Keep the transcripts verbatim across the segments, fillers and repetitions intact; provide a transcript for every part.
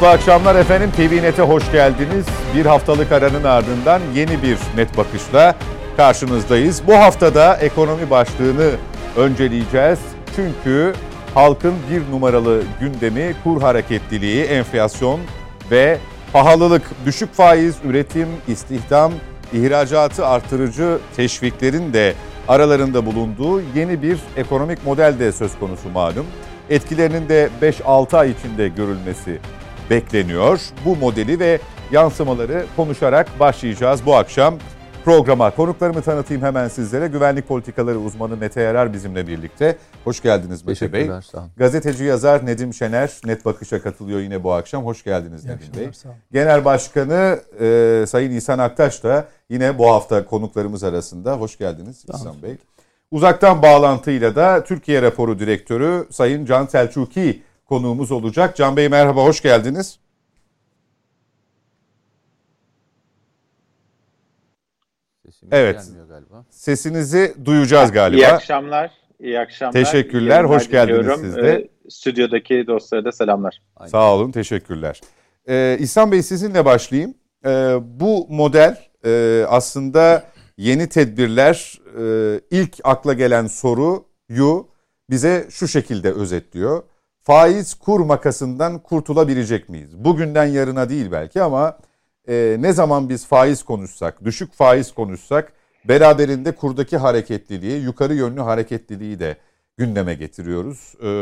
Mutlu akşamlar efendim. T V Net'e hoş geldiniz. Bir haftalık aranın ardından yeni bir Net Bakış'la karşınızdayız. Bu haftada ekonomi başlığını önceleyeceğiz. Çünkü halkın bir numaralı gündemi kur hareketliliği, enflasyon ve pahalılık. Düşük faiz, üretim, istihdam, ihracatı artırıcı teşviklerin de aralarında bulunduğu yeni bir ekonomik model de söz konusu malum. Etkilerinin de beş altı ay içinde görülmesi bekleniyor. Bu modeli ve yansımaları konuşarak başlayacağız bu akşam programa. Konuklarımı tanıtayım hemen sizlere. Güvenlik politikaları uzmanı Mete Yarar bizimle birlikte. Hoş geldiniz Mete Bey. Gazeteci yazar Nedim Şener Net Bakış'a katılıyor yine bu akşam. Hoş geldiniz Nedim Bey. Genel Başkanı e, Sayın İhsan Aktaş da yine bu hafta konuklarımız arasında. Hoş geldiniz İhsan Bey. Uzaktan bağlantıyla da Türkiye Raporu Direktörü Sayın Can Selçuki konuğumuz olacak. Can Bey merhaba, hoş geldiniz. Sesimiz evet, galiba. Sesinizi duyacağız galiba. İyi akşamlar, iyi akşamlar. Teşekkürler, hoş geldiniz siz de. Ee, stüdyodaki dostlara da selamlar. Aynen. Sağ olun, teşekkürler. Ee, İhsan Bey sizinle başlayayım. Ee, bu model e, aslında yeni tedbirler, e, ilk akla gelen soruyu bize şu şekilde özetliyor. Faiz kur makasından kurtulabilecek miyiz? Bugünden yarına değil belki ama e, ne zaman biz faiz konuşsak, düşük faiz konuşsak beraberinde kurdaki hareketliliği, yukarı yönlü hareketliliği de gündeme getiriyoruz. E,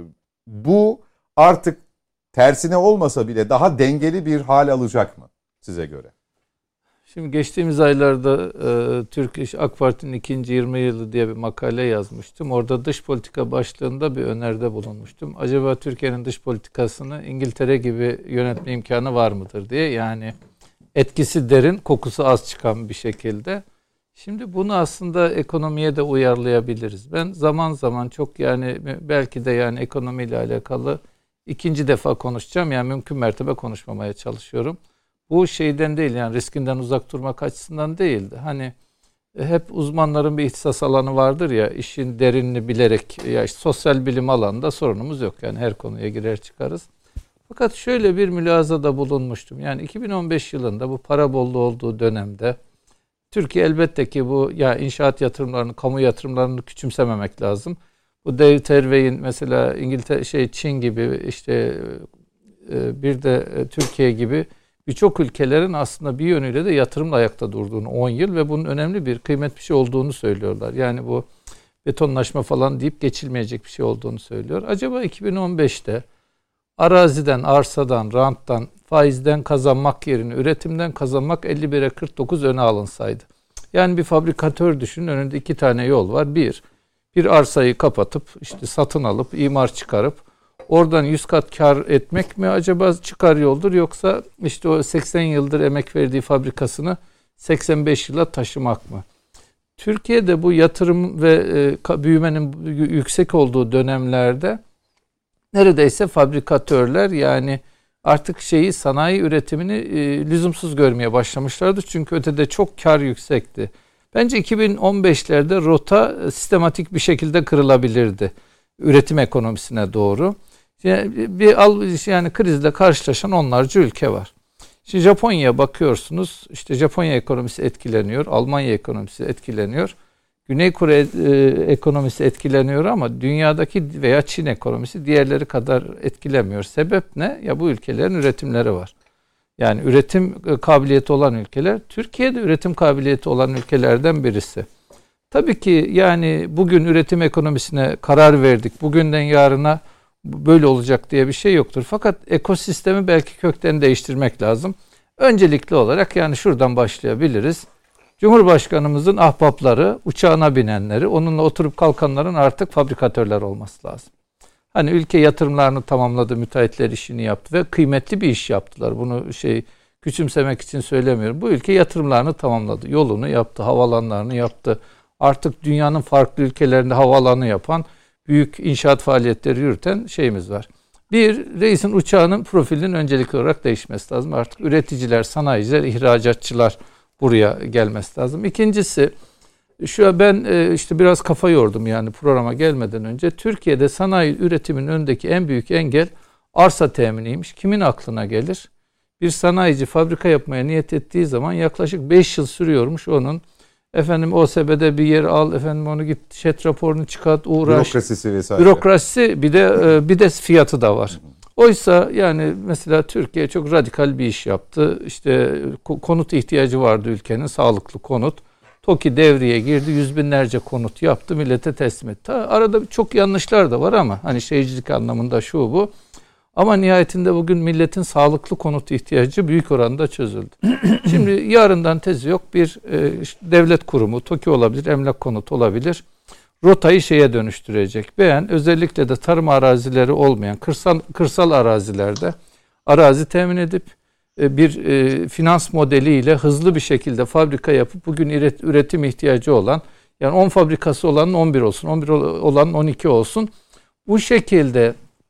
bu artık tersine olmasa bile daha dengeli bir hal alacak mı size göre? Şimdi geçtiğimiz aylarda e, Türk İş AK Parti'nin ikinci yirmi yılı diye bir makale yazmıştım. Orada dış politika başlığında bir öneride bulunmuştum. Acaba Türkiye'nin dış politikasını İngiltere gibi yönetme imkanı var mıdır diye. Yani etkisi derin, kokusu az çıkan bir şekilde. Şimdi bunu aslında ekonomiye de uyarlayabiliriz. Ben zaman zaman çok yani belki de yani ekonomiyle alakalı ikinci defa konuşacağım. Yani mümkün mertebe konuşmamaya çalışıyorum. Bu şeyden değil yani riskinden uzak durmak açısından değildi. Hani hep uzmanların bir ihtisas alanı vardır ya, işin derinini bilerek, ya işte sosyal bilim alanında sorunumuz yok. Yani her konuya girer çıkarız. Fakat şöyle bir mülazada bulunmuştum. Yani iki bin on beş yılında bu para bolluğu olduğu dönemde Türkiye elbette ki bu ya inşaat yatırımlarını, kamu yatırımlarını küçümsememek lazım. Bu Dave Terwey'in mesela İngiltere, şey Çin gibi işte bir de Türkiye gibi birçok ülkelerin aslında bir yönüyle de yatırımla ayakta durduğunu on yıl ve bunun önemli bir kıymet bir şey olduğunu söylüyorlar. Yani bu betonlaşma falan deyip geçilmeyecek bir şey olduğunu söylüyor. Acaba iki bin on beşte araziden, arsadan, ranttan, faizden kazanmak yerine üretimden kazanmak elli bire kırk dokuz öne alınsaydı. Yani bir fabrikatör düşünün, önünde iki tane yol var. Bir, bir arsayı kapatıp işte satın alıp imar çıkarıp oradan yüz kat kar etmek mi acaba çıkar yoldur, yoksa işte o seksen yıldır emek verdiği fabrikasını seksen beş yıla taşımak mı? Türkiye'de bu yatırım ve e, büyümenin yüksek olduğu dönemlerde neredeyse fabrikatörler yani artık şeyi sanayi üretimini e, lüzumsuz görmeye başlamışlardı. Çünkü ötede çok kar yüksekti. Bence iki bin on beşlerde rota sistematik bir şekilde kırılabilirdi üretim ekonomisine doğru. Yani bir yani krizle karşılaşan onlarca ülke var. Şimdi Japonya'ya bakıyorsunuz. İşte Japonya ekonomisi etkileniyor, Almanya ekonomisi etkileniyor. Güney Kore e, ekonomisi etkileniyor ama dünyadaki veya Çin ekonomisi diğerleri kadar etkilemiyor. Sebep ne? Ya bu ülkelerin üretimleri var. Yani üretim kabiliyeti olan ülkeler, Türkiye'de üretim kabiliyeti olan ülkelerden birisi. Tabii ki yani bugün üretim ekonomisine karar verdik, bugünden yarına böyle olacak diye bir şey yoktur. Fakat ekosistemi belki kökten değiştirmek lazım. Öncelikli olarak yani şuradan başlayabiliriz. Cumhurbaşkanımızın ahbapları, uçağına binenleri, onunla oturup kalkanların artık fabrikatörler olması lazım. Hani ülke yatırımlarını tamamladı, müteahhitler işini yaptı ve kıymetli bir iş yaptılar. Bunu şey küçümsemek için söylemiyorum. Bu ülke yatırımlarını tamamladı, yolunu yaptı, havalanlarını yaptı. Artık dünyanın farklı ülkelerinde havaalanı yapan, büyük inşaat faaliyetleri yürüten şeyimiz var. Bir, reisin uçağının profilinin öncelikli olarak değişmesi lazım. Artık üreticiler, sanayiciler, ihracatçılar buraya gelmesi lazım. İkincisi, şu ben işte biraz kafa yordum yani programa gelmeden önce. Türkiye'de sanayi üretiminin önündeki en büyük engel arsa teminiymiş. Kimin aklına gelir? Bir sanayici fabrika yapmaya niyet ettiği zaman yaklaşık beş yıl sürüyormuş onun. Efendim O S B'de bir yer al, efendim onu git şet raporunu çıkart, uğraş. Bürokrasisi vesaire. Bürokrasisi bir de bir de fiyatı da var. Oysa yani mesela Türkiye çok radikal bir iş yaptı. İşte konut ihtiyacı vardı ülkenin, sağlıklı konut. TOKİ devreye girdi, yüz binlerce konut yaptı, millete teslim etti. Arada çok yanlışlar da var ama hani şeycilik anlamında şu bu. Ama nihayetinde bugün milletin sağlıklı konut ihtiyacı büyük oranda çözüldü. Şimdi yarından tezi yok, bir e, devlet kurumu, TOKİ olabilir, emlak konut olabilir. Rotayı şeye dönüştürecek. Beğen özellikle de tarım arazileri olmayan kırsal kırsal arazilerde arazi temin edip e, bir e, finans modeliyle hızlı bir şekilde fabrika yapıp bugün üret, üretim ihtiyacı olan, yani on fabrikası olanın on bir olsun, on bir olanın on iki olsun. Bu şekilde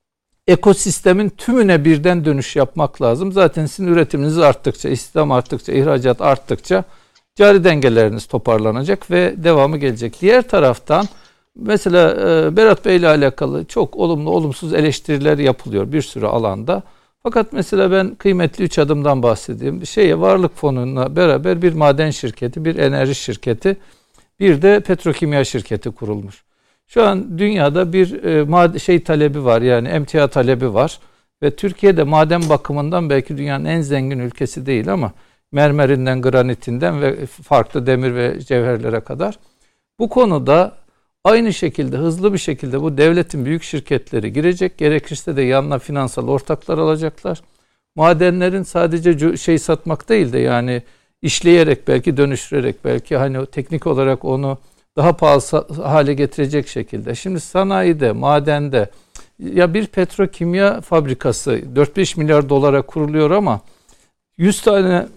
ekosistemin tümüne birden dönüş yapmak lazım. Zaten sizin üretiminiz arttıkça, istihdam arttıkça, ihracat arttıkça cari dengeleriniz toparlanacak ve devamı gelecek. Diğer taraftan mesela e, Berat Bey ile alakalı çok olumlu olumsuz eleştiriler yapılıyor bir sürü alanda. Fakat mesela ben kıymetli üç adımdan bahsedeyim. Şeye varlık fonuyla beraber bir maden şirketi, bir enerji şirketi, bir de petrokimya şirketi kurulmuş. Şu an dünyada bir e, şey talebi var, yani emtia talebi var ve Türkiye'de maden bakımından belki dünyanın en zengin ülkesi değil ama mermerinden, granitinden ve farklı demir ve cevherlere kadar. Bu konuda aynı şekilde hızlı bir şekilde bu devletin büyük şirketleri girecek. Gerekirse de yanına finansal ortaklar alacaklar. Madenlerin sadece şey satmak değil de yani işleyerek belki dönüştürerek belki hani teknik olarak onu daha pahalı hale getirecek şekilde. Şimdi sanayide, madende ya bir petrokimya fabrikası dört beş milyar dolara kuruluyor ama yüz tane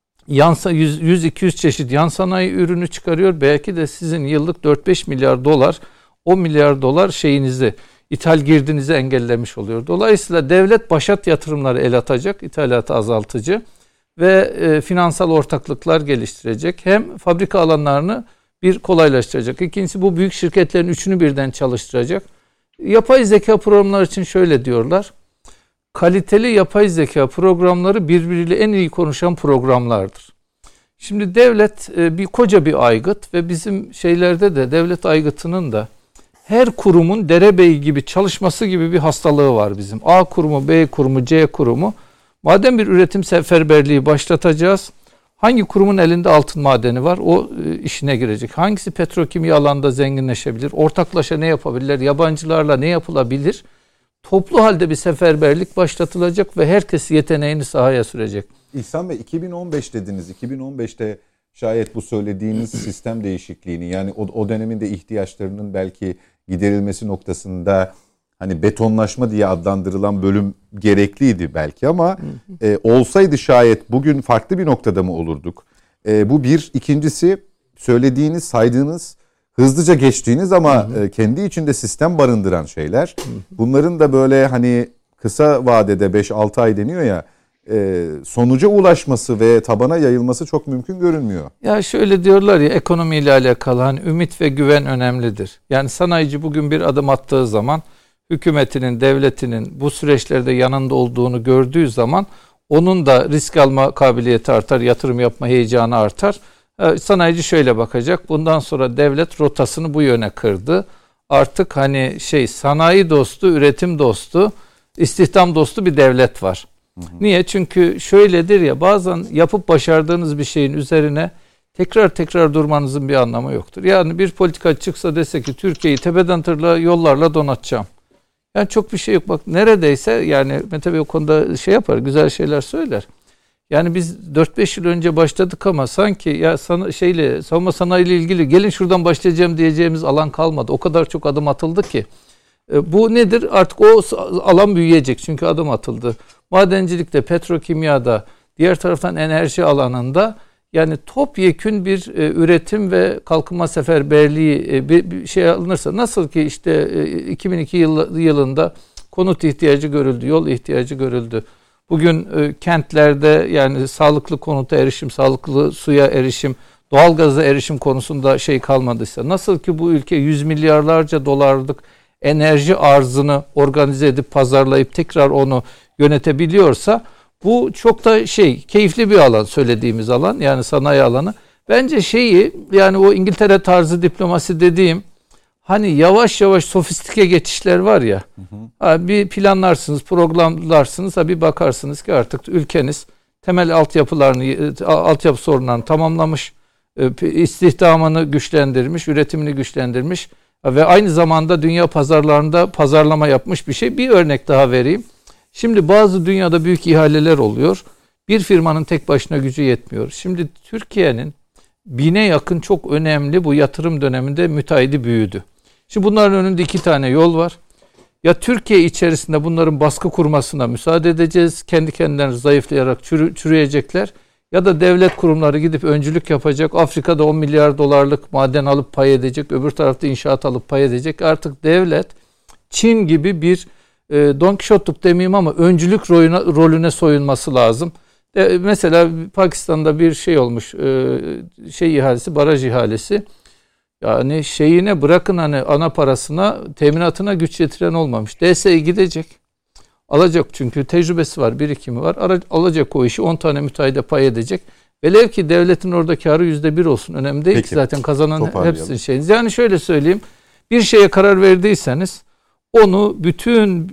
yan yüz iki yüz çeşit yan sanayi ürünü çıkarıyor. Belki de sizin yıllık dört beş milyar dolar, on milyar dolar şeyinizi, ithal girdinizi engellemiş oluyor. Dolayısıyla devlet başat yatırımları el atacak, ithalatı azaltıcı ve e, finansal ortaklıklar geliştirecek. Hem fabrika alanlarını bir kolaylaştıracak. İkincisi bu büyük şirketlerin üçünü birden çalıştıracak. Yapay zeka programları için şöyle diyorlar. Kaliteli yapay zeka programları birbiriyle en iyi konuşan programlardır. Şimdi devlet bir koca bir aygıt ve bizim şeylerde de devlet aygıtının da her kurumun derebeyi gibi çalışması gibi bir hastalığı var bizim. A kurumu, B kurumu, C kurumu. Madem bir üretim seferberliği başlatacağız, hangi kurumun elinde altın madeni var? O e, işine girecek. Hangisi petrokimya alanında zenginleşebilir? Ortaklaşa ne yapabilirler? Yabancılarla ne yapılabilir? Toplu halde bir seferberlik başlatılacak ve herkes yeteneğini sahaya sürecek. İhsan Bey, iki bin on beş dediniz. iki bin on beşte şayet bu söylediğiniz sistem değişikliğini, yani o, o dönemin de ihtiyaçlarının belki giderilmesi noktasında hani betonlaşma diye adlandırılan bölüm gerekliydi belki ama e, olsaydı şayet bugün farklı bir noktada mı olurduk? E, bu bir. İkincisi, söylediğiniz, saydığınız, hızlıca geçtiğiniz ama hı hı. E, kendi içinde sistem barındıran şeyler. Hı hı. Bunların da böyle hani kısa vadede beş altı ay deniyor ya, e, sonuca ulaşması ve tabana yayılması çok mümkün görünmüyor. Ya şöyle diyorlar ya, ekonomiyle alakalı hani ümit ve güven önemlidir. Yani sanayici bugün bir adım attığı zaman hükümetinin, devletinin bu süreçlerde yanında olduğunu gördüğü zaman onun da risk alma kabiliyeti artar, yatırım yapma heyecanı artar. Sanayici şöyle bakacak, bundan sonra devlet rotasını bu yöne kırdı. Artık hani şey sanayi dostu, üretim dostu, istihdam dostu bir devlet var. Hı hı. Niye? Çünkü şöyledir ya, bazen yapıp başardığınız bir şeyin üzerine tekrar tekrar durmanızın bir anlamı yoktur. Yani bir politika çıksa dese ki Türkiye'yi tepeden tırnağa yollarla donatacağım. Yani çok bir şey yok. Bak neredeyse yani Mete Bey o konuda şey yapar, güzel şeyler söyler. Yani biz dört beş yıl önce başladık ama sanki ya sana, şeyle savunma sanayi ile ilgili gelin şuradan başlayacağım diyeceğimiz alan kalmadı. O kadar çok adım atıldı ki. E, bu nedir? Artık o alan büyüyecek çünkü adım atıldı. Madencilikte, petrokimyada, diğer taraftan enerji alanında yani topyekün bir e, üretim ve kalkınma seferberliği e, bir, bir şey alınırsa, nasıl ki işte e, iki bin iki yıl, yılında konut ihtiyacı görüldü, yol ihtiyacı görüldü. Bugün e, kentlerde yani sağlıklı konuta erişim, sağlıklı suya erişim, doğalgaza erişim konusunda şey kalmadıysa, nasıl ki bu ülke yüz milyarlarca dolarlık enerji arzını organize edip pazarlayıp tekrar onu yönetebiliyorsa bu çok da şey keyifli bir alan, söylediğimiz alan, yani sanayi alanı. Bence şeyi, yani o İngiltere tarzı diplomasi dediğim, hani yavaş yavaş sofistike geçişler var ya, hı hı. bir planlarsınız, programlarsınız, bir bakarsınız ki artık ülkeniz temel altyapılarını, altyapı sorunlarını tamamlamış, istihdamını güçlendirmiş, üretimini güçlendirmiş ve aynı zamanda dünya pazarlarında pazarlama yapmış bir şey. Bir örnek daha vereyim. Şimdi bazı dünyada büyük ihaleler oluyor. Bir firmanın tek başına gücü yetmiyor. Şimdi Türkiye'nin bine yakın çok önemli bu yatırım döneminde müteahhidi büyüdü. Şimdi bunların önünde iki tane yol var. Ya Türkiye içerisinde bunların baskı kurmasına müsaade edeceğiz. Kendi kendilerini zayıflayarak çürü, çürüyecekler. Ya da devlet kurumları gidip öncülük yapacak. Afrika'da on milyar dolarlık maden alıp pay edecek. Öbür tarafta inşaat alıp pay edecek. Artık devlet Çin gibi bir e, Don Quixote'luk demeyeyim ama öncülük rolüne, rolüne soyunması lazım. De, mesela Pakistan'da bir şey olmuş. E, şey ihalesi, baraj ihalesi. Yani şeyine bırakın, hani ana parasına, teminatına güç yetiren olmamış. D S E gidecek. Alacak, çünkü tecrübesi var, birikimi var. Ara, alacak o işi, on tane müteahhide pay edecek. Velev ki devletin orada karı yüzde bir olsun. Önemli değil. Peki, ki zaten kazanan hepsinin şeyiniz. Yani şöyle söyleyeyim. Bir şeye karar verdiyseniz onu bütün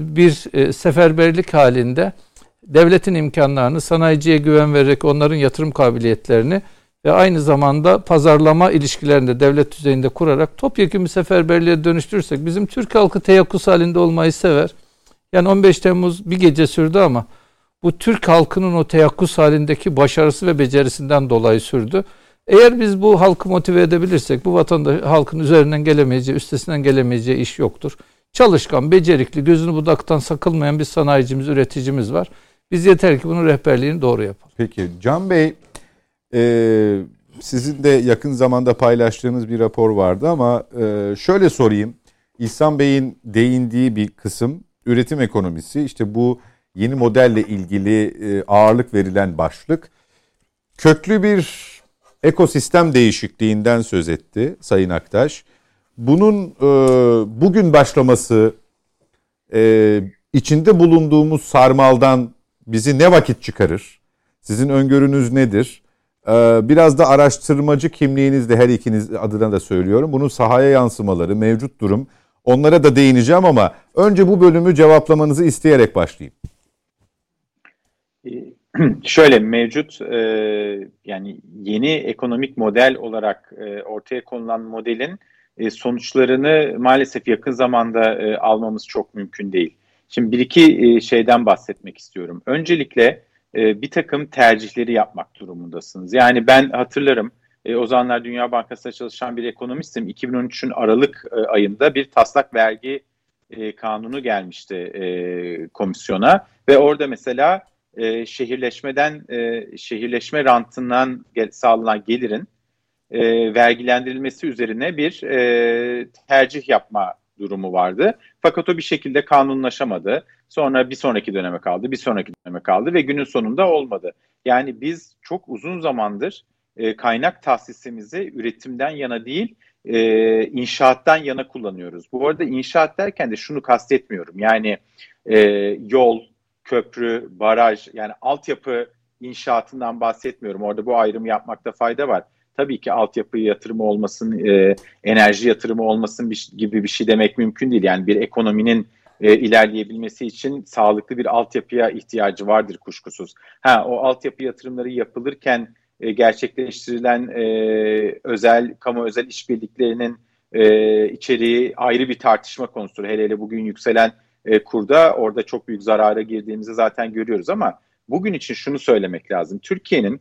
bir seferberlik halinde devletin imkanlarını, sanayiciye güven vererek onların yatırım kabiliyetlerini ve aynı zamanda pazarlama ilişkilerini de devlet düzeyinde kurarak topyekun bir seferberliğe dönüştürürsek, bizim Türk halkı teyakkuz halinde olmayı sever. Yani on beş Temmuz bir gece sürdü ama bu Türk halkının o teyakkuz halindeki başarısı ve becerisinden dolayı sürdü. Eğer biz bu halkı motive edebilirsek, bu vatandaş halkın üzerinden gelemeyeceği, üstesinden gelemeyeceği iş yoktur. Çalışkan, becerikli, gözünü budaktan sakılmayan bir sanayicimiz, üreticimiz var. Biz yeter ki bunun rehberliğini doğru yapalım. Peki Can Bey, e, sizin de yakın zamanda paylaştığınız bir rapor vardı ama e, şöyle sorayım. İhsan Bey'in değindiği bir kısım üretim ekonomisi. İşte bu yeni modelle ilgili e, ağırlık verilen başlık. Köklü bir ekosistem değişikliğinden söz etti Sayın Aktaş. Bunun e, bugün başlaması, e, içinde bulunduğumuz sarmaldan bizi ne vakit çıkarır? Sizin öngörünüz nedir? E, biraz da araştırmacı kimliğinizle, her ikiniz adına da söylüyorum, bunun sahaya yansımaları, mevcut durum, onlara da değineceğim ama önce bu bölümü cevaplamanızı isteyerek başlayayım. Şöyle, mevcut e, yani yeni ekonomik model olarak e, ortaya konulan modelin e, sonuçlarını maalesef yakın zamanda e, almamız çok mümkün değil. Şimdi bir iki e, şeyden bahsetmek istiyorum. Öncelikle e, bir takım tercihleri yapmak durumundasınız. Yani ben hatırlarım, e, o zamanlar Dünya Bankası'nda çalışan bir ekonomistim. iki bin on üçün Aralık e, ayında bir taslak vergi e, kanunu gelmişti e, komisyona ve orada mesela e, şehirleşmeden, e, şehirleşme rantından gel, sağlanan gelirin e, vergilendirilmesi üzerine bir e, tercih yapma durumu vardı. Fakat o bir şekilde kanunlaşamadı. Sonra bir sonraki döneme kaldı, bir sonraki döneme kaldı ve günün sonunda olmadı. Yani biz çok uzun zamandır e, kaynak tahsisimizi üretimden yana değil, e, inşaattan yana kullanıyoruz. Bu arada inşaat derken de şunu kastetmiyorum. Yani e, yol, köprü, baraj, yani altyapı inşaatından bahsetmiyorum. Orada bu ayrımı yapmakta fayda var. Tabii ki altyapı yatırımı olmasın, e, enerji yatırımı olmasın bir, gibi bir şey demek mümkün değil. Yani bir ekonominin e, ilerleyebilmesi için sağlıklı bir altyapıya ihtiyacı vardır kuşkusuz. Ha, o altyapı yatırımları yapılırken e, gerçekleştirilen e, özel, kamu özel işbirliklerinin e, içeriği ayrı bir tartışma konusudur. Hele hele bugün yükselen e, kurda orada çok büyük zarara girdiğimizi zaten görüyoruz ama bugün için şunu söylemek lazım. Türkiye'nin,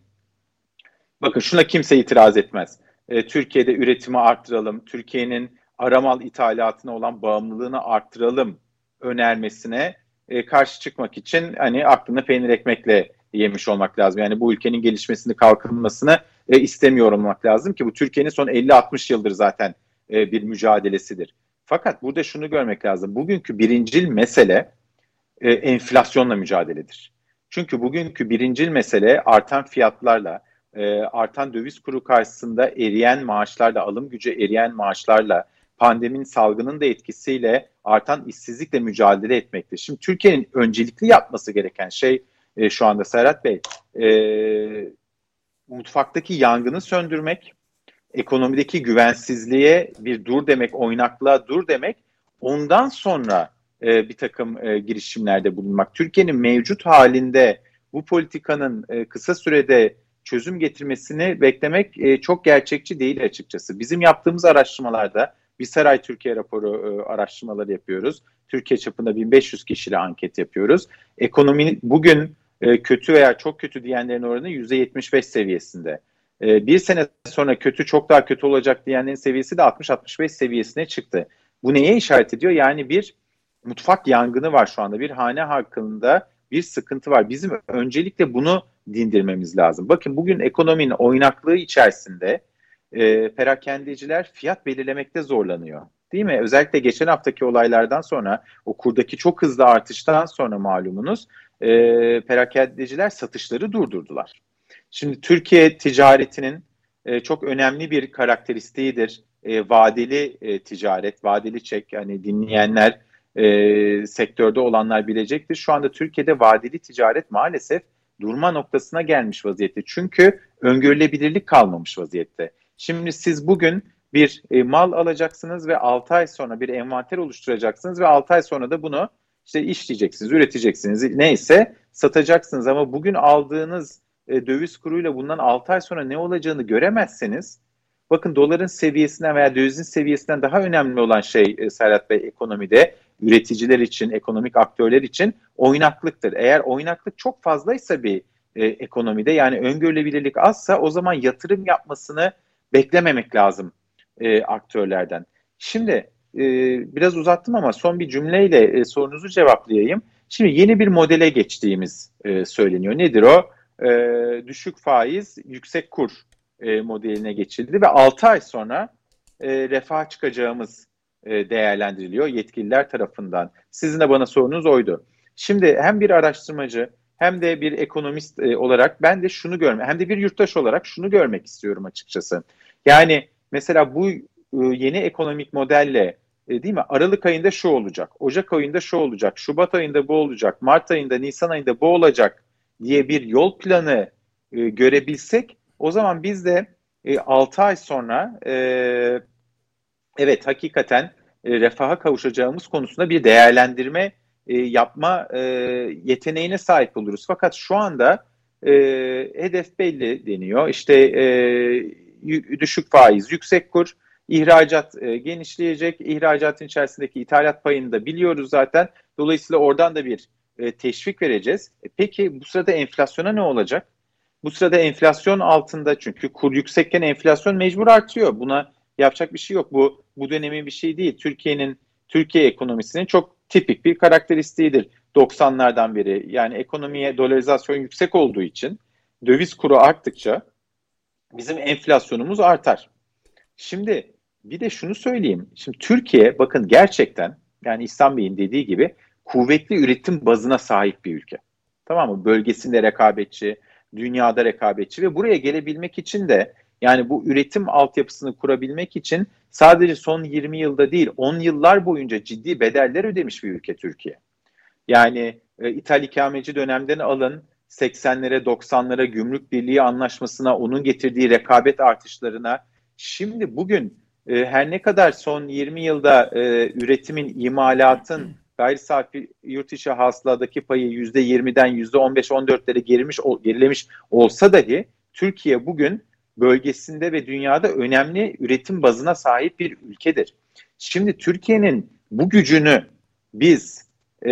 bakın şuna kimse itiraz etmez. E, Türkiye'de üretimi arttıralım, Türkiye'nin aramal ithalatına olan bağımlılığını arttıralım önermesine e, karşı çıkmak için hani aklını peynir ekmekle yemiş olmak lazım. Yani bu ülkenin gelişmesini, kalkınmasını e, istemiyor olmak lazım ki bu Türkiye'nin son elli altmış yıldır zaten e, bir mücadelesidir. Fakat burada şunu görmek lazım. Bugünkü birincil mesele e, enflasyonla mücadeledir. Çünkü bugünkü birincil mesele artan fiyatlarla, e, artan döviz kuru karşısında eriyen maaşlarla, alım gücü eriyen maaşlarla pandeminin, salgının da etkisiyle artan işsizlikle mücadele etmektir. Şimdi Türkiye'nin öncelikli yapması gereken şey e, şu anda Serhat Bey, e, mutfaktaki yangını söndürmek, ekonomideki güvensizliğe bir dur demek, oynaklığa dur demek, ondan sonra e, bir takım e, girişimlerde bulunmak. Türkiye'nin mevcut halinde bu politikanın e, kısa sürede çözüm getirmesini beklemek e, çok gerçekçi değil açıkçası. Bizim yaptığımız araştırmalarda, Bir Saray Türkiye raporu e, araştırmaları yapıyoruz. Türkiye çapında bin beş yüz kişiyle anket yapıyoruz. Ekonominin bugün e, kötü veya çok kötü diyenlerin oranı yüzde yetmiş beş seviyesinde. E, bir sene sonra kötü, çok daha kötü olacak diyenlerin seviyesi de altmış altmış beş seviyesine çıktı. Bu neye işaret ediyor? Yani bir mutfak yangını var şu anda. Bir hane halkında bir sıkıntı var. Bizim öncelikle bunu dindirmemiz lazım. Bakın bugün ekonominin oynaklığı içerisinde e, perakendeciler fiyat belirlemekte zorlanıyor. Değil mi? Özellikle geçen haftaki olaylardan sonra, o kurdaki çok hızlı artıştan sonra malumunuz e, perakendeciler satışları durdurdular. Şimdi Türkiye ticaretinin e, çok önemli bir karakteristiğidir. E, vadeli e, ticaret, vadeli çek. Yani dinleyenler, e, sektörde olanlar bilecektir. Şu anda Türkiye'de vadeli ticaret maalesef durma noktasına gelmiş vaziyette. Çünkü öngörülebilirlik kalmamış vaziyette. Şimdi siz bugün bir e, mal alacaksınız ve altı ay sonra bir envanter oluşturacaksınız ve altı ay sonra da bunu işte işleyeceksiniz, üreteceksiniz, neyse satacaksınız. Ama bugün aldığınız e, döviz kuruyla bundan altı ay sonra ne olacağını göremezseniz, bakın doların seviyesinden veya dövizin seviyesinden daha önemli olan şey e, Serhat Bey ekonomide, üreticiler için, ekonomik aktörler için oynaklıktır. Eğer oynaklık çok fazlaysa bir e, ekonomide, yani öngörülebilirlik azsa, o zaman yatırım yapmasını beklememek lazım e, aktörlerden. Şimdi e, biraz uzattım ama son bir cümleyle e, sorunuzu cevaplayayım. Şimdi yeni bir modele geçtiğimiz e, söyleniyor. Nedir o? E, düşük faiz, yüksek kur e, modeline geçildi ve altı ay sonra e, refaha çıkacağımız e, değerlendiriliyor yetkililer tarafından. Sizin de bana sorunuz oydu. Şimdi hem bir araştırmacı hem de bir ekonomist e, olarak ben de şunu görmek, hem de bir yurttaş olarak şunu görmek istiyorum açıkçası. Yani mesela bu e, yeni ekonomik modelle e, değil mi? Aralık ayında şu olacak, Ocak ayında şu olacak, Şubat ayında bu olacak, Mart ayında, Nisan ayında bu olacak diye bir yol planı e, görebilsek, o zaman biz de e, altı ay sonra e, evet hakikaten e, refaha kavuşacağımız konusunda bir değerlendirme e, yapma e, yeteneğine sahip oluruz. Fakat şu anda e, hedef belli deniyor. İşte e, düşük faiz, yüksek kur, ihracat e, genişleyecek. İhracatın içerisindeki ithalat payını da biliyoruz zaten. Dolayısıyla oradan da bir e, teşvik vereceğiz. E, peki bu sırada enflasyona ne olacak? Bu sırada enflasyon altında, çünkü kur yüksekken enflasyon mecbur artıyor. Buna yapacak bir şey yok. Bu bu dönemin bir şey değil. Türkiye'nin Türkiye ekonomisinin çok tipik bir karakteristiğidir doksanlardan beri. Yani ekonomiye dolarizasyon yüksek olduğu için döviz kuru arttıkça bizim enflasyonumuz artar. Şimdi bir de şunu söyleyeyim. Şimdi Türkiye, bakın gerçekten, yani İhsan Bey'in dediği gibi kuvvetli üretim bazına sahip bir ülke. Tamam mı? Bölgesinde rekabetçi, dünyada rekabetçi ve buraya gelebilmek için de, yani bu üretim altyapısını kurabilmek için sadece son yirmi yılda değil, on yıllar boyunca ciddi bedeller ödemiş bir ülke Türkiye. Yani e, ithal ikameci dönemden alın, seksenlere doksanlara gümrük birliği anlaşmasına, onun getirdiği rekabet artışlarına. Şimdi bugün e, her ne kadar son yirmi yılda e, üretimin, imalatın gayri safi yurt içi hasıladaki payı yüzde yirmiden yüzde on beş on dörtlere gerimiş, gerilemiş olsa dahi Türkiye bugün bölgesinde ve dünyada önemli üretim bazına sahip bir ülkedir. Şimdi Türkiye'nin bu gücünü biz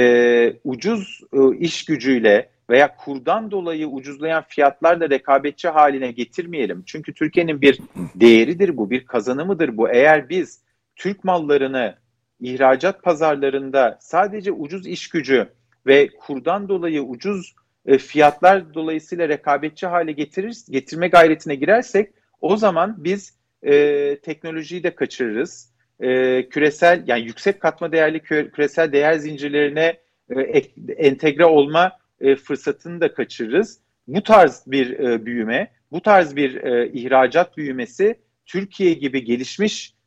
e, ucuz e, iş gücüyle veya kurdan dolayı ucuzlayan fiyatlarla rekabetçi haline getirmeyelim. Çünkü Türkiye'nin bir değeridir bu, bir kazanımıdır bu. Eğer biz Türk mallarını ihracat pazarlarında sadece ucuz iş gücü ve kurdan dolayı ucuz e, fiyatlar dolayısıyla rekabetçi hale getirir, getirme gayretine girersek, o zaman biz e, teknolojiyi de kaçırırız. E, küresel, yani yüksek katma değerli küresel değer zincirlerine e, entegre olma e, fırsatını da kaçırırız. Bu tarz bir e, büyüme, bu tarz bir e, ihracat büyümesi Türkiye gibi gelişmiş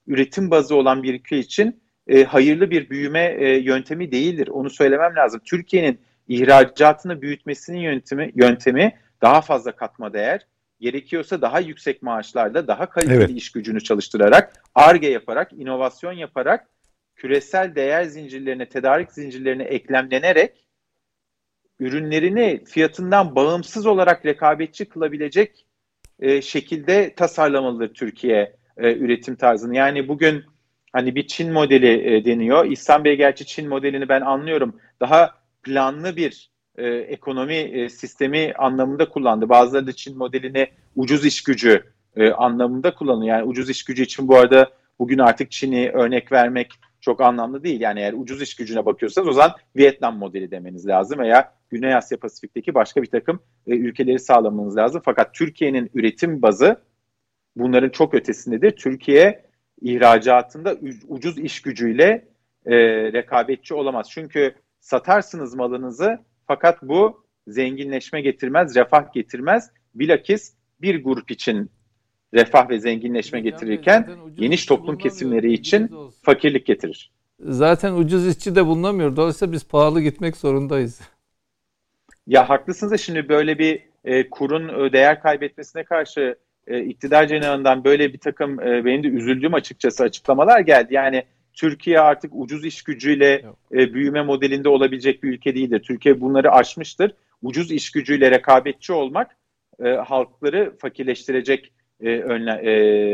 üretim bazı olan bir ülke için e, hayırlı bir büyüme e, yöntemi değildir. Onu söylemem lazım. Türkiye'nin ihracatını büyütmesinin yöntemi, yöntemi daha fazla katma değer, gerekiyorsa daha yüksek maaşlarla, daha kaliteli evet. iş gücünü çalıştırarak, Ar-Ge yaparak, inovasyon yaparak, küresel değer zincirlerine, tedarik zincirlerine eklemlenerek ürünlerini fiyatından bağımsız olarak rekabetçi kılabilecek e, şekilde tasarlamalıdır Türkiye e, üretim tarzını. Yani bugün hani bir Çin modeli e, deniyor. İhsan Bey gerçi Çin modelini ben anlıyorum. Daha planlı bir e, ekonomi e, sistemi anlamında kullandı. Bazıları da Çin modelini ucuz iş gücü e, anlamında kullanıyor. Yani ucuz iş gücü için bu arada bugün artık Çin'i örnek vermek çok anlamlı değil. Yani eğer ucuz iş gücüne bakıyorsanız o zaman Vietnam modeli demeniz lazım veya Güney Asya Pasifik'teki başka bir takım e, ülkeleri sağlamanız lazım. Fakat Türkiye'nin üretim bazı bunların çok ötesindedir. Türkiye ihracatında ucuz iş gücüyle e, rekabetçi olamaz. Çünkü satarsınız malınızı fakat bu zenginleşme getirmez, refah getirmez. Bilakis bir grup için refah ve zenginleşme getirirken geniş toplum kesimleri için fakirlik getirir. Zaten ucuz işçi de bulunamıyor. Dolayısıyla biz pahalı gitmek zorundayız. Ya haklısınız da şimdi böyle bir e, kurun değer kaybetmesine karşı e, iktidar cenahından böyle bir takım e, benim de üzüldüğüm açıkçası açıklamalar geldi. Yani Türkiye artık ucuz iş gücüyle e, büyüme modelinde olabilecek bir ülke değildir. Türkiye bunları aşmıştır. Ucuz iş gücüyle rekabetçi olmak e, halkları fakirleştirecek e, önle, e,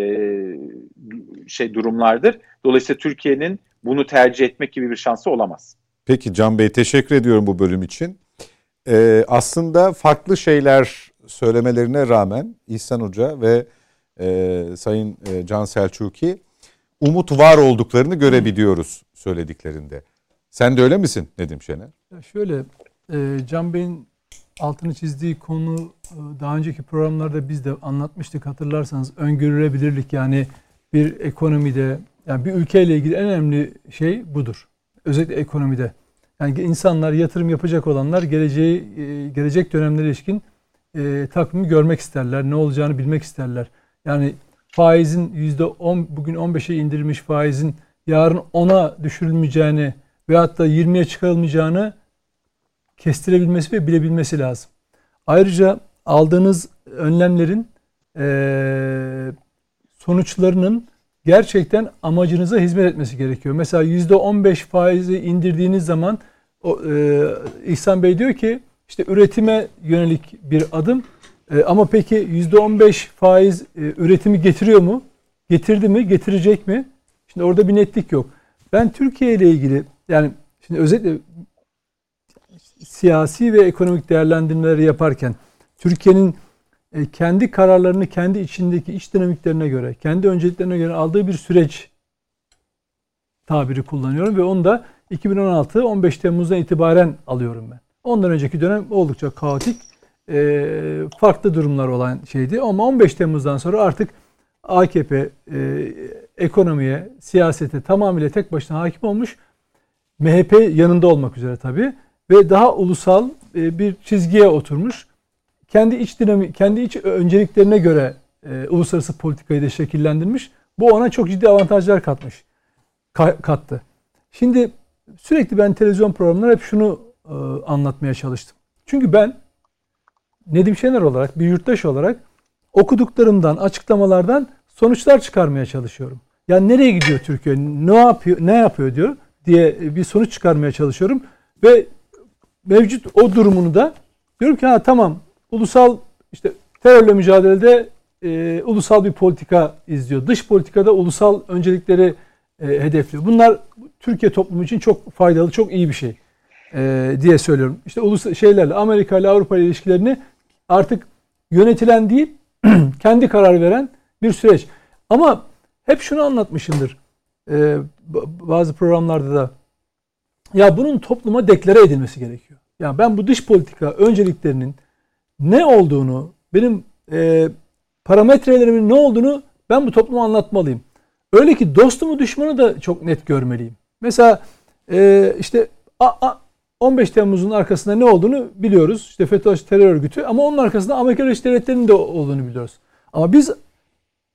şey durumlardır. Dolayısıyla Türkiye'nin bunu tercih etmek gibi bir şansı olamaz. Peki Can Bey, teşekkür ediyorum bu bölüm için. Ee, aslında farklı şeyler söylemelerine rağmen İhsan Hoca ve e, Sayın e, Can Selçuki umut var olduklarını görebiliyoruz söylediklerinde. Sen de öyle misin Nedim Şener? Ya şöyle, e, Can Bey'in altını çizdiği konu e, daha önceki programlarda biz de anlatmıştık, hatırlarsanız öngörülebilirlik. Yani bir ekonomide, yani bir ülkeyle ilgili en önemli şey budur. Özellikle ekonomide. Yani insanlar, yatırım yapacak olanlar geleceği, e, gelecek dönemlere ilişkin e, takvimi görmek isterler. Ne olacağını bilmek isterler. Yani faizin yüzde on, bugün on beşe indirilmiş faizin yarın ona düşürülmeyeceğini veyahut da yirmiye çıkarılmayacağını kestirebilmesi ve bilebilmesi lazım. Ayrıca aldığınız önlemlerin e, sonuçlarının gerçekten amacınıza hizmet etmesi gerekiyor. Mesela yüzde on beş faizi indirdiğiniz zaman o, e, İhsan Bey diyor ki işte üretime yönelik bir adım. E, ama peki yüzde on beş faiz e, üretimi getiriyor mu? Getirdi mi? Getirecek mi? Şimdi orada bir netlik yok. Ben Türkiye ile ilgili, yani şimdi özellikle siyasi ve ekonomik değerlendirmeleri yaparken Türkiye'nin e, kendi kararlarını kendi içindeki iç dinamiklerine göre, kendi önceliklerine göre aldığı bir süreç tabiri kullanıyorum ve onu da iki bin on altı on beş Temmuz'dan itibaren alıyorum ben. Ondan önceki dönem oldukça kaotik, e, farklı durumlar olan şeydi ama on beş Temmuz'dan sonra artık A K P e, ekonomiye, siyasete tamamıyla tek başına hakim olmuş. M H P yanında olmak üzere tabii ve daha ulusal e, bir çizgiye oturmuş. Kendi iç dinamik, kendi iç önceliklerine göre e, uluslararası politikayı da şekillendirmiş. Bu ona çok ciddi avantajlar katmış, ka- kattı. Şimdi sürekli ben televizyon programlarında hep şunu e, anlatmaya çalıştım. Çünkü ben Nedim Şener olarak, bir yurttaş olarak okuduklarımdan, açıklamalardan sonuçlar çıkarmaya çalışıyorum. Yani nereye gidiyor Türkiye, ne yapıyor, ne yapıyor diyor diye bir sonuç çıkarmaya çalışıyorum ve mevcut o durumunu da diyorum ki ha tamam, ulusal işte terörle mücadelede e, ulusal bir politika izliyor. Dış politikada ulusal öncelikleri e, hedefliyor. Bunlar Türkiye toplumu için çok faydalı, çok iyi bir şey e, diye söylüyorum. İşte ulus şeylerle, Amerika ile Avrupa ile ilişkilerini artık yönetilen değil, kendi karar veren bir süreç. Ama hep şunu anlatmışımdır e, bazı programlarda da. Ya bunun topluma deklare edilmesi gerekiyor. Yani ben bu dış politika önceliklerinin ne olduğunu, benim e, parametrelerimin ne olduğunu ben bu topluma anlatmalıyım. Öyle ki dostumu düşmanı da çok net görmeliyim. Mesela e, işte a, a, on beş Temmuz'un arkasında ne olduğunu biliyoruz. İşte FETÖ terör örgütü ama onun arkasında Amerika Birleşik Devletleri'nin de olduğunu biliyoruz. Ama biz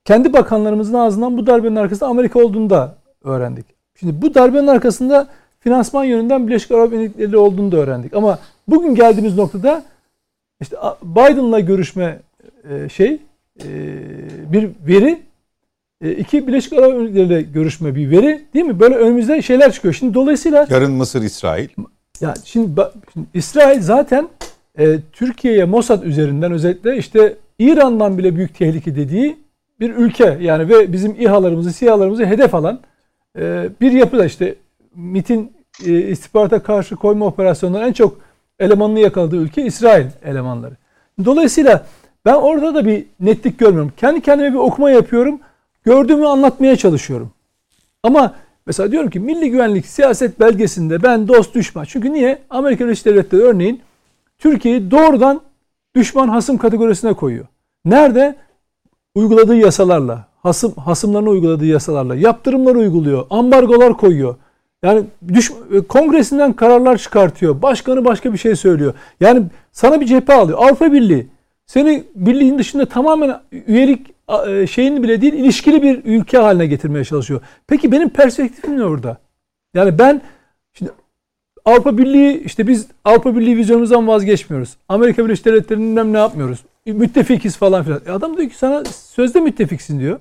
kendi bakanlarımızın ağzından bu darbenin arkasında Amerika olduğunu da öğrendik. Şimdi bu darbenin arkasında finansman yönünden Birleşik Arap Emirlikleri olduğunu da öğrendik. Ama bugün geldiğimiz noktada işte Biden'la görüşme şey bir veri, iki Birleşik Arap Emirlikleri ile görüşme bir veri, değil mi? Böyle önümüzde şeyler çıkıyor. Şimdi dolayısıyla yarın Mısır, İsrail. Ya şimdi, şimdi İsrail zaten e, Türkiye'ye Mossad üzerinden özellikle işte İran'dan bile büyük tehlike dediği bir ülke. Yani ve bizim İHA'larımızı, SİHA'larımızı hedef alan e, bir yapıda işte MİT'in e, istihbarata karşı koyma operasyonlarının en çok elemanını yakaladığı ülke İsrail elemanları. Dolayısıyla ben orada da bir netlik görmüyorum. Kendi kendime bir okuma yapıyorum. Gördüğümü anlatmaya çalışıyorum. Ama mesela diyorum ki milli güvenlik siyaset belgesinde ben dost düşman. Çünkü niye? Amerika Birleşik Devletleri örneğin Türkiye'yi doğrudan düşman hasım kategorisine koyuyor. Nerede? Uyguladığı yasalarla, hasım hasımlarına uyguladığı yasalarla, yaptırımlar uyguluyor, ambargolar koyuyor. Yani düş, kongresinden kararlar çıkartıyor. Başkanı başka bir şey söylüyor. Yani sana bir cephe alıyor. Avrupa Birliği seni birliğin dışında tamamen üyelik şeyini bile değil, ilişkili bir ülke haline getirmeye çalışıyor. Peki benim perspektifim ne orada? Yani ben şimdi Avrupa Birliği, işte biz Avrupa Birliği vizyonumuzdan vazgeçmiyoruz. Amerika Birleşik Devletleri'nden ne yapmıyoruz? Müttefikiz falan filan. E adam diyor ki sana sözde müttefiksin diyor.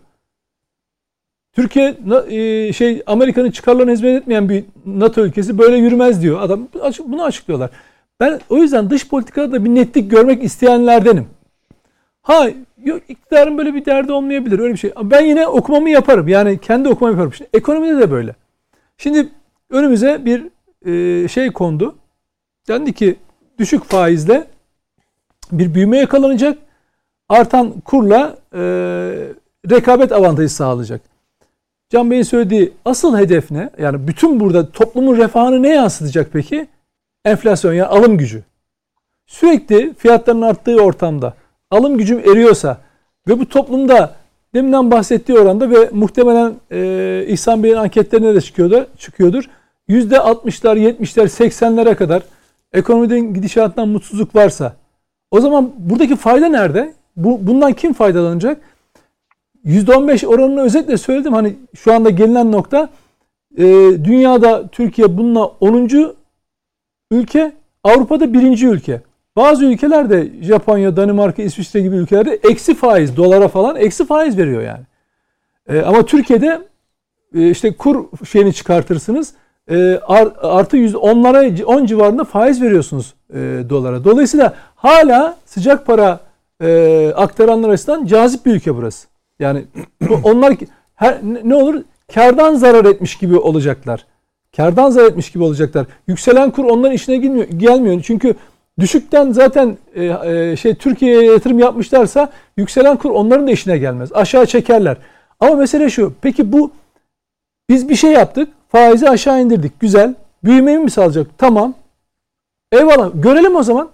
Türkiye şey Amerika'nın çıkarlarına hizmet etmeyen bir NATO ülkesi böyle yürümez diyor. Adam bunu açıklıyorlar. Ben o yüzden dış politikada da bir netlik görmek isteyenlerdenim. Ha yok, iktidarın böyle bir derdi olmayabilir, öyle bir şey. Ben yine okumamı yaparım. Yani kendi okumamı yaparım. Şimdi ekonomide de böyle. Şimdi önümüze bir e, şey kondu. Dendi ki düşük faizle bir büyüme yakalanacak. Artan kurla e, rekabet avantajı sağlayacak. Can Bey'in söylediği asıl hedef ne? Yani bütün burada toplumun refahını ne yansıtacak peki? Enflasyon, yani alım gücü. Sürekli fiyatların arttığı ortamda alım gücüm eriyorsa ve bu toplumda deminden bahsettiği oranda ve muhtemelen e, İhsan Bey'in anketlerine de çıkıyordu, çıkıyordur. yüzde altmışlar, yetmişler, seksenlere kadar ekonominin gidişatından mutsuzluk varsa o zaman buradaki fayda nerede? Bu, bundan kim faydalanacak? yüzde on beş oranını özetle söyledim. Hani şu anda gelinen nokta e, dünyada Türkiye bununla onuncu ülke, Avrupa'da birinci ülke. Bazı ülkelerde Japonya, Danimarka, İsviçre gibi ülkelerde eksi faiz, dolara falan eksi faiz veriyor yani. E, ama Türkiye'de e, işte kur şeyini çıkartırsınız. E, artı yüz onlara on civarında faiz veriyorsunuz e, dolara. Dolayısıyla hala sıcak para e, aktaranlar açısından cazip bir ülke burası. Yani onlar her, ne olur? Kardan zarar etmiş gibi olacaklar. Kardan zarar etmiş gibi olacaklar. Yükselen kur onların işine gelmiyor. gelmiyor. Çünkü düşükten zaten e, e, şey Türkiye'ye yatırım yapmışlarsa yükselen kur onların da işine gelmez. Aşağı çekerler. Ama mesele şu. Peki bu biz bir şey yaptık. Faizi aşağı indirdik. Güzel. Büyümeyi mi sağlayacak? Tamam. Eyvallah. Görelim o zaman.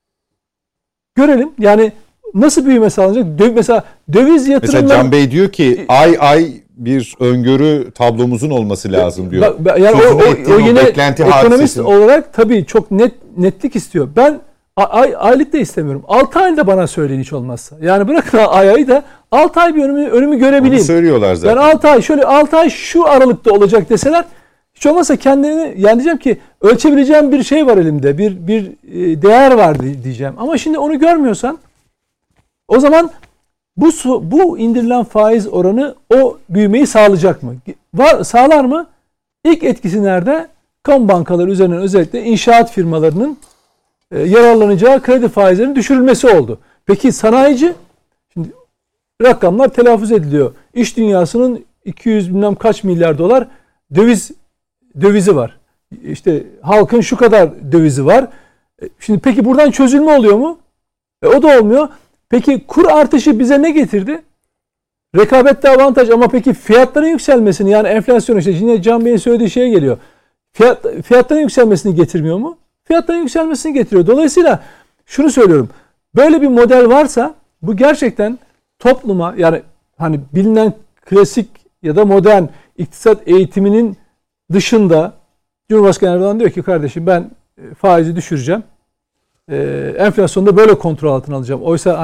Görelim. Yani nasıl büyüme sağlanacak? Dö- mesela döviz yatırımları... Mesela Can Bey diyor ki ay ay bir öngörü tablomuzun olması lazım diyor. Bak, yani o, o, o yine ekonomist olarak tabii çok net netlik istiyor. Ben ay, aylık da istemiyorum. altı ayda bana söyleyin hiç olmazsa. Yani bırakın ay ayı da altı ay bir önümü, önümü görebileyim. Onu söylüyorlar zaten. Yani altı ay şöyle altı ay şu aralıkta olacak deseler hiç olmazsa kendini, yani diyeceğim ki ölçebileceğim bir şey var elimde. Bir bir değer var diyeceğim. Ama şimdi onu görmüyorsan o zaman bu bu indirilen faiz oranı o büyümeyi sağlayacak mı? Var, sağlar mı? İlk etkisi nerede? Kamu bankaları üzerinden özellikle inşaat firmalarının e, yararlanacağı kredi faizlerinin düşürülmesi oldu. Peki sanayici? Şimdi rakamlar telaffuz ediliyor. İş dünyasının iki yüz bilmem kaç milyar dolar döviz dövizi var. İşte halkın şu kadar dövizi var. E, şimdi peki buradan çözülme oluyor mu? E, o da olmuyor. Peki kur artışı bize ne getirdi? Rekabette avantaj ama peki fiyatların yükselmesini, yani enflasyon, işte yine Can Bey'in söylediği şeye geliyor. Fiyat, fiyatların yükselmesini getirmiyor mu? Fiyatların yükselmesini getiriyor. Dolayısıyla şunu söylüyorum. Böyle bir model varsa bu gerçekten topluma, yani hani bilinen klasik ya da modern iktisat eğitiminin dışında Cumhurbaşkanı Erdoğan diyor ki kardeşim ben faizi düşüreceğim. Ee, enflasyonu da böyle kontrol altına alacağım. Oysa hani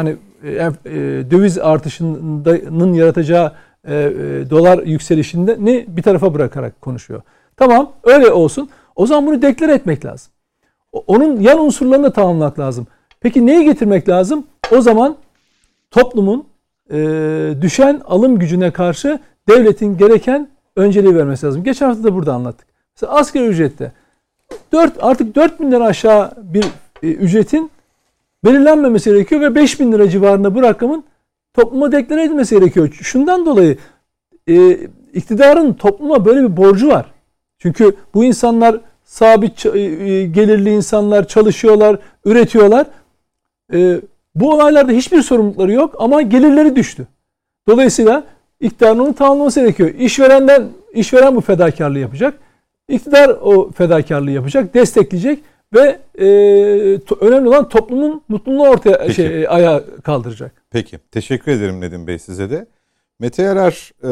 e, e, döviz artışının yaratacağı e, e, dolar yükselişinde ne bir tarafa bırakarak konuşuyor. Tamam, öyle olsun. O zaman bunu deklar etmek lazım. Onun yan unsurlarını da tamamlamak lazım. Peki neyi getirmek lazım? O zaman toplumun e, düşen alım gücüne karşı devletin gereken önceliği vermesi lazım. Geçen hafta da burada anlattık. Mesela asgari ücrette dört artık dört bin lira aşağı bir e, ücretin belirlenmemesi gerekiyor ve beş bin lira civarında bu rakamın topluma deklare edilmesi gerekiyor. Şundan dolayı e, iktidarın topluma böyle bir borcu var. Çünkü bu insanlar sabit e, gelirli insanlar, çalışıyorlar, üretiyorlar. E, bu olaylarda hiçbir sorumlulukları yok ama gelirleri düştü. Dolayısıyla iktidarın onu tamamlaması gerekiyor. İşverenden, işveren bu fedakarlığı yapacak. İktidar o fedakarlığı yapacak, destekleyecek ve e, to, önemli olan toplumun mutluluğunu ortaya Peki. şey ayağa kaldıracak. Peki. Teşekkür ederim Nedim Bey size de. Mete Yarar e,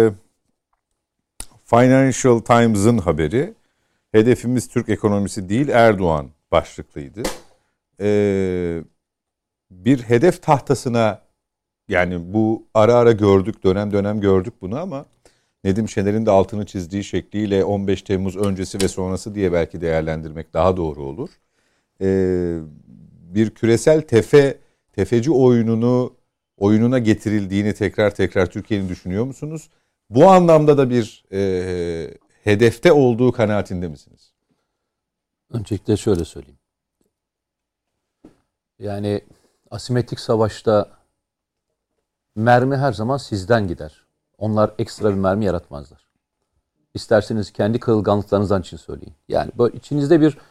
Financial Times'ın haberi. Hedefimiz Türk ekonomisi değil Erdoğan başlıklıydı. E, bir hedef tahtasına, yani bu ara ara gördük, dönem dönem gördük bunu ama Nedim Şener'in de altını çizdiği şekliyle on beş Temmuz öncesi ve sonrası diye belki değerlendirmek daha doğru olur. Ee, bir küresel tefe, tefeci oyununu oyununa getirildiğini tekrar tekrar Türkiye'nin düşünüyor musunuz? Bu anlamda da bir e, hedefte olduğu kanaatinde misiniz? Öncelikle şöyle söyleyeyim. Yani asimetrik savaşta mermi her zaman sizden gider. Onlar ekstra bir mermi yaratmazlar. İsterseniz kendi kırılganlıklarınızdan için söyleyin. Yani böyle içinizde bir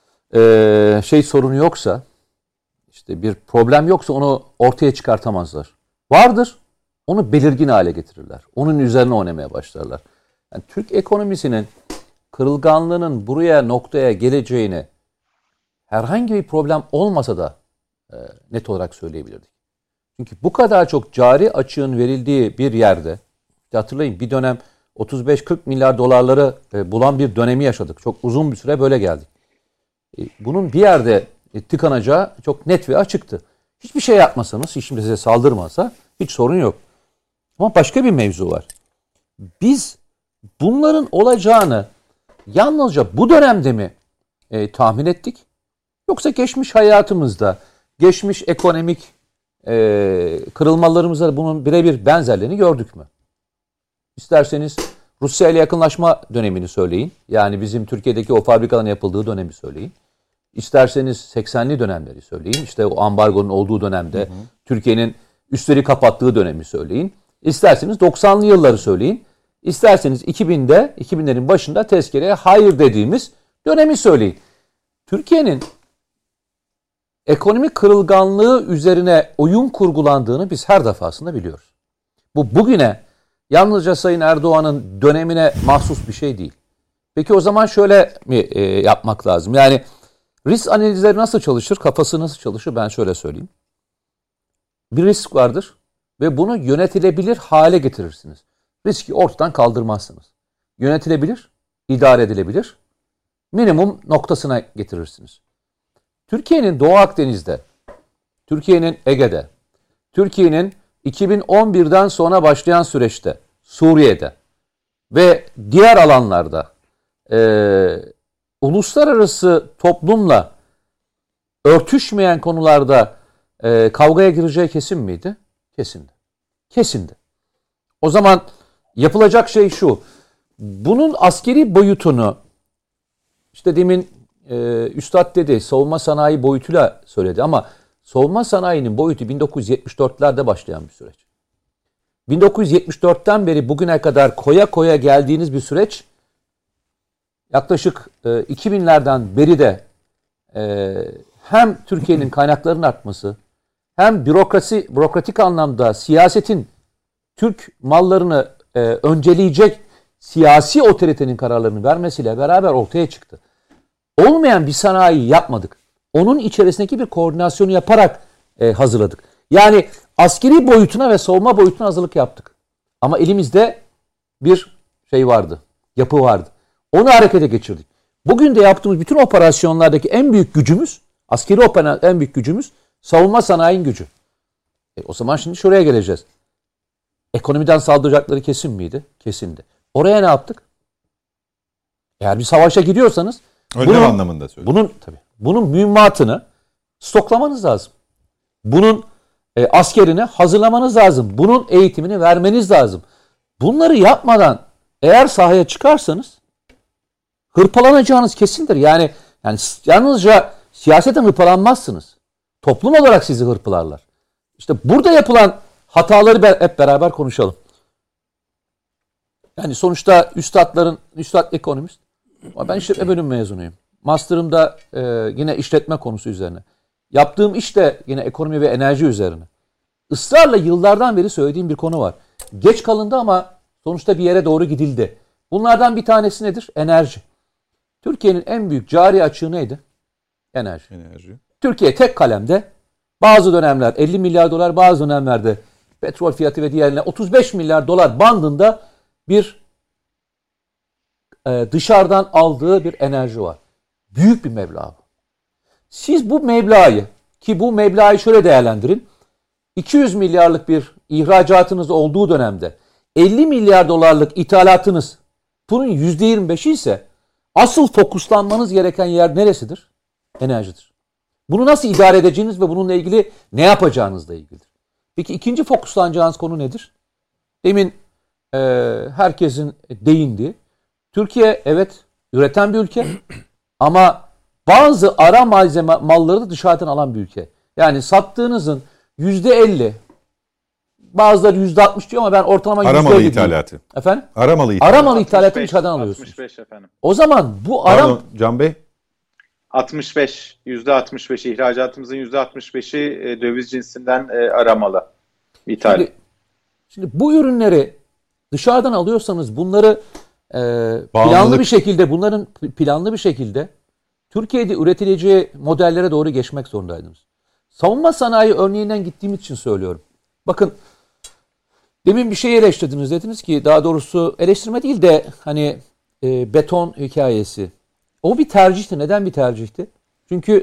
e, şey sorunu yoksa, işte bir problem yoksa onu ortaya çıkartamazlar. Vardır, onu belirgin hale getirirler. Onun üzerine oynamaya başlarlar. Yani Türk ekonomisinin kırılganlığının buraya noktaya geleceğini herhangi bir problem olmasa da e, net olarak söyleyebilirdik. Çünkü bu kadar çok cari açığın verildiği bir yerde, hatırlayın bir dönem otuz beş kırk milyar dolarları bulan bir dönemi yaşadık. Çok uzun bir süre böyle geldik. Bunun bir yerde tıkanacağı çok net ve açıktı. Hiçbir şey yapmasanız, hiç kimse size saldırmasa hiç sorun yok. Ama başka bir mevzu var. Biz bunların olacağını yalnızca bu dönemde mi e, tahmin ettik? Yoksa geçmiş hayatımızda, geçmiş ekonomik e, kırılmalarımızda bunun birebir benzerlerini gördük mü? İsterseniz Rusya ile yakınlaşma dönemini söyleyin. Yani bizim Türkiye'deki o fabrikaların yapıldığı dönemi söyleyin. İsterseniz seksenli dönemleri söyleyin. İşte o ambargonun olduğu dönemde hı hı. Türkiye'nin üstleri kapattığı dönemi söyleyin. İsterseniz doksanlı yılları söyleyin. İsterseniz iki binde, iki binlerin başında tezkereye hayır dediğimiz dönemi söyleyin. Türkiye'nin ekonomik kırılganlığı üzerine oyun kurgulandığını biz her defasında biliyoruz. Bu bugüne yalnızca Sayın Erdoğan'ın dönemine mahsus bir şey değil. Peki o zaman şöyle mi e, yapmak lazım? Yani risk analizleri nasıl çalışır, kafası nasıl çalışır ben şöyle söyleyeyim. Bir risk vardır ve bunu yönetilebilir hale getirirsiniz. Riski ortadan kaldırmazsınız. Yönetilebilir, idare edilebilir, minimum noktasına getirirsiniz. Türkiye'nin Doğu Akdeniz'de, Türkiye'nin Ege'de, Türkiye'nin iki bin on birden sonra başlayan süreçte, Suriye'de ve diğer alanlarda e, uluslararası toplumla örtüşmeyen konularda e, kavgaya gireceği kesin miydi? Kesindi. Kesindi. O zaman yapılacak şey şu, bunun askeri boyutunu, işte demin e, Üstad dedi, savunma sanayi boyutuyla söyledi ama savunma sanayinin boyutu bin dokuz yüz yetmiş dörtlerde başlayan bir süreç. bin dokuz yüz yetmiş dörtten beri bugüne kadar koya koya geldiğiniz bir süreç. Yaklaşık e, iki binlerden beri de e, hem Türkiye'nin kaynaklarının artması, hem bürokrasi, bürokratik anlamda siyasetin Türk mallarını e, önceleyecek siyasi otoritenin kararlarını vermesiyle beraber ortaya çıktı. Olmayan bir sanayi yapmadık. Onun içerisindeki bir koordinasyonu yaparak e, hazırladık. Yani askeri boyutuna ve savunma boyutuna hazırlık yaptık. Ama elimizde bir şey vardı, yapı vardı. Onu harekete geçirdik. Bugün de yaptığımız bütün operasyonlardaki en büyük gücümüz, askeri operasyon en büyük gücümüz savunma sanayinin gücü. E, o zaman şimdi şuraya geleceğiz. Ekonomiden saldıracakları kesin miydi? Kesindi. Oraya ne yaptık? Eğer bir savaşa gidiyorsanız önlem bunun, anlamında söylüyorum. Bunun tabii bunun mühimmatını stoklamanız lazım. Bunun e, askerini hazırlamanız lazım. Bunun eğitimini vermeniz lazım. Bunları yapmadan eğer sahaya çıkarsanız hırpalanacağınız kesindir. Yani yani yalnızca siyaseten hırpalanmazsınız. Toplum olarak sizi hırpalarlar. İşte burada yapılan hataları hep beraber konuşalım. Yani sonuçta üstadların, üstad ekonomist. Ben işletme bölüm mezunuyum. Master'ımda e, yine işletme konusu üzerine. Yaptığım iş de yine ekonomi ve enerji üzerine. Israrla yıllardan beri söylediğim bir konu var. Geç kalındı ama sonuçta bir yere doğru gidildi. Bunlardan bir tanesi nedir? Enerji. Türkiye'nin en büyük cari açığı neydi? Enerji. Enerji. Türkiye tek kalemde bazı dönemler elli milyar dolar, bazı dönemlerde petrol fiyatı ve diğerine otuz beş milyar dolar bandında bir e, dışarıdan aldığı bir enerji var. Büyük bir meblağ bu. Siz bu meblağı, ki bu meblağı şöyle değerlendirin. iki yüz milyarlık bir ihracatınız olduğu dönemde elli milyar dolarlık ithalatınız bunun yüzde yirmi beşi ise asıl fokuslanmanız gereken yer neresidir? Enerjidir. Bunu nasıl idare edeceğiniz ve bununla ilgili ne yapacağınızla ilgilidir. Peki ikinci fokuslanacağınız konu nedir? Demin e, herkesin değindiği. Türkiye evet üreten bir ülke ama bazı ara malzeme malları da dışarıdan alan bir ülke. Yani sattığınızın yüzde elli, bazıları yüzde altmış diyor ama ben ortalama yüzde elli Aramalı diyorum. ithalatı. Efendim? Aramalı ithalatı. Aramalı ithalatı dışarıdan alıyorsunuz. altmış beş efendim. O zaman bu aram... Pardon Can Bey. altmış beş, yüzde altmış beş ihracatımızın yüzde altmış beşi e, döviz cinsinden e, aramalı ithal. Şimdi, şimdi bu ürünleri dışarıdan alıyorsanız bunları e, planlı bir şekilde bunların planlı bir şekilde Türkiye'de üretileceği modellere doğru geçmek zorundaydınız. Savunma sanayi örneğinden gittiğim için söylüyorum. Bakın demin bir şey eleştirdiniz, dediniz ki daha doğrusu eleştirme değil de hani e, beton hikayesi. O bir tercihti. Neden bir tercihti? Çünkü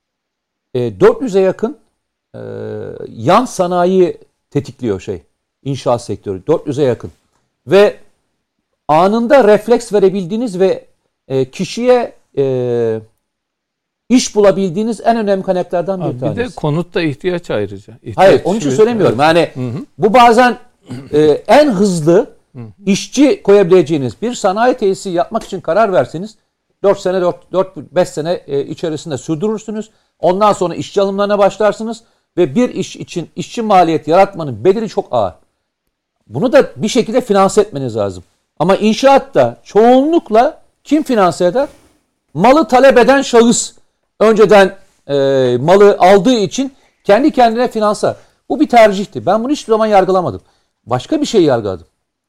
e, dört yüze yakın e, yan sanayi tetikliyor şey. İnşaat sektörü. dört yüze yakın. Ve anında refleks verebildiğiniz ve e, kişiye e, iş bulabildiğiniz en önemli kaynaklardan bir Abi tanesi. Bir de konutta ihtiyaç ayrıca. İhtiyaç Hayır, onun için söylemiyorum. Yani hı hı. Bu bazen e, en hızlı hı hı. işçi koyabileceğiniz bir sanayi tesisi yapmak için karar verseniz dört sene, dört beş sene e, içerisinde sürdürürsünüz. Ondan sonra işçi alımlarına başlarsınız ve bir iş için işçi maliyeti yaratmanın bedeli çok ağır. Bunu da bir şekilde finanse etmeniz lazım. Ama inşaatta çoğunlukla kim finanse eder? Malı talep eden şahıs önceden e, malı aldığı için kendi kendine finanse. Bu bir tercihti. Ben bunu hiçbir zaman yargılamadım. Başka bir şey yargıladım.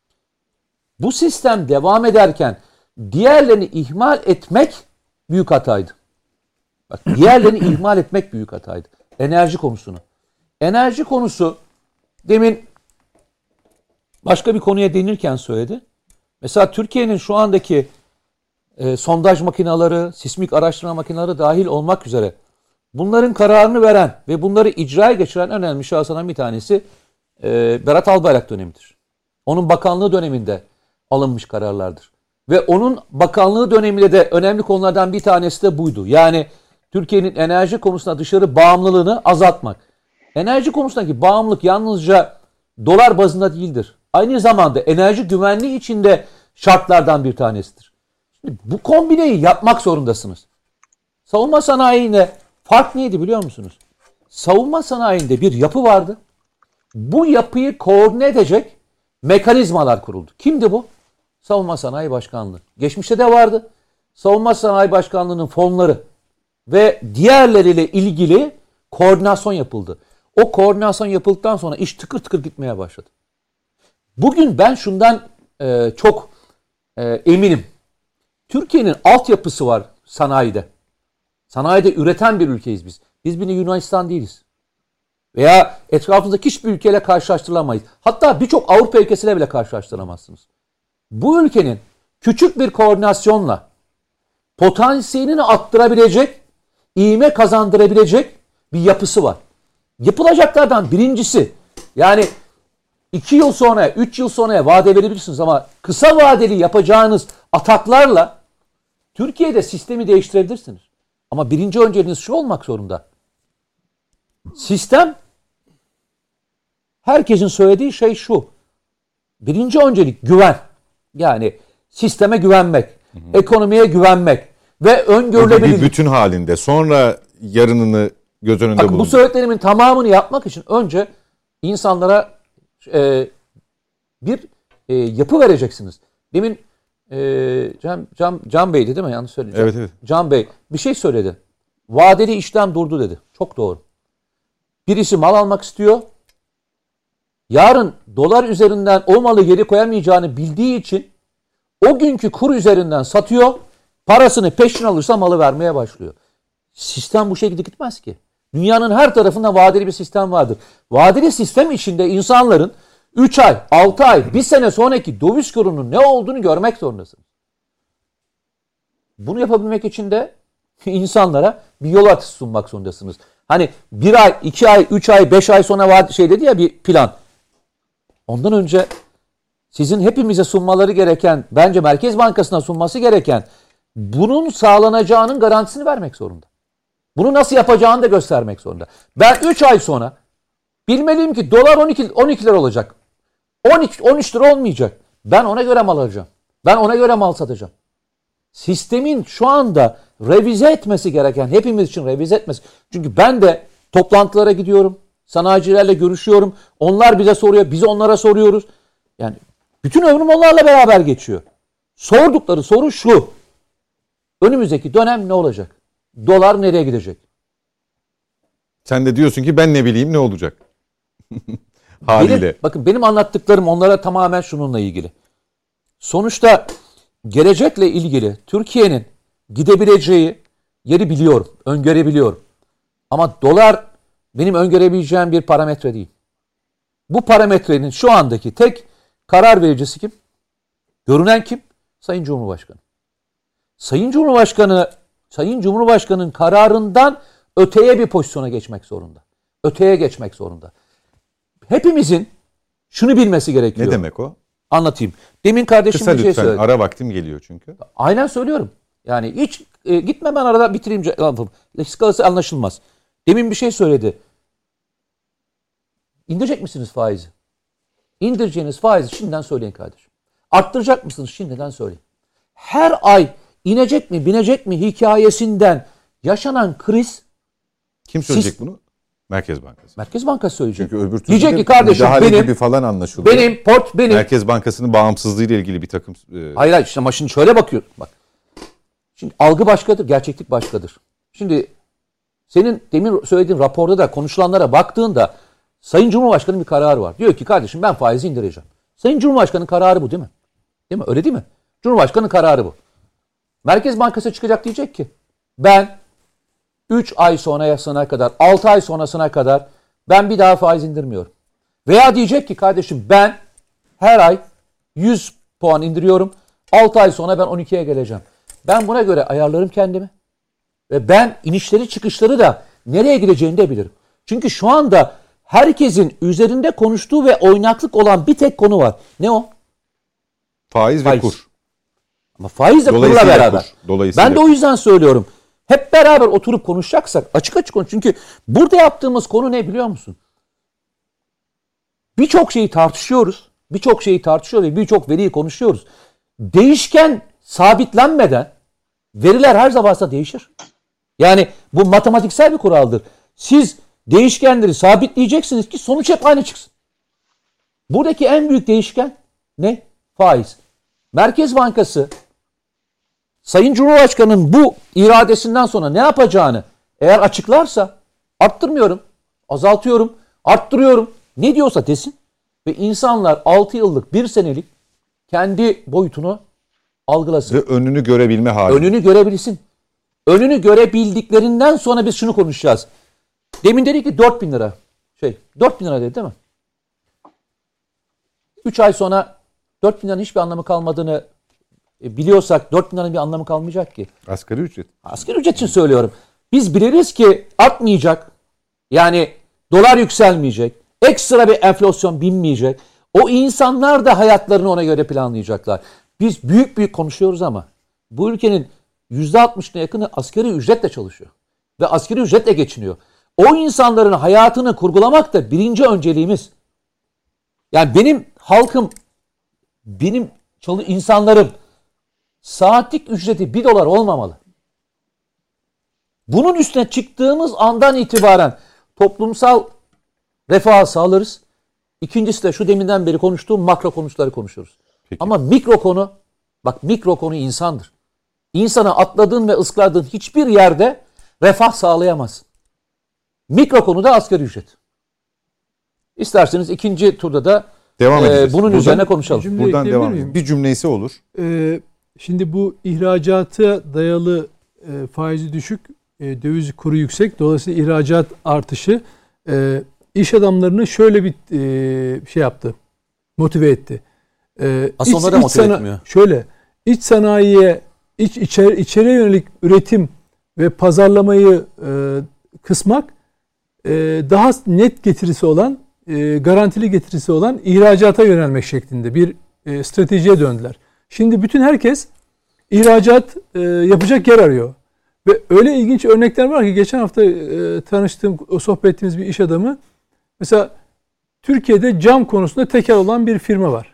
Bu sistem devam ederken diğerlerini ihmal etmek büyük hataydı. Bak, diğerlerini ihmal etmek büyük hataydı. Enerji konusunu. Enerji konusu demin başka bir konuya değinirken söyledi. Mesela Türkiye'nin şu andaki e, sondaj makineleri, sismik araştırma makineleri dahil olmak üzere bunların kararını veren ve bunları icraya geçiren önemli şahıslardan bir tanesi e, Berat Albayrak dönemidir. Onun bakanlığı döneminde alınmış kararlardır. Ve onun bakanlığı döneminde de önemli konulardan bir tanesi de buydu. Yani Türkiye'nin enerji konusunda dışarı bağımlılığını azaltmak. Enerji konusundaki bağımlılık yalnızca dolar bazında değildir. Aynı zamanda enerji güvenliği içinde şartlardan bir tanesidir. Şimdi bu kombineyi yapmak zorundasınız. Savunma sanayinde fark neydi biliyor musunuz? Savunma sanayinde bir yapı vardı. Bu yapıyı koordine edecek mekanizmalar kuruldu. Kimdi bu? Savunma Sanayi Başkanlığı. Geçmişte de vardı. Savunma Sanayi Başkanlığı'nın fonları ve diğerleriyle ilgili koordinasyon yapıldı. O koordinasyon yapıldıktan sonra iş tıkır tıkır gitmeye başladı. Bugün ben şundan e, çok e, eminim. Türkiye'nin altyapısı var sanayide. Sanayide üreten bir ülkeyiz biz. Biz bir Yunanistan değiliz. Veya etrafımızdaki hiçbir ülkeyle karşılaştırılamayız. Hatta birçok Avrupa ülkesiyle bile karşılaştıramazsınız. Bu ülkenin küçük bir koordinasyonla potansiyelini arttırabilecek, ivme kazandırabilecek bir yapısı var. Yapılacaklardan birincisi, yani iki yıl sonra, üç yıl sonraya vade verebilirsiniz ama kısa vadeli yapacağınız ataklarla Türkiye'de sistemi değiştirebilirsiniz. Ama birinci önceliğiniz şu olmak zorunda. Sistem, herkesin söylediği şey şu. Birinci öncelik güven. Yani sisteme güvenmek, hı hı. ekonomiye güvenmek ve öngörülebilirlik. Bir bütün halinde. Sonra yarınını göz önünde bulundurmak. Bu söylediklerimin tamamını yapmak için önce insanlara e, bir e, yapı vereceksiniz. Demin e, Can, Can, Can Bey'di değil mi? Yanlış söyleyeceğim. Evet, evet. Can Bey bir şey söyledi. Vadeli işlem durdu dedi. Çok doğru. Birisi mal almak istiyor. Yarın dolar üzerinden o malı geri koyamayacağını bildiği için o günkü kur üzerinden satıyor. Parasını peşin alırsa malı vermeye başlıyor. Sistem bu şekilde gitmez ki. Dünyanın her tarafında vadeli bir sistem vardır. Vadeli sistem içinde insanların üç ay, altı ay, bir sene sonraki döviz kurunun ne olduğunu görmek zorundasınız. Bunu yapabilmek için de insanlara bir yol haritası sunmak zorundasınız. Hani bir ay, iki ay, üç ay, beş ay sonra vade, şey dedi ya bir plan. Ondan önce sizin hepimize sunmaları gereken, bence Merkez Bankası'na sunması gereken bunun sağlanacağının garantisini vermek zorunda. Bunu nasıl yapacağını da göstermek zorunda. Ben üç ay sonra bilmeliyim ki dolar on iki, on iki lira olacak. on iki, on üç lira olmayacak. Ben ona göre mal alacağım. Ben ona göre mal satacağım. Sistemin şu anda revize etmesi gereken, hepimiz için revize etmesi. Çünkü ben de toplantılara gidiyorum. Sanayicilerle görüşüyorum. Onlar bize soruyor. Biz onlara soruyoruz. Yani bütün ömrüm onlarla beraber geçiyor. Sordukları soru şu. Önümüzdeki dönem ne olacak? Dolar nereye gidecek? Sen de diyorsun ki ben ne bileyim ne olacak? Haliyle. Benim, bakın benim anlattıklarım onlara tamamen şununla ilgili. Sonuçta gelecekle ilgili Türkiye'nin gidebileceği yeri biliyorum. Öngörebiliyorum. Ama dolar benim öngörebileceğim bir parametre değil. Bu parametrenin şu andaki tek karar vericisi kim? Görünen kim? Sayın Cumhurbaşkanı. Sayın Cumhurbaşkanı, Sayın Cumhurbaşkanı'nın kararından öteye bir pozisyona geçmek zorunda. Öteye geçmek zorunda. Hepimizin şunu bilmesi gerekiyor. Ne demek o? Anlatayım. Demin kardeşim Kısa bir şey lütfen, söyledi. ara vaktim geliyor çünkü. Aynen söylüyorum. Yani hiç e, gitme ben arada bitireyim. Skalası anlaşılmaz. Demin bir şey söyledi. İndirecek misiniz faizi? İndireceğiniz faizi şimdiden söyleyin kardeşim. Arttıracak mısınız şimdiden söyleyin. Her ay inecek mi binecek mi hikayesinden yaşanan kriz. Kim söyleyecek siz, bunu? Merkez Bankası. Merkez Bankası söyleyecek. Çünkü öbür türlü diyecek ki kardeşim benim gibi falan anlaşılıyor. Benim port benim. Merkez Bankası'nın bağımsızlığı ile ilgili bir takım. E... Hayır hayır işte ama şimdi şöyle bakıyor. Bak. Şimdi algı başkadır, gerçeklik başkadır. Şimdi senin demin söylediğin raporda da konuşulanlara baktığında Sayın Cumhurbaşkanı'nın bir kararı var. Diyor ki kardeşim ben faizi indireceğim. Sayın Cumhurbaşkanı'nın kararı bu değil mi? Değil mi? Öyle değil mi? Cumhurbaşkanı'nın kararı bu. Merkez Bankası çıkacak diyecek ki ben üç ay sonrasına kadar, altı ay sonrasına kadar ben bir daha faiz indirmiyorum. Veya diyecek ki kardeşim ben her ay yüz puan indiriyorum. altı ay sonra ben on ikiye geleceğim. Ben buna göre ayarlarım kendimi. Ve ben inişleri çıkışları da nereye gideceğini de bilirim. Çünkü şu anda herkesin üzerinde konuştuğu ve oynaklık olan bir tek konu var. Ne o? Faiz, faiz. ve kur. Ama faiz de kurla beraber. Kur. Dolayısıyla ben de o yüzden söylüyorum. Hep beraber oturup konuşacaksak açık açık konuş. Çünkü burada yaptığımız konu ne biliyor musun? Birçok şeyi tartışıyoruz. Birçok şeyi tartışıyor ve birçok veriyi konuşuyoruz. Değişken sabitlenmeden veriler her zamansa değişir. Yani bu matematiksel bir kuraldır. Siz değişkenleri sabitleyeceksiniz ki sonuç hep aynı çıksın. Buradaki en büyük değişken ne? Faiz. Merkez Bankası Sayın Cumhurbaşkanı'nın bu iradesinden sonra ne yapacağını eğer açıklarsa arttırmıyorum, azaltıyorum, arttırıyorum. Ne diyorsa desin ve insanlar altı yıllık, bir senelik kendi boyutunu algılasın. Ve önünü görebilme hali. Önünü görebilsin. Önünü görebildiklerinden sonra biz şunu konuşacağız. Demin dedi ki dört bin lira. Şey, dört bin lira dedi değil mi? üç ay sonra dört bin liranın hiçbir anlamı kalmadığını biliyorsak dört bin liranın bir anlamı kalmayacak ki. Asgari ücret. Asgari ücret için söylüyorum. Biz biliriz ki artmayacak. Yani Dolar yükselmeyecek. Ekstra bir enflasyon binmeyecek. O insanlar da hayatlarını ona göre planlayacaklar. Biz büyük büyük konuşuyoruz ama bu ülkenin yüzde altmışına yakını asgari ücretle çalışıyor. Ve asgari ücretle geçiniyor. O insanların hayatını kurgulamak da birinci önceliğimiz. Yani benim halkım, benim çalı insanlarım saatlik ücreti bir dolar olmamalı. Bunun üstüne çıktığımız andan itibaren toplumsal refah sağlarız. İkincisi de şu deminden beri konuştuğum makro konuları konuşuruz. Peki. Ama mikro konu, bak mikro konu insandır. İnsana atladığın ve ıskladığın hiçbir yerde refah sağlayamazsın. Mikro konu da asgari ücret. İsterseniz ikinci turda da devam e, bunun buradan, üzerine konuşalım. Buradan devam edelim. Bir cümlesi olur. Ee, şimdi bu ihracata dayalı e, faizi düşük, e, döviz kuru yüksek. Dolayısıyla ihracat artışı e, iş adamlarını şöyle bir e, şey yaptı. Motive etti. E, Aslında iç, onları iç motive sana, etmiyor. Şöyle, iç sanayiye, iç içeri, içeriye yönelik üretim ve pazarlamayı e, kısmak e, daha net getirisi olan, e, garantili getirisi olan ihracata yönelmek şeklinde bir e, stratejiye döndüler. Şimdi bütün herkes ihracat e, yapacak yer arıyor. Ve öyle ilginç örnekler var ki geçen hafta e, tanıştığım, o sohbet ettiğimiz bir iş adamı, mesela Türkiye'de cam konusunda tekel olan bir firma var.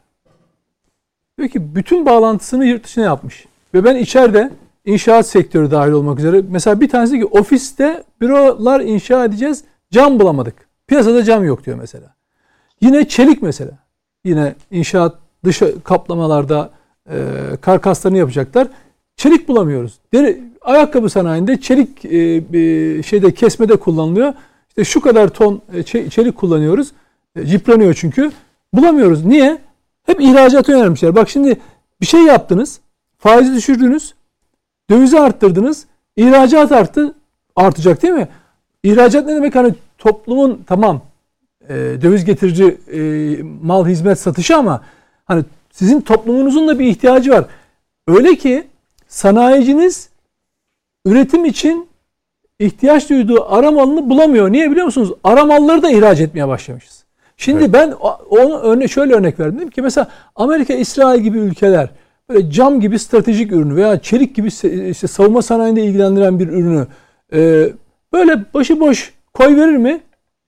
Diyor ki bütün bağlantısını yurt dışına yapmış. Ve ben içeride inşaat sektörü dahil olmak üzere, mesela bir tanesi ki ofiste bürolar inşa edeceğiz, cam bulamadık. Piyasada cam yok diyor mesela. Yine çelik mesela. Yine inşaat dış kaplamalarda e, karkaslarını yapacaklar. Çelik bulamıyoruz. Deri, ayakkabı sanayinde çelik e, e, şeyde kesmede kullanılıyor. İşte şu kadar ton e, çelik kullanıyoruz. E, yıpranıyor çünkü. Bulamıyoruz. Niye? Hep ihracata yönelmişler. Bak şimdi bir şey yaptınız. Faizi düşürdünüz. Dövizi arttırdınız. İhracat arttı. Artacak değil mi? İhracat ne demek? Hani toplumun tamam e, döviz getirici e, mal hizmet satışı ama hani sizin toplumunuzun da bir ihtiyacı var. Öyle ki sanayiciniz üretim için ihtiyaç duyduğu ara malını bulamıyor. Niye biliyor musunuz? Ara malları da ihraç etmeye başlamışız. Şimdi evet. ben onu örne şöyle örnek verdim. Dedim ki mesela Amerika, İsrail gibi ülkeler böyle cam gibi stratejik ürünü veya çelik gibi işte savunma sanayinde ilgilendiren bir ürünü e, böyle başıboş koy verir mi?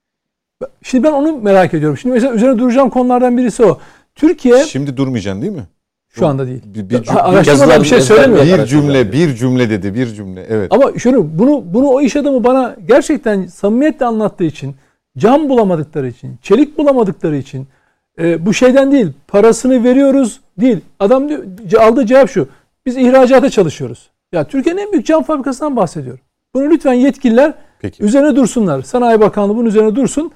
Şimdi ben onu merak ediyorum. Şimdi mesela üzerine duracağım konulardan birisi o. Türkiye... Şimdi durmayacaksın değil mi? Şu anda değil. Bir, bir, Araştırmadan bir şey söylemiyor. Bir cümle, bir cümle dedi, bir cümle. Evet. Ama şunu, bunu bunu o iş adamı bana gerçekten samimiyetle anlattığı için, cam bulamadıkları için, çelik bulamadıkları için, e, bu şeyden değil, parasını veriyoruz değil. Adam diyor, aldığı cevap şu: biz ihracata çalışıyoruz. Ya Türkiye'nin en büyük cam fabrikasından bahsediyorum. Bunu lütfen yetkililer Peki. üzerine dursunlar. Sanayi Bakanlığı bunun üzerine dursun.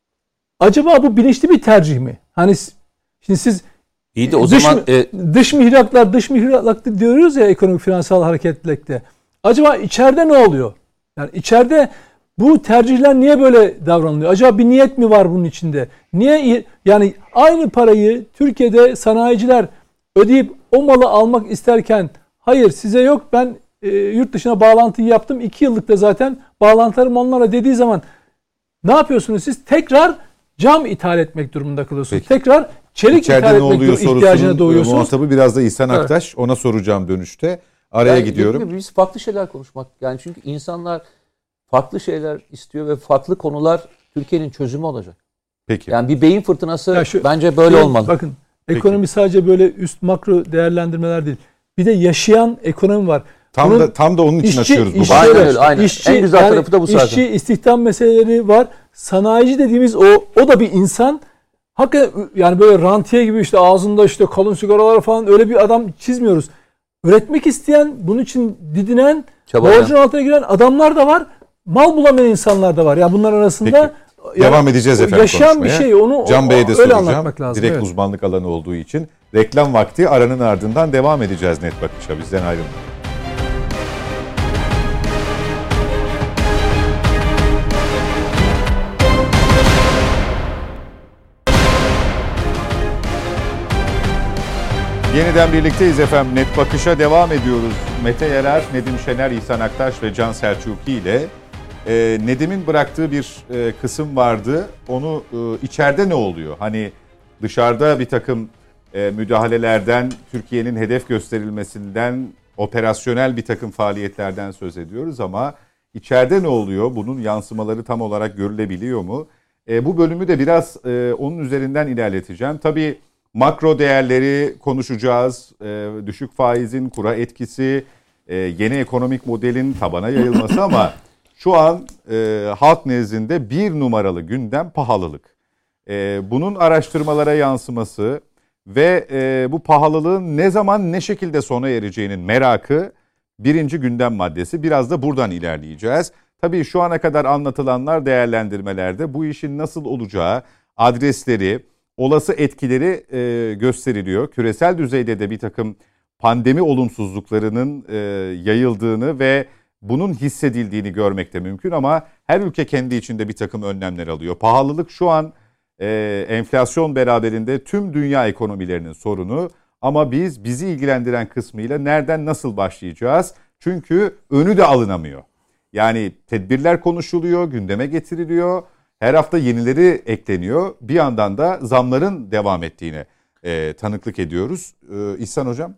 Acaba bu bilinçli bir tercih mi? Hani şimdi siz İyi de o dış, zaman e... dış mihraklar, dış mihraklar diyoruz ya ekonomik finansal hareketlilikte. Acaba içeride ne oluyor? Yani içeride bu tercihler niye böyle davranılıyor? Acaba bir niyet mi var bunun içinde? Niye yani aynı parayı Türkiye'de sanayiciler ödeyip o malı almak isterken hayır size yok, ben e, yurt dışına bağlantıyı yaptım, iki yıllık da zaten bağlantılarım onlara dediği zaman ne yapıyorsunuz siz? Tekrar cam ithal etmek durumunda kalıyorsunuz. Peki. Tekrar çelik İçeride ithal etmek ihtiyacına doğuyorsunuz. Muhatabı biraz da İhsan evet. Aktaş. Ona soracağım dönüşte. Araya yani gidiyorum. Biz farklı şeyler konuşmak. Yani çünkü insanlar farklı şeyler istiyor ve farklı konular Türkiye'nin çözümü olacak. Peki. Yani bir beyin fırtınası şu, bence böyle şu, olmalı. Bakın ekonomi Peki. sadece böyle üst makro değerlendirmeler değil. Bir de yaşayan ekonomi var. Tam Bunun da tam da onun için işçi, açıyoruz bu. Işçi, aynen öyle. Aynen. İşçi, en güzel yani tarafı da bu zaten. İşçi, istihdam meseleleri var. Sanayici dediğimiz o o da bir insan. Hakikaten yani böyle rantiye gibi işte ağzında işte kalın sigaralar falan öyle bir adam çizmiyoruz. Üretmek isteyen, bunun için didinen, borcun altına giren adamlar da var. Mal bulamayan insanlar da var. Ya yani bunlar arasında Peki. Devam yani, edeceğiz efendim yaşayan konuşmaya. bir şey. Onu Can Bey'e de öyle soracağım. anlatmak lazım. Direkt evet. uzmanlık alanı olduğu için. Reklam vakti, aranın ardından devam edeceğiz Net Bakış'a. Bizden ayrılmayın. Yeniden birlikteyiz efendim. Net Bakış'a devam ediyoruz. Mete Yarar, Nedim Şener, İhsan Aktaş ve Can Selçuklu ile e, Nedim'in bıraktığı bir e, kısım vardı. Onu e, içeride ne oluyor? Hani dışarıda bir takım e, müdahalelerden, Türkiye'nin hedef gösterilmesinden, operasyonel bir takım faaliyetlerden söz ediyoruz ama içeride ne oluyor? Bunun yansımaları tam olarak görülebiliyor mu? E, bu bölümü de biraz e, onun üzerinden ilerleteceğim. Tabii makro değerleri konuşacağız. E, düşük faizin kura etkisi, e, yeni ekonomik modelin tabana yayılması ama şu an e, halk nezdinde bir numaralı gündem pahalılık. E, bunun araştırmalara yansıması ve e, bu pahalılığın ne zaman ne şekilde sona ereceğinin merakı birinci gündem maddesi. Biraz da buradan ilerleyeceğiz. Tabii şu ana kadar anlatılanlar değerlendirmelerde bu işin nasıl olacağı, adresleri, olası etkileri e, gösteriliyor. Küresel düzeyde de bir takım pandemi olumsuzluklarının e, yayıldığını ve bunun hissedildiğini görmek de mümkün ama her ülke kendi içinde bir takım önlemler alıyor. Pahalılık şu an e, enflasyon beraberinde tüm dünya ekonomilerinin sorunu ama biz bizi ilgilendiren kısmıyla nereden nasıl başlayacağız? Çünkü önü de alınamıyor. Yani tedbirler konuşuluyor, gündeme getiriliyor. Her hafta yenileri ekleniyor. Bir yandan da zamların devam ettiğine e, tanıklık ediyoruz. E, İhsan Hocam?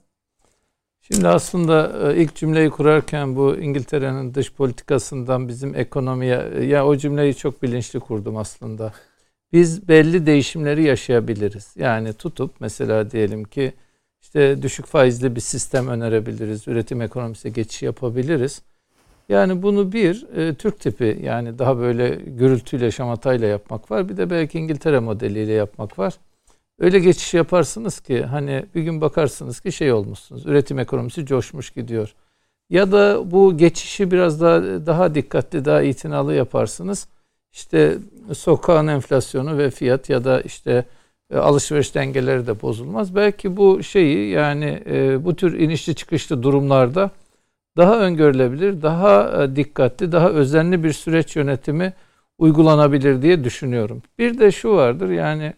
Şimdi aslında ilk cümleyi kurarken bu İngiltere'nin dış politikasından bizim ekonomiye, ya o cümleyi çok bilinçli kurdum aslında. Biz belli değişimleri yaşayabiliriz. Yani tutup mesela diyelim ki işte düşük faizli bir sistem önerebiliriz. Üretim ekonomisine geçiş yapabiliriz. Yani bunu bir e, Türk tipi yani daha böyle gürültüyle şamatayla yapmak var. Bir de belki İngiltere modeliyle yapmak var. Öyle geçiş yaparsınız ki hani bir gün bakarsınız ki şey olmuşsunuz. Üretim ekonomisi coşmuş gidiyor. Ya da bu geçişi biraz daha daha dikkatli, daha itinalı yaparsınız. İşte sokağın enflasyonu ve fiyat ya da işte e, alışveriş dengeleri de bozulmaz. Belki bu şeyi yani e, bu tür inişli çıkışlı durumlarda daha öngörülebilir, daha dikkatli, daha özenli bir süreç yönetimi uygulanabilir diye düşünüyorum. Bir de şu vardır yani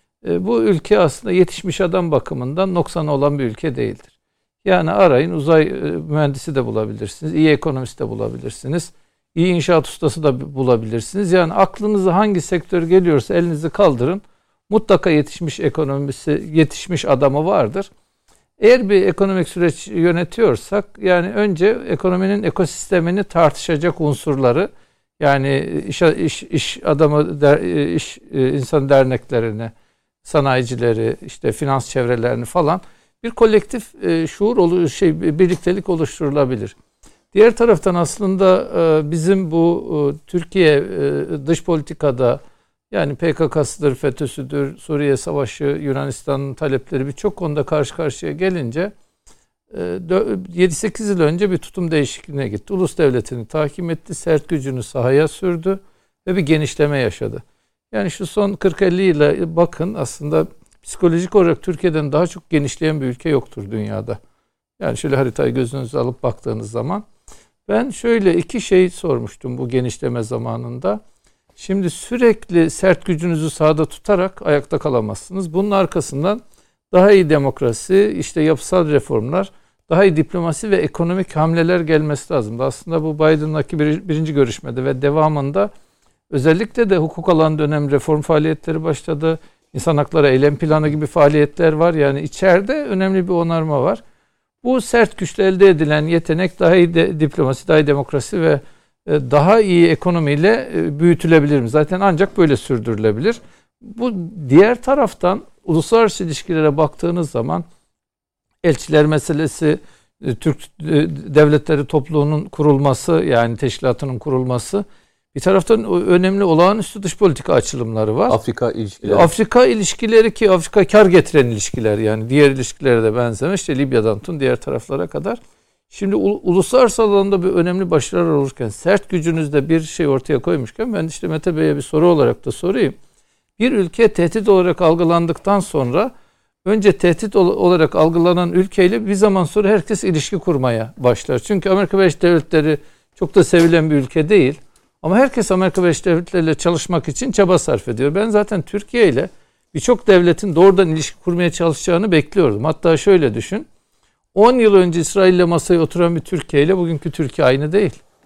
bu ülke aslında yetişmiş adam bakımından noksanı olan bir ülke değildir. Yani arayın uzay mühendisi de bulabilirsiniz, iyi ekonomist de bulabilirsiniz, iyi inşaat ustası da bulabilirsiniz. Yani aklınıza hangi sektör geliyorsa elinizi kaldırın. Mutlaka yetişmiş ekonomisi, yetişmiş adamı vardır. Eğer bir ekonomik süreç yönetiyorsak yani önce ekonominin ekosistemini tartışacak unsurları yani iş iş, iş adamı der, iş insan derneklerini, sanayicileri, işte finans çevrelerini falan bir kolektif şuur olu şey birliktelik oluşturulabilir. Diğer taraftan aslında bizim bu Türkiye dış politikada yani P K K'sıdır, FETÖ'südür, Suriye Savaşı, Yunanistan'ın talepleri birçok konuda karşı karşıya gelince yedi sekiz yıl önce bir tutum değişikliğine gitti. Ulus devletini tahkim etti, sert gücünü sahaya sürdü ve bir genişleme yaşadı. Yani şu son kırk elli yıla bakın aslında psikolojik olarak Türkiye'den daha çok genişleyen bir ülke yoktur dünyada. Yani şöyle haritayı gözünüze alıp baktığınız zaman ben şöyle iki şey sormuştum bu genişleme zamanında. Şimdi sürekli sert gücünüzü sahada tutarak ayakta kalamazsınız. Bunun arkasından daha iyi demokrasi, işte yapısal reformlar, daha iyi diplomasi ve ekonomik hamleler gelmesi lazım. Aslında bu Biden'daki bir, birinci görüşmede ve devamında özellikle de hukuk alanında önemli reform faaliyetleri başladı. İnsan hakları eylem planı gibi faaliyetler var. Yani içeride önemli bir onarma var. Bu sert güçle elde edilen yetenek daha iyi de, diplomasi, daha iyi demokrasi ve daha iyi ekonomiyle büyütülebilir mi? Zaten ancak böyle sürdürülebilir. Bu diğer taraftan uluslararası ilişkilere baktığınız zaman elçiler meselesi, Türk devletleri topluluğunun kurulması yani teşkilatının kurulması bir taraftan önemli olağanüstü dış politika açılımları var. Afrika ilişkileri. Afrika ilişkileri ki Afrika kar getiren ilişkiler yani diğer ilişkilere de benzemiş. İşte Libya'dan tut diğer taraflara kadar. Şimdi uluslararası alanda bir önemli başarılar olurken sert gücünüzde bir şey ortaya koymuşken ben işte Mete Bey'e bir soru olarak da sorayım. Bir ülke tehdit olarak algılandıktan sonra önce tehdit olarak algılanan ülkeyle bir zaman sonra herkes ilişki kurmaya başlar. Çünkü Amerika Birleşik Devletleri çok da sevilen bir ülke değil. Ama herkes Amerika Birleşik Devletleri ile çalışmak için çaba sarf ediyor. Ben zaten Türkiye ile birçok devletin doğrudan ilişki kurmaya çalışacağını bekliyordum. Hatta şöyle düşün. on yıl önce İsrail ile masaya oturan bir Türkiye ile bugünkü Türkiye aynı değil.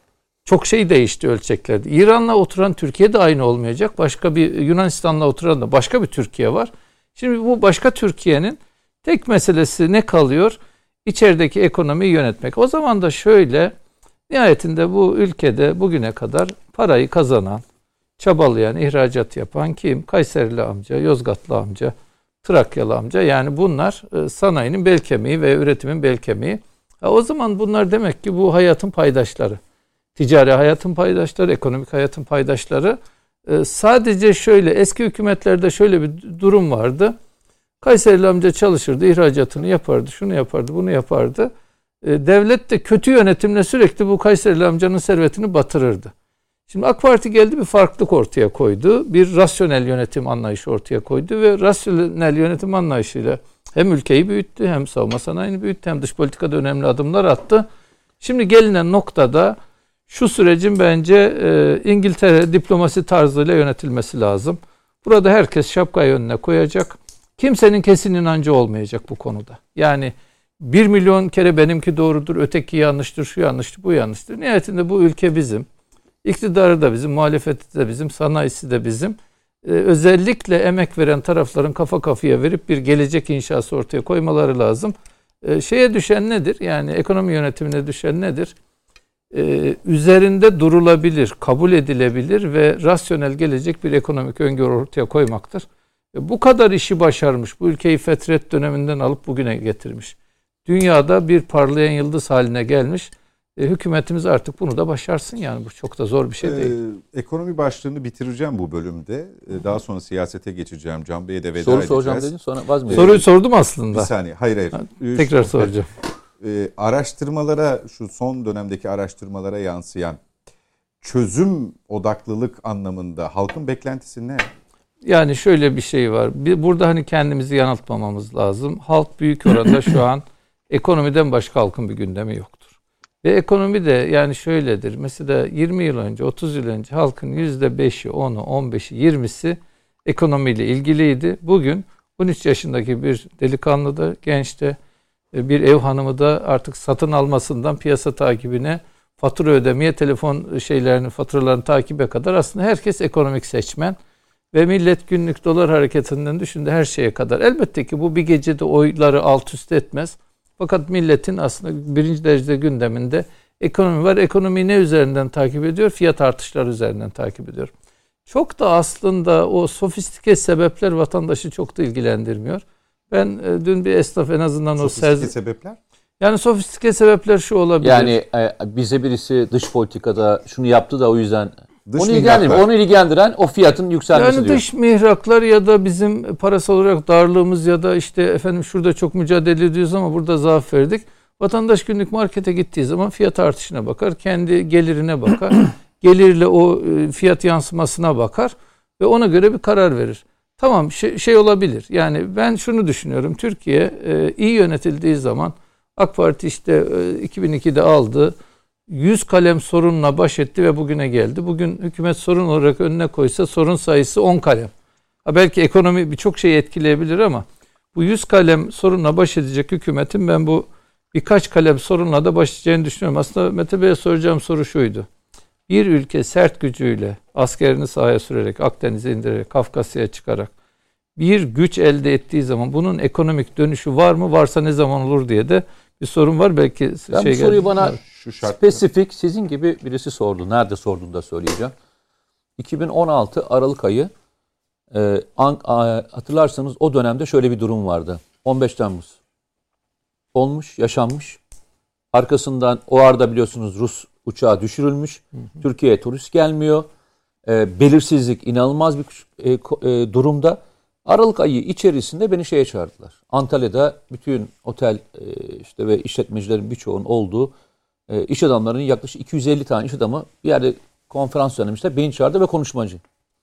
çok şey değişti ölçeklerde. İran'la oturan Türkiye de aynı olmayacak. Başka bir Yunanistan'la oturan da başka bir Türkiye var. Şimdi bu başka Türkiye'nin tek meselesi ne kalıyor? İçerideki ekonomiyi yönetmek. O zaman da şöyle, nihayetinde bu ülkede bugüne kadar parayı kazanan, çabalayan, ihracat yapan kim? Kayserili amca, Yozgatlı amca, Trakyalı amca. Yani bunlar sanayinin bel kemiği ve üretimin bel kemiği. Ha, o zaman bunlar demek ki bu hayatın paydaşları. Ticari hayatın paydaşları, ekonomik hayatın paydaşları. Ee, sadece şöyle, eski hükümetlerde şöyle bir durum vardı. Kayserili amca çalışırdı, ihracatını yapardı, şunu yapardı, bunu yapardı. Ee, devlet de kötü yönetimle sürekli bu Kayserili amcanın servetini batırırdı. Şimdi AK Parti geldi, bir farklılık ortaya koydu. Bir rasyonel yönetim anlayışı ortaya koydu ve rasyonel yönetim anlayışıyla hem ülkeyi büyüttü, hem savunma sanayini büyüttü, hem dış politikada önemli adımlar attı. Şimdi gelinen noktada şu sürecin bence e, İngiltere diplomasi tarzıyla yönetilmesi lazım. Burada herkes şapkayı önüne koyacak. Kimsenin kesin inancı olmayacak bu konuda. Yani bir milyon kere benimki doğrudur, öteki yanlıştır, şu yanlıştır, bu yanlıştır. Nihayetinde bu ülke bizim. İktidarı da bizim, muhalefeti de bizim, sanayisi de bizim. Ee, özellikle emek veren tarafların kafa kafaya verip bir gelecek inşası ortaya koymaları lazım. Ee, şeye düşen nedir? Yani ekonomi yönetimine düşen nedir? Ee, üzerinde durulabilir, kabul edilebilir ve rasyonel gelecek bir ekonomik öngörü ortaya koymaktır. Ee, bu kadar işi başarmış, bu ülkeyi fetret döneminden alıp bugüne getirmiş. Dünyada bir parlayan yıldız haline gelmiş. E, hükümetimiz artık bunu da başarsın, yani bu çok da zor bir şey değil. Ee, ekonomi başlığını bitireceğim bu bölümde. Ee, daha sonra siyasete geçeceğim. Can Bey'e de veda Soru edeceğiz. Soru soracağım dedin, sonra vazgeçtim. Soruyu sordum aslında. Bir saniye. Hayır hayır. Ha, tekrar soracağım. Ee, araştırmalara, şu son dönemdeki araştırmalara yansıyan çözüm odaklılık anlamında halkın beklentisi ne? Yani şöyle bir şey var. Bir, burada hani kendimizi yanıltmamamız lazım. Halk büyük oranda şu an ekonomiden başka halkın bir gündemi yoktur. Ve ekonomi de yani şöyledir. Mesela yirmi yıl önce, otuz yıl önce halkın yüzde beşi, onu, on beşi, yirmisi ekonomiyle ilgiliydi. Bugün on üç yaşındaki bir delikanlı da, genç de, bir ev hanımı da artık satın almasından piyasa takibine, fatura ödemeye, telefon şeylerini, faturalarını takibe kadar aslında herkes ekonomik seçmen. Ve millet günlük dolar hareketinden düşündü her şeye kadar. Elbette ki bu bir gecede oyları alt üst etmez. Fakat milletin aslında birinci derecede gündeminde ekonomi var. Ekonomiyi ne üzerinden takip ediyor? Fiyat artışları üzerinden takip ediyor. Çok da aslında o sofistike sebepler vatandaşı çok da ilgilendirmiyor. Ben e, dün bir esnaf en azından sofistike o serz... sebepler? Yani sofistike sebepler şu olabilir. Yani e, bize birisi dış politikada şunu yaptı da o yüzden Dış onu ilgilendiren, onu ilgilendiren o fiyatın yükselmesi yani diyor. Dış mihraklar ya da bizim parasal olarak darlığımız ya da işte efendim şurada çok mücadele ediyoruz ama burada zaaf verdik. Vatandaş günlük markete gittiği zaman fiyat artışına bakar, kendi gelirine bakar, gelirle o fiyat yansımasına bakar ve ona göre bir karar verir. Tamam, şey, şey olabilir. Yani ben şunu düşünüyorum. Türkiye e, iyi yönetildiği zaman AK Parti işte e, iki bin ikide aldı. yüz kalem sorunla baş etti ve bugüne geldi. Bugün hükümet sorun olarak önüne koysa sorun sayısı on kalem. Ha, belki ekonomi birçok şeyi etkileyebilir ama bu yüz kalem sorunla baş edecek hükümetin ben bu birkaç kalem sorunla da baş edeceğini düşünüyorum. Aslında Mete Bey'e soracağım soru şuydu. Bir ülke sert gücüyle, askerini sahaya sürerek, Akdeniz'e indirerek, Kafkasya'ya çıkarak bir güç elde ettiği zaman bunun ekonomik dönüşü var mı? Varsa ne zaman olur diye de bir sorun var. Belki ben şey bu soruyu geldi. bana Şu şartlar... spesifik sizin gibi birisi sordu. Nerede sorduğunu da söyleyeceğim. iki bin on altı Aralık ayı e, an, a, hatırlarsanız o dönemde şöyle bir durum vardı. on beş Temmuz olmuş, yaşanmış. Arkasından o arada biliyorsunuz Rus uçağı düşürülmüş. Hı hı. Türkiye'ye turist gelmiyor. E, belirsizlik inanılmaz bir e, e, durumda. Aralık ayı içerisinde beni şeye çağırdılar. Antalya'da bütün otel e, işte ve işletmecilerin birçoğunun olduğu e, iş adamlarının yaklaşık iki yüz elli tane iş adamı bir yerde konferans düzenlemişler. Beni çağırdı ve konuşmacı.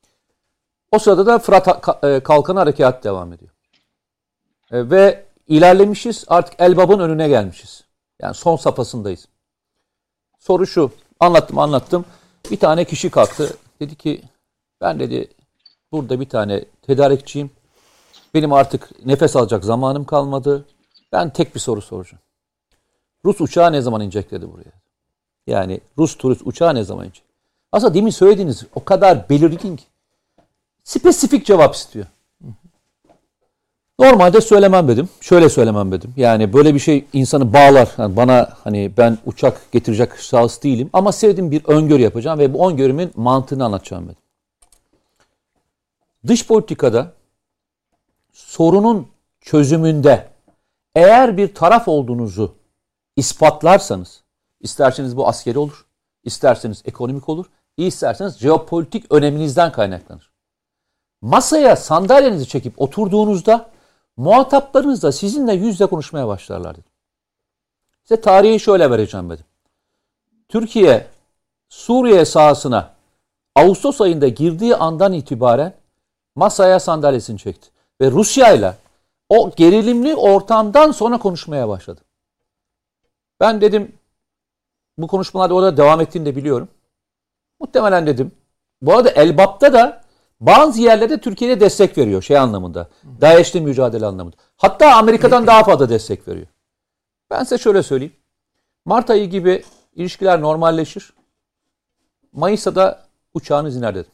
O sırada da Fırat Kalkanı Harekat devam ediyor. E, ve ilerlemişiz, artık Elbap'ın önüne gelmişiz. Yani son safhasındayız. Soru şu, anlattım anlattım. Bir tane kişi kalktı. Dedi ki ben dedi burada bir tane tedarikçiyim. Benim artık nefes alacak zamanım kalmadı. Ben tek bir soru soracağım. Rus uçağı ne zaman inecek dedi buraya. Yani Rus turist uçağı ne zaman inecek? Aslında demin söylediğiniz o kadar belirgin ki. Spesifik cevap istiyor. Normalde söylemem dedim. Şöyle söylemem dedim. Yani böyle bir şey insanı bağlar. Yani bana hani ben uçak getirecek şahıs değilim. Ama sevdiğim bir öngörü yapacağım ve bu öngörümün mantığını anlatacağım dedim. Dış politikada sorunun çözümünde eğer bir taraf olduğunuzu ispatlarsanız, isterseniz bu askeri olur, isterseniz ekonomik olur, isterseniz jeopolitik öneminizden kaynaklanır. Masaya sandalyenizi çekip oturduğunuzda muhataplarınız da sizinle yüz yüze konuşmaya başlarlar dedim. Size tarihi şöyle vereceğim dedim. Türkiye Suriye sahasına Ağustos ayında girdiği andan itibaren masaya sandalyesini çekti. Ve Rusya ile o gerilimli ortamdan sonra konuşmaya başladı. Ben dedim bu konuşmalar orada devam ettiğini de biliyorum. Muhtemelen dedim. Bu arada Elbap'ta da bazı yerlerde Türkiye'ye destek veriyor şey anlamında. DAEŞ'le mücadele anlamında. Hatta Amerika'dan daha fazla destek veriyor. Ben size şöyle söyleyeyim. Mart ayı gibi ilişkiler normalleşir. Mayıs'ta da uçağınız iner dedim.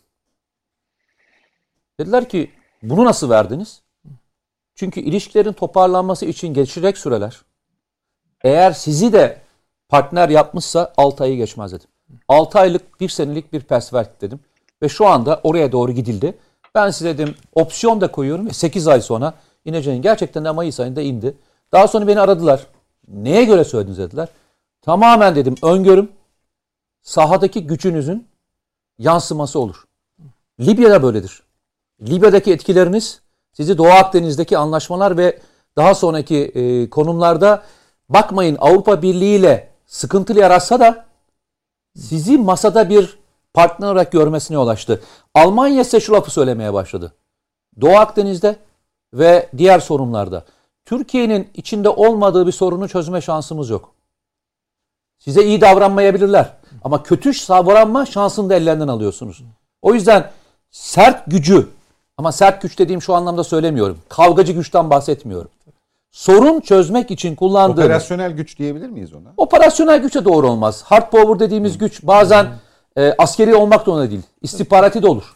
Dediler ki bunu nasıl verdiniz? Çünkü ilişkilerin toparlanması için geçecek süreler eğer sizi de partner yapmışsa altı ayı geçmez dedim. altı aylık bir senelik bir perspektif dedim. Ve şu anda oraya doğru gidildi. Ben size dedim opsiyon da koyuyorum ve sekiz ay sonra ineceğin gerçekten de Mayıs ayında indi. Daha sonra beni aradılar. Neye göre söylediniz dediler. Tamamen dedim öngörüm sahadaki gücünüzün yansıması olur. Libya'da böyledir. Libya'daki etkileriniz sizi Doğu Akdeniz'deki anlaşmalar ve daha sonraki e, konumlarda bakmayın Avrupa Birliği ile sıkıntılı yaratsa da sizi masada bir partner olarak görmesine yol açtı. Almanya size şu lafı söylemeye başladı. Doğu Akdeniz'de ve diğer sorunlarda Türkiye'nin içinde olmadığı bir sorunu çözme şansımız yok. Size iyi davranmayabilirler. Ama kötü davranma şansını da ellerinden alıyorsunuz. O yüzden sert gücü, ama sert güç dediğim şu anlamda söylemiyorum. Kavgacı güçten bahsetmiyorum. Sorun çözmek için kullandığımız... Operasyonel güç diyebilir miyiz ona? Operasyonel güçe doğru olmaz. Hard power dediğimiz güç bazen e, askeri olmak da ona değil. İstihbarati de olur.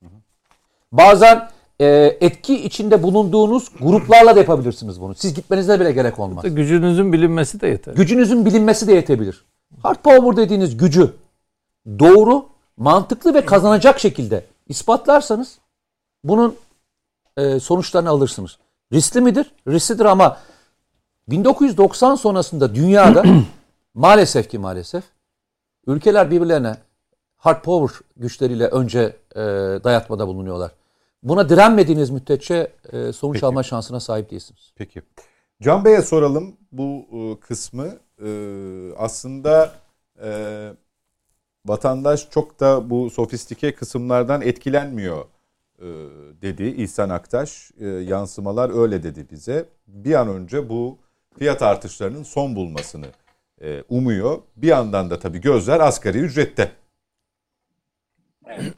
Bazen e, etki içinde bulunduğunuz gruplarla da yapabilirsiniz bunu. Siz gitmenize bile gerek olmaz. Gücünüzün bilinmesi de yeter. Gücünüzün bilinmesi de yetebilir. Hard power dediğiniz gücü doğru, mantıklı ve kazanacak şekilde ispatlarsanız bunun e, sonuçlarını alırsınız. Riskli midir? Risklidir ama bin dokuz yüz doksan sonrasında dünyada maalesef ki maalesef ülkeler birbirlerine hard power güçleriyle önce e, dayatmada bulunuyorlar. Buna direnmediğiniz müddetçe e, sonuç Peki. alma şansına sahip değilsiniz. Peki. Can Bey'e soralım bu e, kısmı. E, aslında e, vatandaş çok da bu sofistike kısımlardan etkilenmiyor e, dedi İhsan Aktaş. E, yansımalar öyle dedi bize. Bir an önce bu fiyat artışlarının son bulmasını e, umuyor. Bir yandan da tabii gözler asgari ücrette. Evet.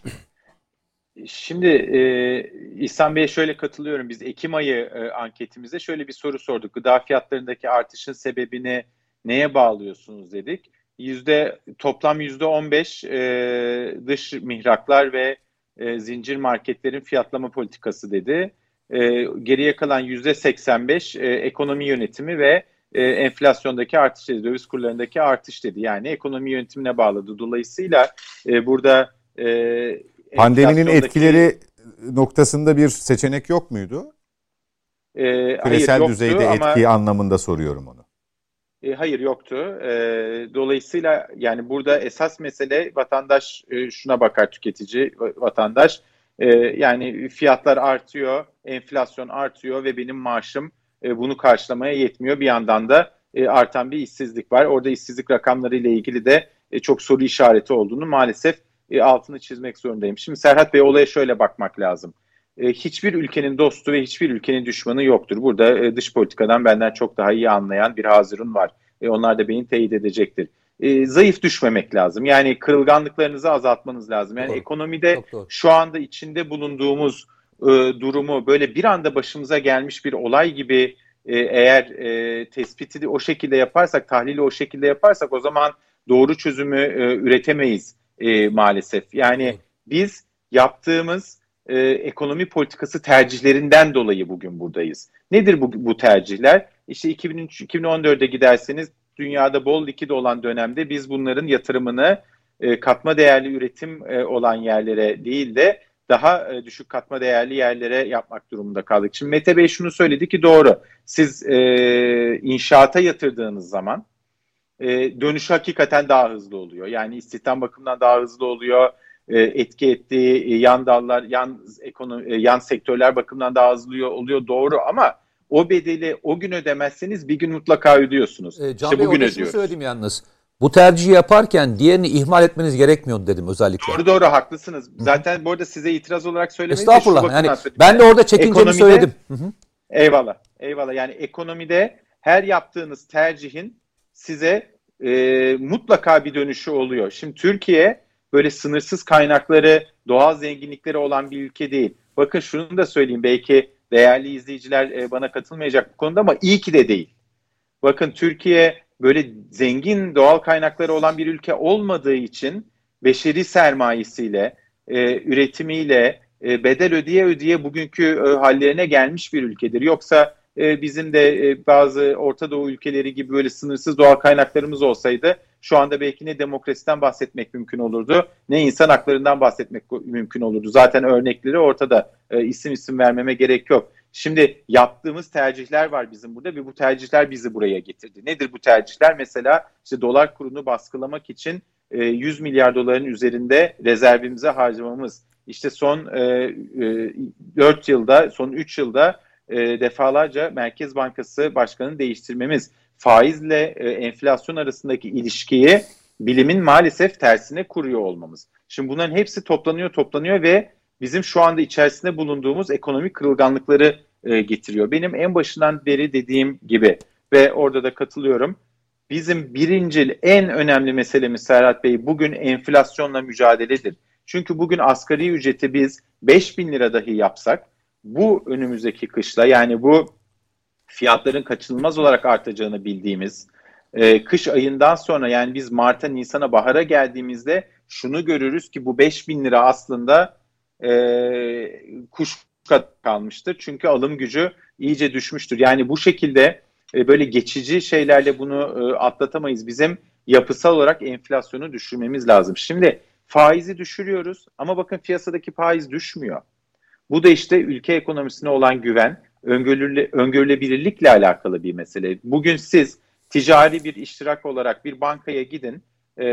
Şimdi e, İhsan Bey'e şöyle katılıyorum. Biz Ekim ayı e, anketimizde şöyle bir soru sorduk. Gıda fiyatlarındaki artışın sebebini neye bağlıyorsunuz dedik. Yüzde, toplam yüzde on beş e, dış mihraklar ve e, zincir marketlerin fiyatlama politikası dedi. E, geriye kalan yüzde seksen beş e, ekonomi yönetimi ve e, enflasyondaki artış dedi. Döviz kurlarındaki artış dedi. Yani ekonomi yönetimine bağladı. Dolayısıyla e, burada e, pandeminin etkileri noktasında bir seçenek yok muydu? E, Küresel hayır, düzeyde ama, etki anlamında soruyorum onu. E, hayır yoktu. E, dolayısıyla yani burada esas mesele vatandaş e, şuna bakar, tüketici vatandaş. E, yani fiyatlar artıyor, enflasyon artıyor ve benim maaşım e, bunu karşılamaya yetmiyor. Bir yandan da e, artan bir işsizlik var. Orada işsizlik rakamları ile ilgili de e, çok soru işareti olduğunu maalesef e, altını çizmek zorundayım. Şimdi Serhat Bey, olaya şöyle bakmak lazım. E, hiçbir ülkenin dostu ve hiçbir ülkenin düşmanı yoktur. Burada e, dış politikadan benden çok daha iyi anlayan bir Hazirun var. E, onlar da beni teyit edecektir. E, zayıf düşmemek lazım. Yani kırılganlıklarınızı azaltmanız lazım. Yani doğru. Ekonomide şu anda içinde bulunduğumuz e, durumu böyle bir anda başımıza gelmiş bir olay gibi e, eğer e, tespiti de o şekilde yaparsak, tahlili o şekilde yaparsak o zaman doğru çözümü e, üretemeyiz e, maalesef. Yani biz yaptığımız e, ekonomi politikası tercihlerinden dolayı bugün buradayız. Nedir bu, bu tercihler? İşte iki bin üç iki bin on dörde giderseniz dünyada bol likit olan dönemde biz bunların yatırımını e, katma değerli üretim e, olan yerlere değil de daha e, düşük katma değerli yerlere yapmak durumunda kaldık. Şimdi Mete Bey şunu söyledi ki doğru. Siz e, inşaata yatırdığınız zaman e, dönüşü hakikaten daha hızlı oluyor. Yani istihdam bakımından daha hızlı oluyor. E, etki ettiği e, yan dallar, yan ekonomi, e, yan sektörler bakımından daha hızlı oluyor. Doğru ama o bedeli o gün ödemezseniz bir gün mutlaka ödüyorsunuz. E, Can işte Bey, bugün ödüyoruz. ödüyoruz. Söyleyeyim yalnız. Bu tercihi yaparken diğerini ihmal etmeniz gerekmiyor dedim özellikle. Doğru doğru haklısınız. Zaten bu arada size itiraz olarak söylemeyi de Estağfurullah. Yani ben de orada çekincemi Ekonomide, söyledim. Hı hı. Eyvallah. Eyvallah. Yani ekonomide her yaptığınız tercihin size e, mutlaka bir dönüşü oluyor. Şimdi Türkiye böyle sınırsız kaynakları, doğal zenginlikleri olan bir ülke değil. Bakın şunu da söyleyeyim. Belki değerli izleyiciler e, bana katılmayacak bu konuda ama iyi ki de değil. Bakın Türkiye böyle zengin doğal kaynakları olan bir ülke olmadığı için beşeri sermayesiyle, e, üretimiyle, e, bedel ödeye ödeye bugünkü e, hallerine gelmiş bir ülkedir. Yoksa e, bizim de e, bazı Orta Doğu ülkeleri gibi böyle sınırsız doğal kaynaklarımız olsaydı şu anda belki ne demokrasiden bahsetmek mümkün olurdu, ne insan haklarından bahsetmek mümkün olurdu. Zaten örnekleri ortada. E, isim isim vermeme gerek yok. Şimdi yaptığımız tercihler var bizim burada ve bu tercihler bizi buraya getirdi. Nedir bu tercihler? Mesela işte dolar kurunu baskılamak için e, yüz milyar doların üzerinde rezervimize harcamamız. İşte son e, e, dört yılda, son üç yılda e, defalarca Merkez Bankası Başkanı'nı değiştirmemiz, faizle e, enflasyon arasındaki ilişkiyi bilimin maalesef tersine kuruyor olmamız. Şimdi bunların hepsi toplanıyor toplanıyor ve bizim şu anda içerisinde bulunduğumuz ekonomik kırılganlıkları e, getiriyor. Benim en başından beri dediğim gibi ve orada da katılıyorum. Bizim birincil en önemli meselemiz Serhat Bey bugün enflasyonla mücadeledir. Çünkü bugün asgari ücreti biz beş bin lira dahi yapsak bu önümüzdeki kışla yani bu fiyatların kaçınılmaz olarak artacağını bildiğimiz e, kış ayından sonra yani biz Mart'a, Nisan'a, bahara geldiğimizde şunu görürüz ki bu beş bin lira aslında e, kuş kalmıştır. Çünkü alım gücü iyice düşmüştür. Yani bu şekilde e, böyle geçici şeylerle bunu e, atlatamayız. Bizim yapısal olarak enflasyonu düşürmemiz lazım. Şimdi faizi düşürüyoruz ama bakın piyasadaki faiz düşmüyor. Bu da işte ülke ekonomisine olan güven, öngörüle, öngörülebilirlikle alakalı bir mesele. Bugün siz ticari bir iştirak olarak bir bankaya gidin,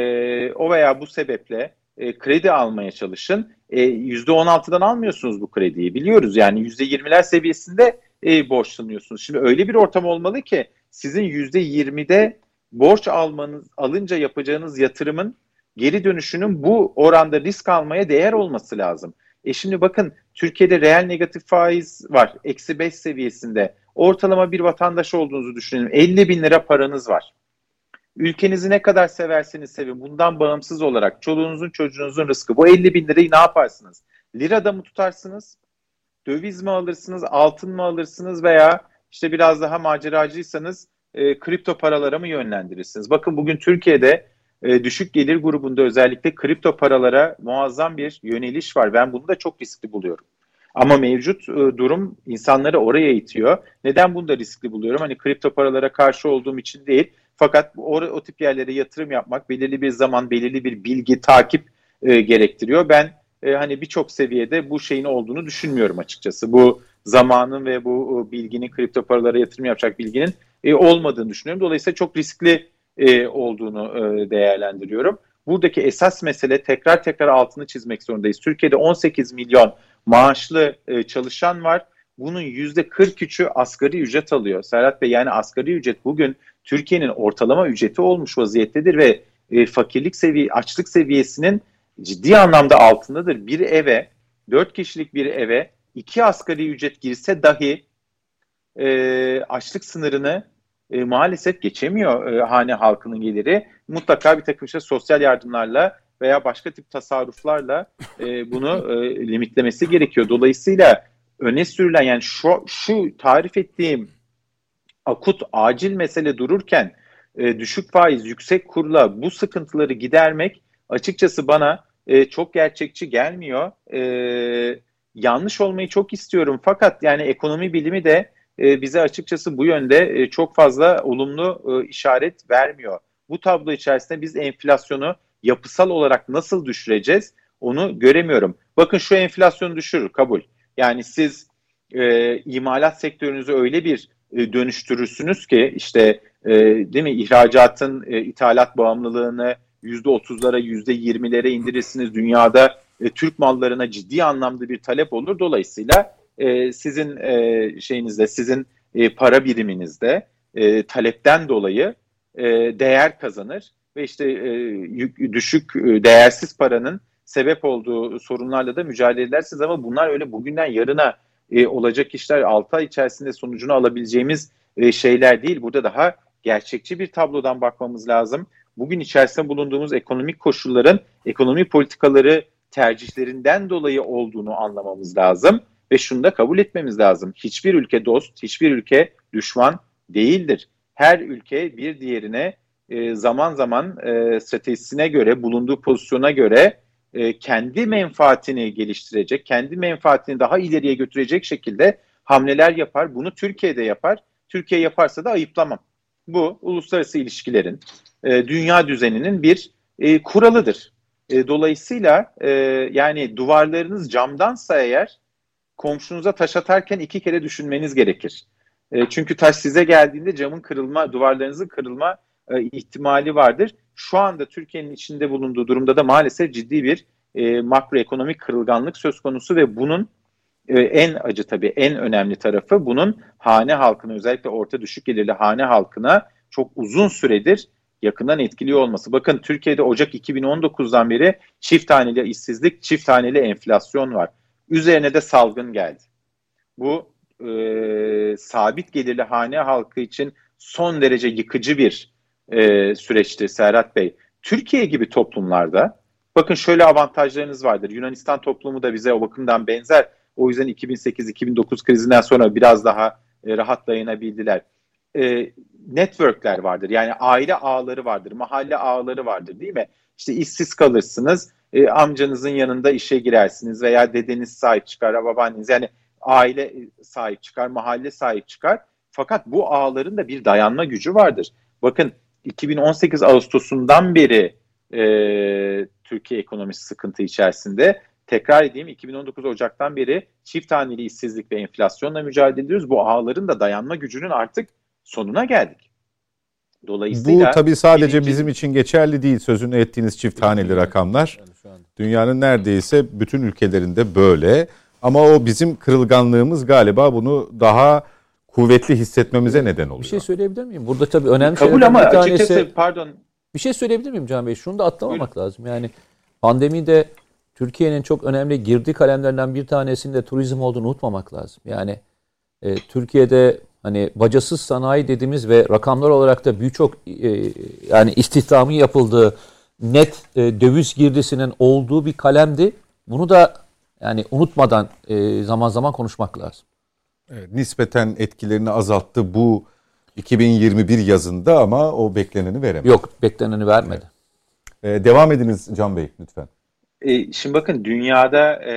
e, o veya bu sebeple e, kredi almaya çalışın. E, yüzde on altıdan almıyorsunuz bu krediyi biliyoruz. Yani yüzde yirmiler seviyesinde e, borçlanıyorsunuz. Şimdi öyle bir ortam olmalı ki sizin yüzde yirmide borç almanız, alınca yapacağınız yatırımın geri dönüşünün bu oranda risk almaya değer olması lazım. E şimdi bakın Türkiye'de reel negatif faiz var. Eksi beş seviyesinde. Ortalama bir vatandaş olduğunuzu düşünelim. elli bin lira paranız var. Ülkenizi ne kadar severseniz sevin. Bundan bağımsız olarak çoluğunuzun çocuğunuzun rızkı. Bu elli bin lirayı ne yaparsınız? Lirada mı tutarsınız? Döviz mi alırsınız? Altın mı alırsınız? Veya işte biraz daha maceracıysanız e, kripto paralara mı yönlendirirsiniz? Bakın bugün Türkiye'de e, düşük gelir grubunda özellikle kripto paralara muazzam bir yöneliş var. Ben bunu da çok riskli buluyorum. Ama mevcut e, durum insanları oraya itiyor. Neden bunu da riskli buluyorum? Hani kripto paralara karşı olduğum için değil. Fakat o, o tip yerlere yatırım yapmak belirli bir zaman, belirli bir bilgi, takip e, gerektiriyor. Ben e, hani birçok seviyede bu şeyin olduğunu düşünmüyorum açıkçası. Bu zamanın ve bu e, bilginin, kripto paralara yatırım yapacak bilginin e, olmadığını düşünüyorum. Dolayısıyla çok riskli e, olduğunu e, değerlendiriyorum. Buradaki esas mesele tekrar tekrar altını çizmek zorundayız. Türkiye'de on sekiz milyon maaşlı e, çalışan var. Bunun yüzde kırk üçü asgari ücret alıyor. Serhat Bey yani asgari ücret bugün Türkiye'nin ortalama ücreti olmuş vaziyettedir ve e, fakirlik seviye, açlık seviyesinin ciddi anlamda altındadır. Bir eve, dört kişilik bir eve iki asgari ücret girse dahi e, açlık sınırını e, maalesef geçemiyor e, hane halkının geliri. Mutlaka bir takım işte sosyal yardımlarla veya başka tip tasarruflarla e, bunu e, limitlemesi gerekiyor. Dolayısıyla öne sürülen yani şu, şu tarif ettiğim akut acil mesele dururken e, düşük faiz, yüksek kurla bu sıkıntıları gidermek açıkçası bana e, çok gerçekçi gelmiyor. E, yanlış olmayı çok istiyorum fakat yani ekonomi bilimi de e, bize açıkçası bu yönde e, çok fazla olumlu e, işaret vermiyor. Bu tablo içerisinde biz enflasyonu yapısal olarak nasıl düşüreceğiz onu göremiyorum. Bakın şu enflasyonu düşürür, kabul. Yani siz e, imalat sektörünüzü öyle bir e, dönüştürürsünüz ki işte e, değil mi ihracatın e, ithalat bağımlılığını yüzde otuzlara yüzde yirmilere indirirsiniz. Dünyada e, Türk mallarına ciddi anlamda bir talep olur. Dolayısıyla e, sizin e, şeyinizde, sizin e, para biriminizde e, talepten dolayı e, değer kazanır ve işte e, yük, düşük e, değersiz paranın sebep olduğu sorunlarla da mücadele edersiniz ama bunlar öyle bugünden yarına e, olacak işler, altı ay içerisinde sonucunu alabileceğimiz e, şeyler değil. Burada daha gerçekçi bir tablodan bakmamız lazım. Bugün içerisinde bulunduğumuz ekonomik koşulların ekonomi politikaları tercihlerinden dolayı olduğunu anlamamız lazım ve şunu da kabul etmemiz lazım. Hiçbir ülke dost, hiçbir ülke düşman değildir. Her ülke bir diğerine e, zaman zaman e, stratejisine göre, bulunduğu pozisyona göre e, kendi menfaatini geliştirecek, kendi menfaatini daha ileriye götürecek şekilde hamleler yapar. Bunu Türkiye'de yapar. Türkiye yaparsa da ayıplamam. Bu uluslararası ilişkilerin, e, dünya düzeninin bir e, kuralıdır. E, dolayısıyla e, yani duvarlarınız camdansa eğer komşunuza taş atarken iki kere düşünmeniz gerekir. E, çünkü taş size geldiğinde camın kırılma, duvarlarınızın kırılma e, ihtimali vardır. Şu anda Türkiye'nin içinde bulunduğu durumda da maalesef ciddi bir e, makroekonomik kırılganlık söz konusu ve bunun e, en acı tabii en önemli tarafı bunun hane halkına, özellikle orta düşük gelirli hane halkına çok uzun süredir yakından etkiliyor olması. Bakın Türkiye'de Ocak iki bin on dokuzdan beri çift haneli işsizlik, çift haneli enflasyon var. Üzerine de salgın geldi. Bu e, sabit gelirli hane halkı için son derece yıkıcı bir e, süreçti Serhat Bey. Türkiye gibi toplumlarda bakın şöyle avantajlarınız vardır. Yunanistan toplumu da bize o bakımdan benzer. O yüzden iki bin sekiz iki bin dokuz krizinden sonra biraz daha e, rahat dayanabildiler. E, networkler vardır. Yani aile ağları vardır, mahalle ağları vardır değil mi? İşte işsiz kalırsınız, e, amcanızın yanında işe girersiniz veya dedeniz sahip çıkar, babaanneniz yani aile sahip çıkar, mahalle sahip çıkar. Fakat bu ağların da bir dayanma gücü vardır. Bakın iki bin on sekiz Ağustos'undan beri e, Türkiye ekonomisi sıkıntı içerisinde. Tekrar edeyim iki bin on dokuz Ocak'tan beri çift haneli işsizlik ve enflasyonla mücadele ediyoruz. Bu ağların da dayanma gücünün artık sonuna geldik. Dolayısıyla bu tabii sadece birinci... bizim için geçerli değil. Sözünü ettiğiniz çift haneli rakamlar. Dünyanın neredeyse bütün ülkelerinde böyle. Ama o bizim kırılganlığımız galiba bunu daha kuvvetli hissetmemize neden oluyor. Bir şey söyleyebilir miyim? Burada tabii önemli Kabul şeylerden ama bir tanesi... açıkçası pardon. Bir şey söyleyebilir miyim Can Bey? Şunu da atlamamak Buyurun. lazım. Yani pandemide Türkiye'nin çok önemli girdi kalemlerinden bir tanesinin de turizm olduğunu unutmamak lazım. Yani e, Türkiye'de hani bacasız sanayi dediğimiz ve rakamlar olarak da birçok e, yani istihdamın yapıldığı net e, döviz girdisinin olduğu bir kalemdi. Bunu da yani unutmadan e, zaman zaman konuşmak lazım. Evet, nispeten etkilerini azalttı bu iki bin yirmi bir yazında ama o bekleneni veremedi. Yok, bekleneni vermedi. Evet. Ee, devam ediniz Can Bey lütfen. E, şimdi bakın dünyada e,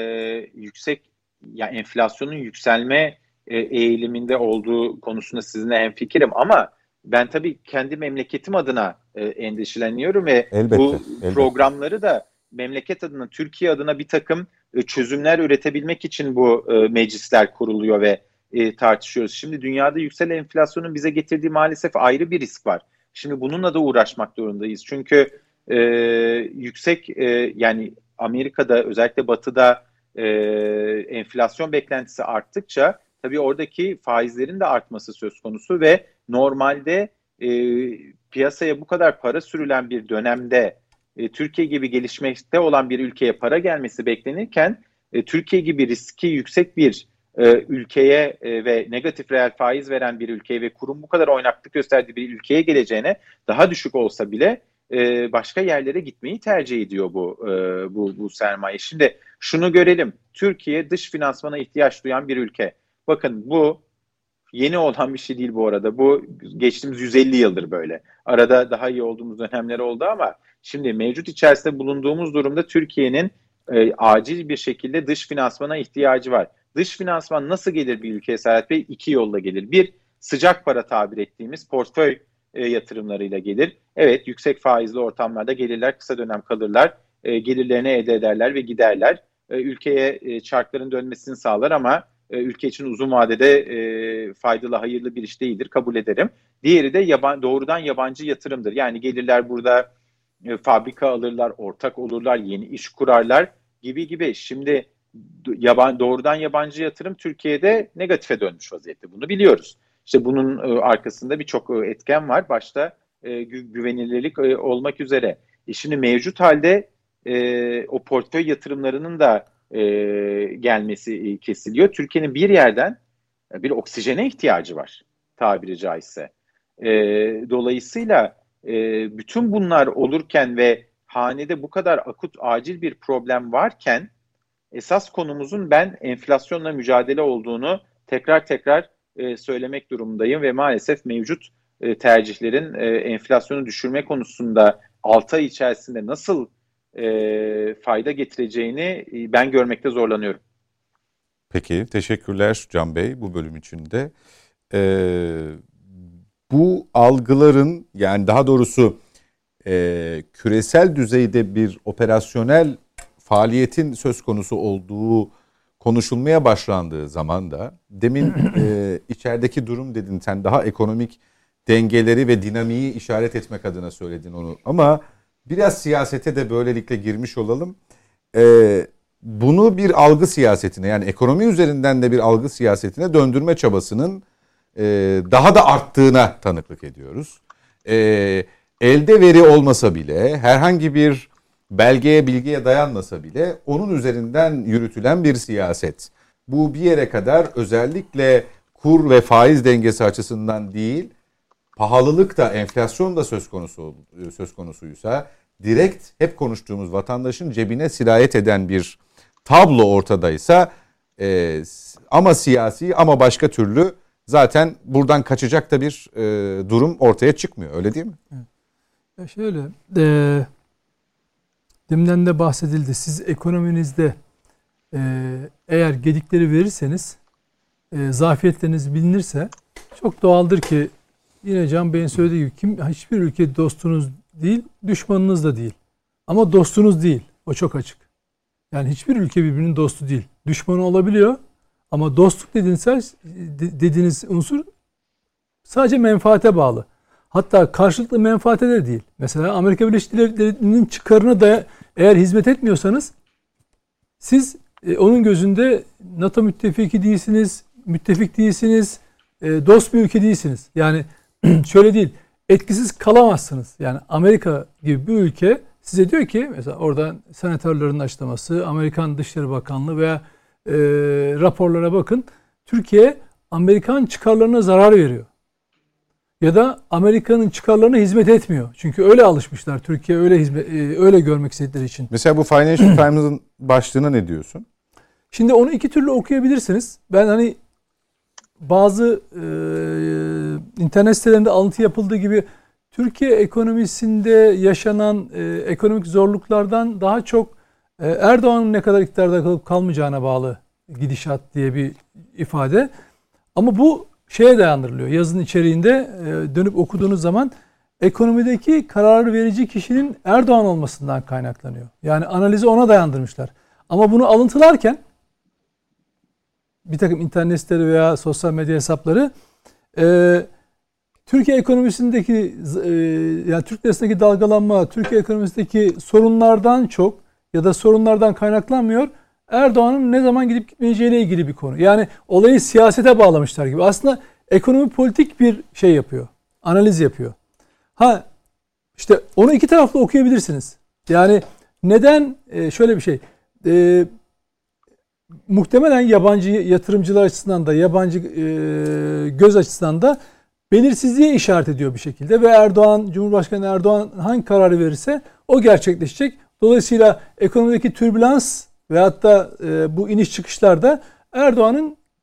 yüksek ya enflasyonun yükselme e, eğiliminde olduğu konusunda sizinle hemfikirim ama ben tabii kendi memleketim adına e, endişeleniyorum ve elbette, bu elbette. programları da memleket adına, Türkiye adına bir takım e, çözümler üretebilmek için bu e, meclisler kuruluyor ve e, tartışıyoruz. Şimdi dünyada yükselen enflasyonun bize getirdiği maalesef ayrı bir risk var. Şimdi bununla da uğraşmak zorundayız. Çünkü e, yüksek e, yani Amerika'da özellikle Batı'da e, enflasyon beklentisi arttıkça tabii oradaki faizlerin de artması söz konusu ve normalde e, piyasaya bu kadar para sürülen bir dönemde e, Türkiye gibi gelişmekte olan bir ülkeye para gelmesi beklenirken e, Türkiye gibi riski yüksek bir e, ülkeye e, ve negatif reel faiz veren bir ülkeye ve kurum bu kadar oynaklık gösterdiği bir ülkeye geleceğine daha düşük olsa bile e, başka yerlere gitmeyi tercih ediyor bu, e, bu, bu sermaye. Şimdi şunu görelim. Türkiye dış finansmana ihtiyaç duyan bir ülke. Bakın bu yeni olan bir şey değil bu arada. Bu geçtiğimiz yüz elli yıldır böyle. Arada daha iyi olduğumuz dönemler oldu ama şimdi mevcut içerisinde bulunduğumuz durumda Türkiye'nin e, acil bir şekilde dış finansmana ihtiyacı var. Dış finansman nasıl gelir bir ülkeye Serhat Bey? İki yolla gelir. Bir, sıcak para tabir ettiğimiz portföy e, yatırımlarıyla gelir. Evet, yüksek faizli ortamlarda gelirler, kısa dönem kalırlar, e, gelirlerini elde ederler ve giderler. E, ülkeye e, çarkların dönmesini sağlar ama e, ülke için uzun vadede e, faydalı, hayırlı bir iş değildir, kabul ederim. Diğeri de yaban, doğrudan yabancı yatırımdır. Yani gelirler burada e, fabrika alırlar, ortak olurlar, yeni iş kurarlar gibi gibi. Şimdi yaban, doğrudan yabancı yatırım Türkiye'de negatife dönmüş vaziyette. Bunu biliyoruz. İşte bunun e, arkasında birçok e, etken var. Başta e, gü- güvenilirlik e, olmak üzere. E, şimdi mevcut halde e, o portföy yatırımlarının da e, gelmesi e, kesiliyor. Türkiye'nin bir yerden e, bir oksijene ihtiyacı var tabiri caizse. E, dolayısıyla e, bütün bunlar olurken ve hanede bu kadar akut acil bir problem varken esas konumuzun ben enflasyonla mücadele olduğunu tekrar tekrar e, söylemek durumundayım ve maalesef mevcut e, tercihlerin e, enflasyonu düşürme konusunda altı ay içerisinde nasıl e, fayda getireceğini e, ben görmekte zorlanıyorum. Peki, teşekkürler Can Bey bu bölüm için de. Ee, bu algıların, yani daha doğrusu e, küresel düzeyde bir operasyonel faaliyetin söz konusu olduğu konuşulmaya başlandığı zaman da demin e, içerideki durum dedin, sen daha ekonomik dengeleri ve dinamiği işaret etmek adına söyledin onu, ama biraz siyasete de böylelikle girmiş olalım. E, bunu bir algı siyasetine, yani ekonomi üzerinden de bir algı siyasetine döndürme çabasının e, daha da arttığına tanıklık ediyoruz. E, elde veri olmasa bile, herhangi bir belgeye, bilgiye dayanmasa bile onun üzerinden yürütülen bir siyaset. Bu bir yere kadar özellikle kur ve faiz dengesi açısından değil, pahalılık da, enflasyon da söz konusu söz konusuysa direkt hep konuştuğumuz vatandaşın cebine sirayet eden bir tablo ortadaysa e, ama siyasi ama başka türlü zaten buradan kaçacak da bir e, durum ortaya çıkmıyor. Öyle değil mi? Ya şöyle, e, deminden de bahsedildi. Siz ekonominizde e, eğer gedikleri verirseniz, e, zafiyetleriniz bilinirse çok doğaldır ki yine Can Bey'in söylediği gibi kim, hiçbir ülke dostunuz değil, düşmanınız da değil. Ama dostunuz değil. O çok açık. Yani hiçbir ülke birbirinin dostu değil. Düşmanı olabiliyor ama dostluk dediğiniz, dediğiniz unsur sadece menfaate bağlı. Hatta karşılıklı menfaate de değil. Mesela Amerika Birleşik Devletleri'nin çıkarına da eğer hizmet etmiyorsanız siz e, onun gözünde NATO müttefiki değilsiniz, müttefik değilsiniz, e, dost bir ülke değilsiniz. Yani şöyle değil, etkisiz kalamazsınız. Yani Amerika gibi bir ülke size diyor ki, mesela oradan senatörlerin açıklaması, Amerikan Dışişleri Bakanlığı veya e, raporlara bakın, Türkiye Amerikan çıkarlarına zarar veriyor. Ya da Amerika'nın çıkarlarına hizmet etmiyor. Çünkü öyle alışmışlar. Türkiye öyle hizmet, öyle görmek istedikleri için. Mesela bu Financial Times'ın başlığına ne diyorsun? Şimdi onu iki türlü okuyabilirsiniz. Ben hani bazı e, internet sitelerinde alıntı yapıldığı gibi Türkiye ekonomisinde yaşanan e, ekonomik zorluklardan daha çok e, Erdoğan'ın ne kadar iktidarda kalıp kalmayacağına bağlı gidişat diye bir ifade. Ama bu şeye dayandırılıyor. Yazının içeriğinde e, dönüp okuduğunuz zaman ekonomideki karar verici kişinin Erdoğan olmasından kaynaklanıyor. Yani analizi ona dayandırmışlar. Ama bunu alıntılarken bir takım internet siteleri veya sosyal medya hesapları e, Türkiye ekonomisindeki e, yani Türk lirasındaki dalgalanma, Türkiye ekonomisindeki sorunlardan çok ya da sorunlardan kaynaklanmıyor, Erdoğan'ın ne zaman gidip gitmeyeceğiyle ilgili bir konu. Yani olayı siyasete bağlamışlar gibi. Aslında ekonomi politik bir şey yapıyor. Analiz yapıyor. Ha işte onu iki taraflı okuyabilirsiniz. Yani neden e, şöyle bir şey. E, muhtemelen yabancı yatırımcılar açısından da, yabancı e, göz açısından da belirsizliğe işaret ediyor bir şekilde. Ve Erdoğan, Cumhurbaşkanı Erdoğan hangi kararı verirse o gerçekleşecek. Dolayısıyla ekonomideki türbülans ve hatta e, bu iniş çıkışlarda Erdoğan'ın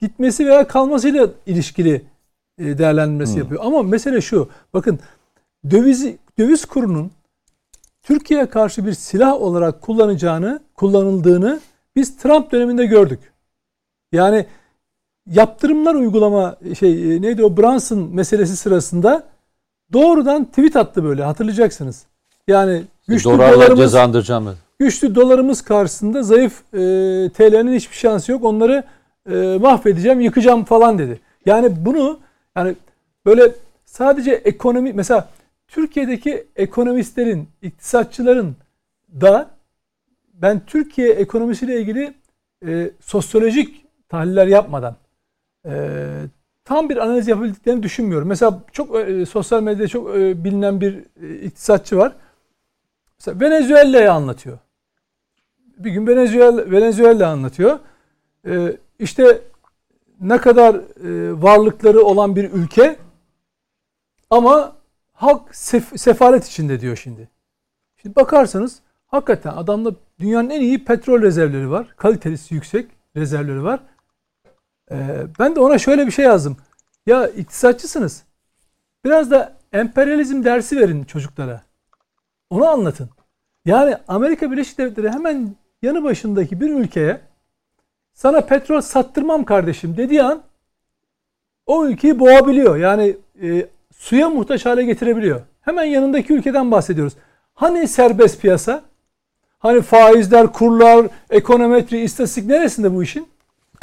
gitmesi veya kalmasıyla ilişkili e, değerlendirmesi Hmm. yapıyor. Ama mesele şu. Bakın döviz döviz kurunun Türkiye'ye karşı bir silah olarak kullanacağını, kullanıldığını biz Trump döneminde gördük. Yani yaptırımlar uygulama şey neydi o Brunson meselesi sırasında doğrudan tweet attı böyle, hatırlayacaksınız. Yani güçlü Dolarla dolarımız cezalandıracağım. güçlü dolarımız karşısında zayıf e, T L'nin hiçbir şansı yok. Onları e, mahvedeceğim, yıkacağım falan dedi. Yani bunu yani böyle sadece ekonomi, mesela Türkiye'deki ekonomistlerin, iktisatçıların da ben Türkiye ekonomisiyle ilgili e, sosyolojik tahliller yapmadan e, tam bir analiz yapabildiklerini düşünmüyorum. Mesela çok e, sosyal medyada çok e, bilinen bir e, iktisatçı var. Mesela Venezuela'yı anlatıyor. Bir gün Venezuela, Venezuela anlatıyor. E, işte ne kadar e, varlıkları olan bir ülke ama halk sef- sefalet içinde diyor şimdi. Şimdi bakarsanız hakikaten adamda dünyanın en iyi petrol rezervleri var. Kalitesi yüksek rezervleri var. Ee, ben de ona şöyle bir şey yazdım. Ya iktisatçısınız. Biraz da emperyalizm dersi verin çocuklara. Onu anlatın. Yani Amerika Birleşik Devletleri hemen yanı başındaki bir ülkeye sana petrol sattırmam kardeşim dediği an o ülkeyi boğabiliyor. Yani e, suya muhtaç hale getirebiliyor. Hemen yanındaki ülkeden bahsediyoruz. Hani serbest piyasa? Hani faizler, kurlar, ekonometri, istatistik neresinde bu işin?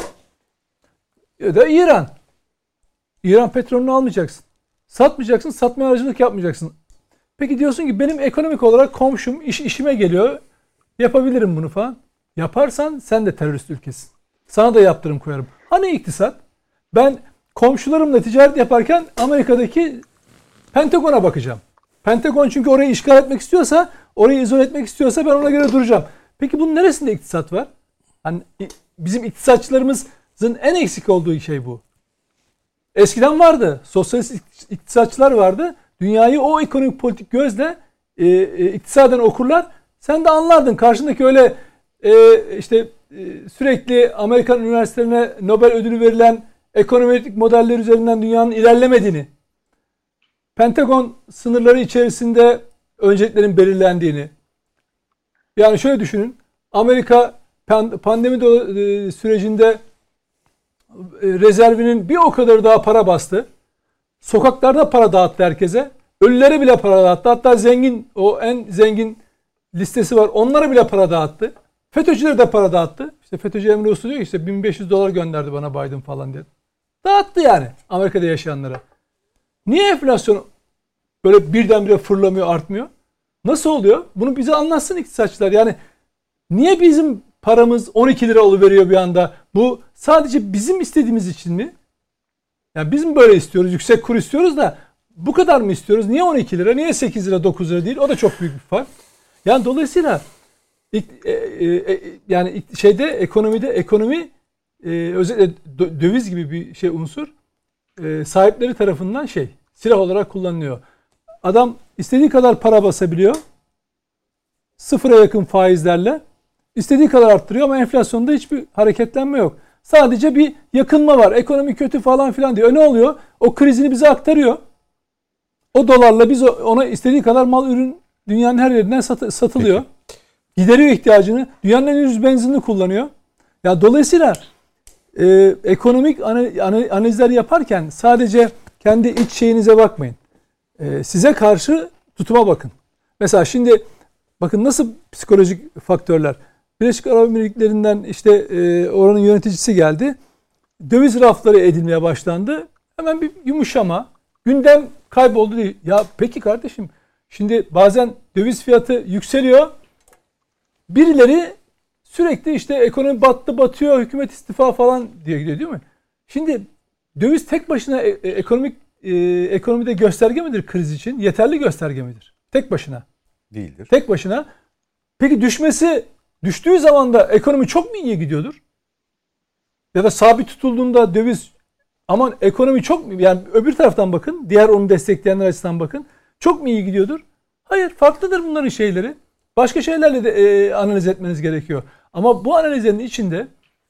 Ya da İran. İran petrolünü almayacaksın. Satmayacaksın, satmaya aracılık yapmayacaksın. Peki diyorsun ki benim ekonomik olarak komşum iş işime geliyor. Yapabilirim bunu falan. Yaparsan sen de terörist ülkesin. Sana da yaptırım koyarım. Hani iktisat? Ben komşularımla ticaret yaparken Amerika'daki Pentagon'a bakacağım. Pentagon çünkü orayı işgal etmek istiyorsa, orayı izole etmek istiyorsa ben ona göre duracağım. Peki bunun neresinde iktisat var? Hani bizim iktisatçılarımızın en eksik olduğu şey bu. Eskiden vardı. Sosyalist iktisatçılar vardı. Dünyayı o ekonomik politik gözle e, e, iktisaden okurlar. Sen de anlardın. Karşındaki öyle e, işte e, sürekli Amerikan üniversitelerine Nobel ödülü verilen ekonomik modeller üzerinden dünyanın ilerlemediğini, Pentagon sınırları içerisinde önceliklerin belirlendiğini. Yani şöyle düşünün. Amerika pandemi sürecinde rezervinin bir o kadar daha para bastı. Sokaklarda para dağıttı herkese. Ölülere bile para dağıttı. Hatta zengin, o en zengin listesi var. Onlara bile para dağıttı. FETÖ'cülere de para dağıttı. İşte FETÖ'cü Emre Uslu diyor ki işte bin beş yüz dolar gönderdi bana Biden falan diye. Dağıttı yani Amerika'da yaşayanlara. Niye enflasyon böyle birdenbire fırlamıyor, artmıyor? Nasıl oluyor? Bunu bize anlatsın iktisatçılar. Yani niye bizim paramız on iki lira oluveriyor bir anda? Bu sadece bizim istediğimiz için mi? Yani biz mi böyle istiyoruz? Yüksek kur istiyoruz da bu kadar mı istiyoruz? Niye on iki lira? Niye sekiz lira, dokuz lira değil? O da çok büyük bir fark. Yani dolayısıyla e, e, e, yani şeyde ekonomide ekonomi e, özellikle döviz gibi bir şey unsur e, sahipleri tarafından şey silah olarak kullanılıyor. Adam istediği kadar para basabiliyor. Sıfıra yakın faizlerle. İstediği kadar arttırıyor ama enflasyonda hiçbir hareketlenme yok. Sadece bir yakınma var. Ekonomi kötü falan filan diyor. E ne oluyor? O krizini bize aktarıyor. O dolarla biz ona istediği kadar mal ürün dünyanın her yerinden sat- satılıyor. Peki. Gideriyor ihtiyacını. Dünyanın en ucuz benzinini kullanıyor. Ya dolayısıyla e, ekonomik analizler yaparken sadece kendi iç şeyinize bakmayın. E, size karşı tutuma bakın. Mesela şimdi bakın nasıl psikolojik faktörler. Birleşik Arap Emirlikleri'nden işte e, oranın yöneticisi geldi. Döviz rafları edilmeye başlandı. Hemen bir yumuşama. Gündem kayboldu değil. Ya peki kardeşim şimdi bazen döviz fiyatı yükseliyor. Birileri sürekli işte ekonomi battı batıyor, hükümet istifa falan diye gidiyor değil mi? Şimdi döviz tek başına e, e, ekonomik e, ekonomide gösterge midir kriz için? Yeterli gösterge midir? Tek başına. Değildir. Tek başına. Peki düşmesi düştüğü zaman da ekonomi çok mu iyi gidiyordur? Ya da sabit tutulduğunda döviz aman ekonomi çok mu? Yani öbür taraftan bakın. Diğer onu destekleyenler açısından bakın. Çok mu iyi gidiyordur? Hayır. Farklıdır bunların şeyleri. Başka şeylerle de e, analiz etmeniz gerekiyor. Ama bu analizlerin içinde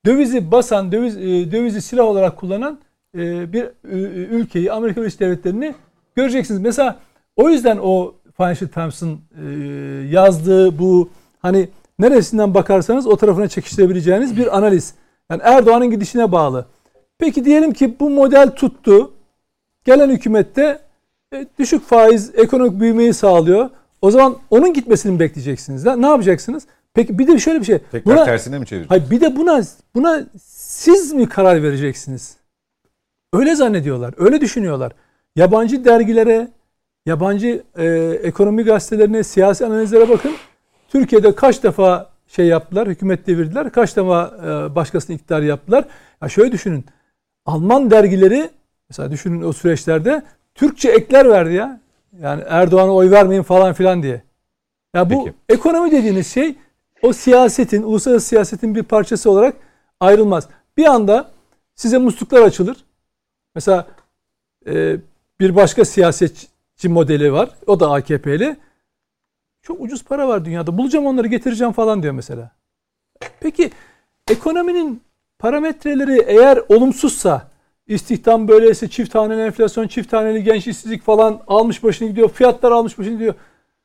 dövizi basan, döviz dövizi silah olarak kullanan bir ülkeyi, Amerika Birleşik Devletleri'ni göreceksiniz. Mesela o yüzden o Financial Times'ın yazdığı bu hani neresinden bakarsanız o tarafına çekiştirebileceğiniz bir analiz. Yani Erdoğan'ın gidişine bağlı. Peki diyelim ki bu model tuttu. Gelen hükümette düşük faiz ekonomik büyümeyi sağlıyor. O zaman onun gitmesini mi bekleyeceksiniz? Ne yapacaksınız? Peki bir de şöyle bir şey. Tekrar buna, tersine mi çevireceksiniz? Hayır, bir de buna buna siz mi karar vereceksiniz? Öyle zannediyorlar. Öyle düşünüyorlar. Yabancı dergilere, yabancı e, ekonomi gazetelerine, siyasi analizlere bakın. Türkiye'de kaç defa şey yaptılar, hükümet devirdiler. Kaç defa e, başkasını iktidar yaptılar. Ya şöyle düşünün. Alman dergileri mesela düşünün o süreçlerde Türkçe ekler verdi ya. Yani Erdoğan'a oy vermeyin falan filan diye. Ya bu Peki. Ekonomi dediğiniz şey o siyasetin, uluslararası siyasetin bir parçası olarak ayrılmaz. Bir anda size musluklar açılır. Mesela e, bir başka siyasetçi modeli var. O da A K P'li. Çok ucuz para var dünyada. Bulacağım onları getireceğim falan diyor mesela. Peki ekonominin parametreleri eğer olumsuzsa, istihdam böyleyse, çift haneli enflasyon, çift haneli genç işsizlik falan almış başını gidiyor. Fiyatlar almış başını gidiyor.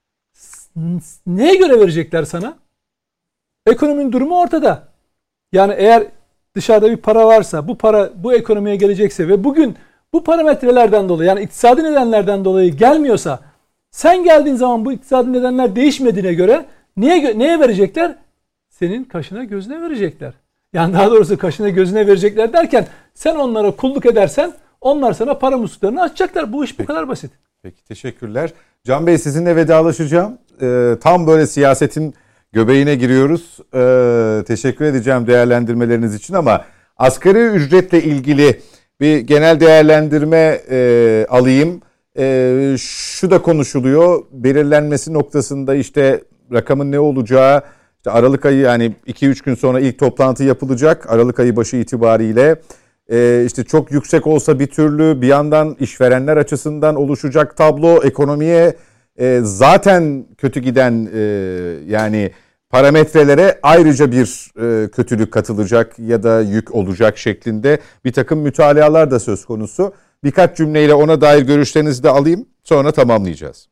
Neye göre verecekler sana? Ekonominin durumu ortada. Yani eğer dışarıda bir para varsa, bu para bu ekonomiye gelecekse ve bugün bu parametrelerden dolayı, yani iktisadi nedenlerden dolayı gelmiyorsa, sen geldiğin zaman bu iktisadi nedenler değişmediğine göre neye neye verecekler? Senin kaşına gözüne verecekler. Yani daha doğrusu kaşına gözüne verecekler derken sen onlara kulluk edersen onlar sana para musluklarını açacaklar. Bu iş bu kadar basit. Peki teşekkürler. Can Bey sizinle vedalaşacağım. Ee, tam böyle siyasetin göbeğine giriyoruz. Ee, teşekkür edeceğim değerlendirmeleriniz için ama asgari ücretle ilgili bir genel değerlendirme e, alayım. E, şu da konuşuluyor. Belirlenmesi noktasında işte rakamın ne olacağı, işte Aralık ayı yani iki üç gün sonra ilk toplantı yapılacak. Aralık ayı başı itibariyle e, işte çok yüksek olsa bir türlü bir yandan işverenler açısından oluşacak tablo ekonomiye e, zaten kötü giden e, yani parametrelere ayrıca bir e, kötülük katılacak ya da yük olacak şeklinde bir takım mütalalar da söz konusu. Birkaç cümleyle ona dair görüşlerinizi de alayım, sonra tamamlayacağız.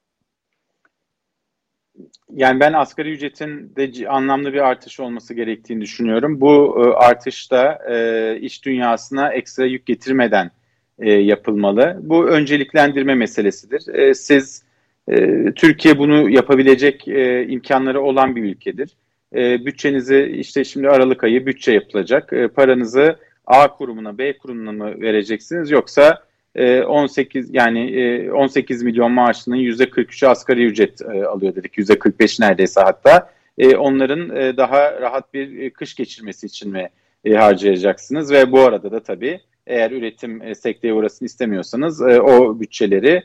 Yani ben asgari ücretin de anlamlı bir artış olması gerektiğini düşünüyorum. Bu e, artış da e, iş dünyasına ekstra yük getirmeden e, yapılmalı. Bu önceliklendirme meselesidir. E, siz e, Türkiye bunu yapabilecek e, imkanları olan bir ülkedir. E, bütçenizi işte şimdi Aralık ayı bütçe yapılacak. E, paranızı A kurumuna, B kurumuna mı vereceksiniz yoksa on sekiz yani on sekiz milyon maaşının yüzde kırk üçü asgari ücret alıyor dedik. yüzde kırk beş neredeyse hatta. Onların daha rahat bir kış geçirmesi için mi harcayacaksınız? Ve bu arada da tabii eğer üretim sekteye uğrasını istemiyorsanız o bütçeleri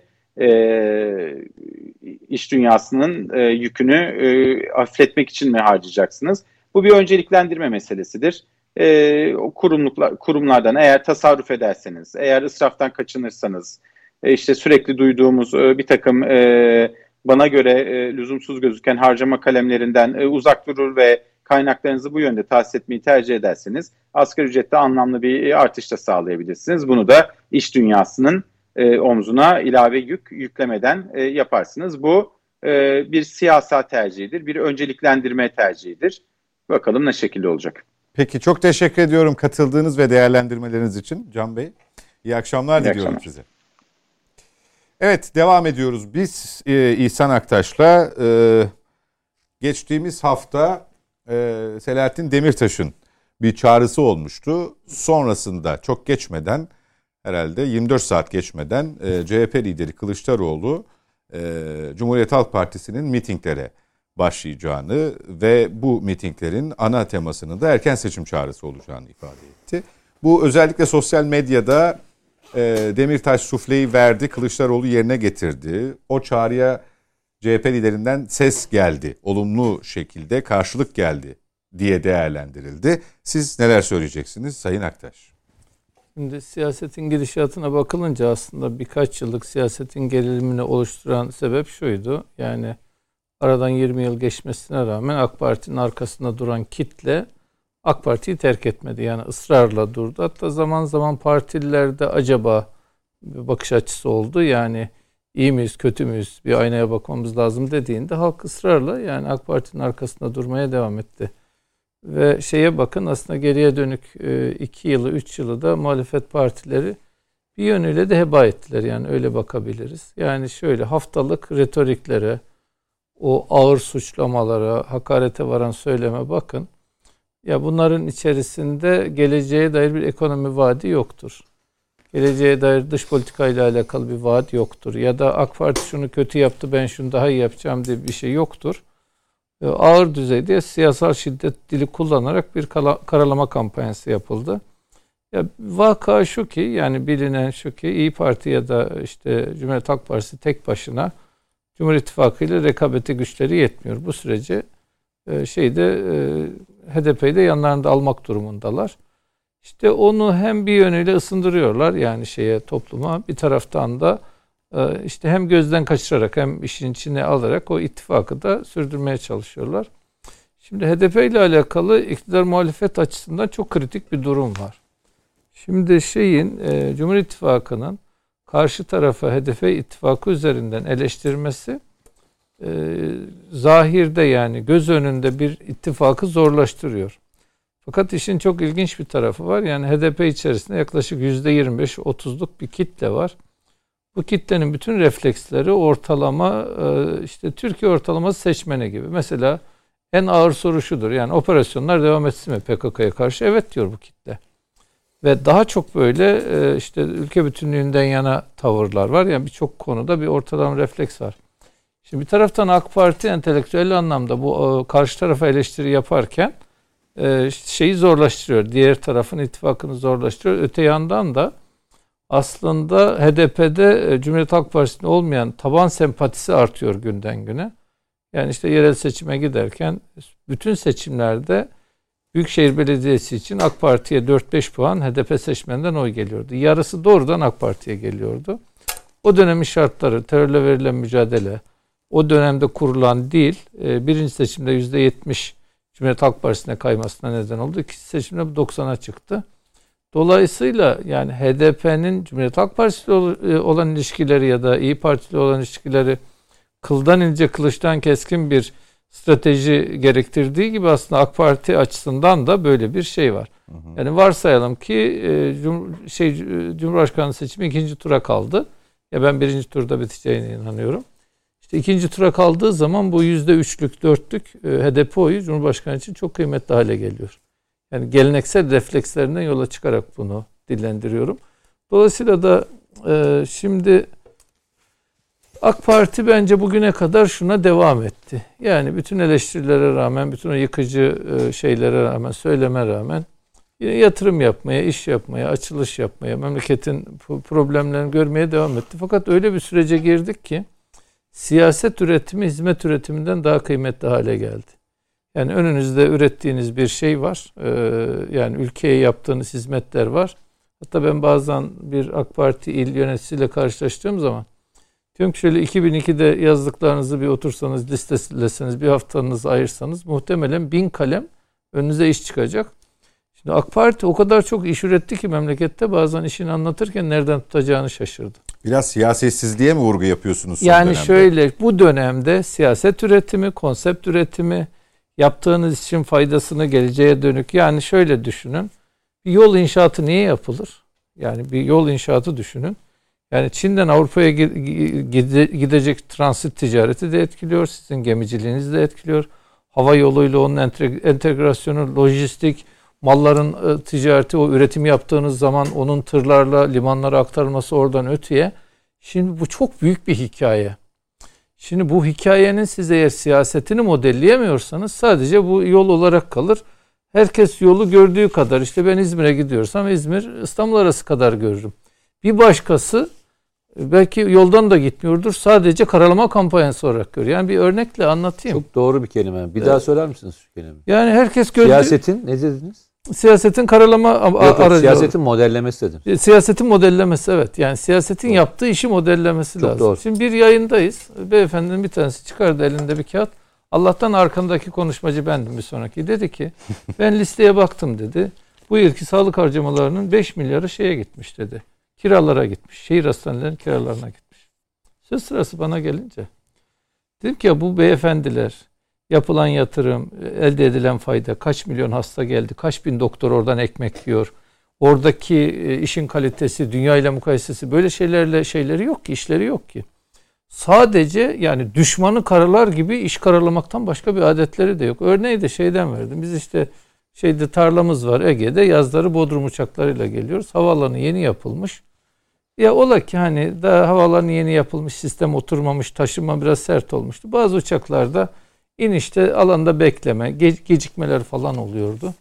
iş dünyasının yükünü hafifletmek için mi harcayacaksınız? Bu bir önceliklendirme meselesidir. E, kurumluklar, kurumlardan eğer tasarruf ederseniz, eğer israftan kaçınırsanız, e, işte sürekli duyduğumuz e, bir takım e, bana göre e, lüzumsuz gözüken harcama kalemlerinden e, uzak durur ve kaynaklarınızı bu yönde tahsis etmeyi tercih ederseniz asgari ücrette anlamlı bir e, artış da sağlayabilirsiniz. Bunu da iş dünyasının e, omzuna ilave yük yüklemeden e, yaparsınız. Bu e, bir siyasal tercihidir, bir önceliklendirme tercihidir. Bakalım ne şekilde olacak. Peki çok teşekkür ediyorum katıldığınız ve değerlendirmeleriniz için Can Bey. İyi akşamlar İyi diliyorum akşamlar. size. Evet devam ediyoruz. Biz e, İhsan Aktaş'la e, geçtiğimiz hafta e, Selahattin Demirtaş'ın bir çağrısı olmuştu. Sonrasında çok geçmeden herhalde yirmi dört saat geçmeden e, C H P lideri Kılıçdaroğlu e, Cumhuriyet Halk Partisi'nin mitinglere başlayacağını ve bu mitinglerin ana temasının da erken seçim çağrısı olacağını ifade etti. Bu özellikle sosyal medyada e, Demirtaş sufleyi verdi, Kılıçdaroğlu yerine getirdi. O çağrıya C H P liderinden ses geldi, olumlu şekilde karşılık geldi diye değerlendirildi. Siz neler söyleyeceksiniz Sayın Aktaş? Şimdi siyasetin gidişatına bakılınca aslında birkaç yıllık siyasetin gerilimini oluşturan sebep şuydu. Yani aradan yirmi yıl geçmesine rağmen AK Parti'nin arkasında duran kitle AK Parti'yi terk etmedi. Yani ısrarla durdu. Hatta zaman zaman partilerde acaba bir bakış açısı oldu. Yani iyi miyiz, kötü müyüz, bir aynaya bakmamız lazım dediğinde halk ısrarla yani AK Parti'nin arkasında durmaya devam etti. Ve şeye bakın, aslında geriye dönük iki yılı, üç yılı da muhalefet partileri bir yönüyle de heba ettiler. Yani öyle bakabiliriz. Yani şöyle haftalık retoriklere, o ağır suçlamalara, hakarete varan söyleme bakın. Ya bunların içerisinde geleceğe dair bir ekonomi vaadi yoktur. Geleceğe dair dış politikayla alakalı bir vaat yoktur. Ya da AK Parti şunu kötü yaptı, ben şunu daha iyi yapacağım diye bir şey yoktur. Ağır düzeyde siyasal şiddet dili kullanarak bir karalama kampanyası yapıldı. Ya vaka şu ki, yani bilinen şu ki İYİ Parti ya da işte Cumhuriyet Halk Partisi tek başına Cumhur İttifakı ile rekabeti güçleri yetmiyor. Bu sürece e, şeyde e, H D P'yi de yanlarında almak durumundalar. İşte onu hem bir yönüyle ısındırıyorlar yani şeye, topluma, bir taraftan da e, işte hem gözden kaçırarak hem işin içine alarak o ittifakı da sürdürmeye çalışıyorlar. Şimdi H D P ile alakalı iktidar muhalefet açısından çok kritik bir durum var. Şimdi şeyin e, Cumhur İttifakı'nın karşı tarafa H D P ittifakı üzerinden eleştirmesi e, zahirde yani göz önünde bir ittifakı zorlaştırıyor. Fakat işin çok ilginç bir tarafı var. Yani H D P içerisinde yaklaşık yüzde yirmi beş otuzluk bir kitle var. Bu kitlenin bütün refleksleri ortalama işte Türkiye ortalaması seçmeni gibi. Mesela en ağır soru şudur. Yani operasyonlar devam etsin mi P K K'ya karşı? Evet diyor bu kitle. Ve daha çok böyle işte ülke bütünlüğünden yana tavırlar var. Yani birçok konuda bir ortalama refleks var. Şimdi bir taraftan AK Parti entelektüel anlamda bu karşı tarafa eleştiri yaparken şeyi zorlaştırıyor. Diğer tarafın ittifakını zorlaştırıyor. Öte yandan da aslında H D P'de Cumhuriyet Halk Partisi'nde olmayan taban sempatisi artıyor günden güne. Yani işte yerel seçime giderken bütün seçimlerde Büyükşehir Belediyesi için AK Parti'ye dört beş puan, H D P seçmeninden oy geliyordu. Yarısı doğrudan AK Parti'ye geliyordu. O dönemin şartları, terörle verilen mücadele, o dönemde kurulan dil birinci seçimde yüzde yetmiş Cumhuriyet Halk Partisi'ne kaymasına neden oldu. İkinci seçimde doksana çıktı. Dolayısıyla yani H D P'nin Cumhuriyet Halk Partisi ile olan ilişkileri ya da İYİ Parti ile olan ilişkileri kıldan ince, kılıçtan keskin bir strateji gerektirdiği gibi aslında AK Parti açısından da böyle bir şey var. Hı hı. Yani varsayalım ki e, cum, şey Cumhurbaşkanlığı seçimi ikinci tura kaldı. Ya ben birinci turda biteceğine inanıyorum. İşte ikinci tura kaldığı zaman bu yüzde üçlük, dörtlük e, H D P oyu Cumhurbaşkanı için çok kıymetli hale geliyor. Yani geleneksel reflekslerinden yola çıkarak bunu dillendiriyorum. Dolayısıyla da e, şimdi AK Parti bence bugüne kadar şuna devam etti. Yani bütün eleştirilere rağmen, bütün o yıkıcı e, şeylere rağmen, söyleme rağmen yine yatırım yapmaya, iş yapmaya, açılış yapmaya, memleketin problemlerini görmeye devam etti. Fakat öyle bir sürece girdik ki siyaset üretimi hizmet üretiminden daha kıymetli hale geldi. Yani önünüzde ürettiğiniz bir şey var. Ee, yani ülkeye yaptığınız hizmetler var. Hatta ben bazen bir AK Parti il yöneticisiyle karşılaştığım zaman diyorum ki şöyle iki bin ikide yazdıklarınızı bir otursanız, listeleseniz, bir haftanızı ayırsanız muhtemelen bin kalem önünüze iş çıkacak. Şimdi AK Parti o kadar çok iş üretti ki memlekette bazen işini anlatırken nereden tutacağını şaşırdı. Biraz siyasetsizliğe mi vurgu yapıyorsunuz son yani dönemde? şöyle, bu dönemde siyaset üretimi, konsept üretimi, yaptığınız için faydasını geleceğe dönük. Yani şöyle düşünün. Bir yol inşaatı niye yapılır? Yani bir yol inşaatı düşünün. Yani Çin'den Avrupa'ya gidecek transit ticareti de etkiliyor. Sizin gemiciliğinizi de etkiliyor. Hava yoluyla onun entegrasyonu, lojistik, malların ticareti, o üretim yaptığınız zaman onun tırlarla limanlara aktarılması, oradan öteye. Şimdi bu çok büyük bir hikaye. Şimdi bu hikayenin siz eğer siyasetini modelleyemiyorsanız sadece bu yol olarak kalır. Herkes yolu gördüğü kadar, işte ben İzmir'e gidiyorsam İzmir İstanbul arası kadar görürüm. Bir başkası belki yoldan da gitmiyordur, sadece karalama kampanyası olarak görüyor. Yani bir örnekle anlatayım. Çok doğru bir kelime. Bir evet. daha söyler misiniz şu kelimeyi? Yani herkes gördüğü... Siyasetin ne dediniz? Siyasetin karalama yok, aracı. Siyasetin modellemesi dedim. Siyasetin modellemesi, evet. Yani siyasetin doğru. yaptığı işi modellemesi Çok lazım. Doğru. Şimdi bir yayındayız. Beyefendinin bir tanesi çıkardı elinde bir kağıt. Allah'tan arkandaki konuşmacı bendim bir sonraki. Dedi ki ben listeye baktım dedi. Bu yılki sağlık harcamalarının beş milyarı şeye gitmiş dedi. Kiralara gitmiş. Şehir hastanelerinin kiralarına gitmiş. Söz sırası bana gelince. Dedim ki ya bu beyefendiler yapılan yatırım, elde edilen fayda, kaç milyon hasta geldi, kaç bin doktor oradan ekmek yiyor. Oradaki işin kalitesi, dünya ile mukayesesi böyle şeylerle şeyleri yok ki, işleri yok ki. Sadece yani düşmanı karalar gibi iş karalamaktan başka bir adetleri de yok. Örneği de şeyden verdim. Biz işte şeyde tarlamız var Ege'de, yazları Bodrum uçaklarıyla geliyoruz. Havaalanı yeni yapılmış. Ya ola ki hani daha havaalanı yeni yapılmış, sistem oturmamış, taşıma biraz sert olmuştu. Bazı uçaklarda inişte alanda bekleme, ge- gecikmeler falan oluyordu.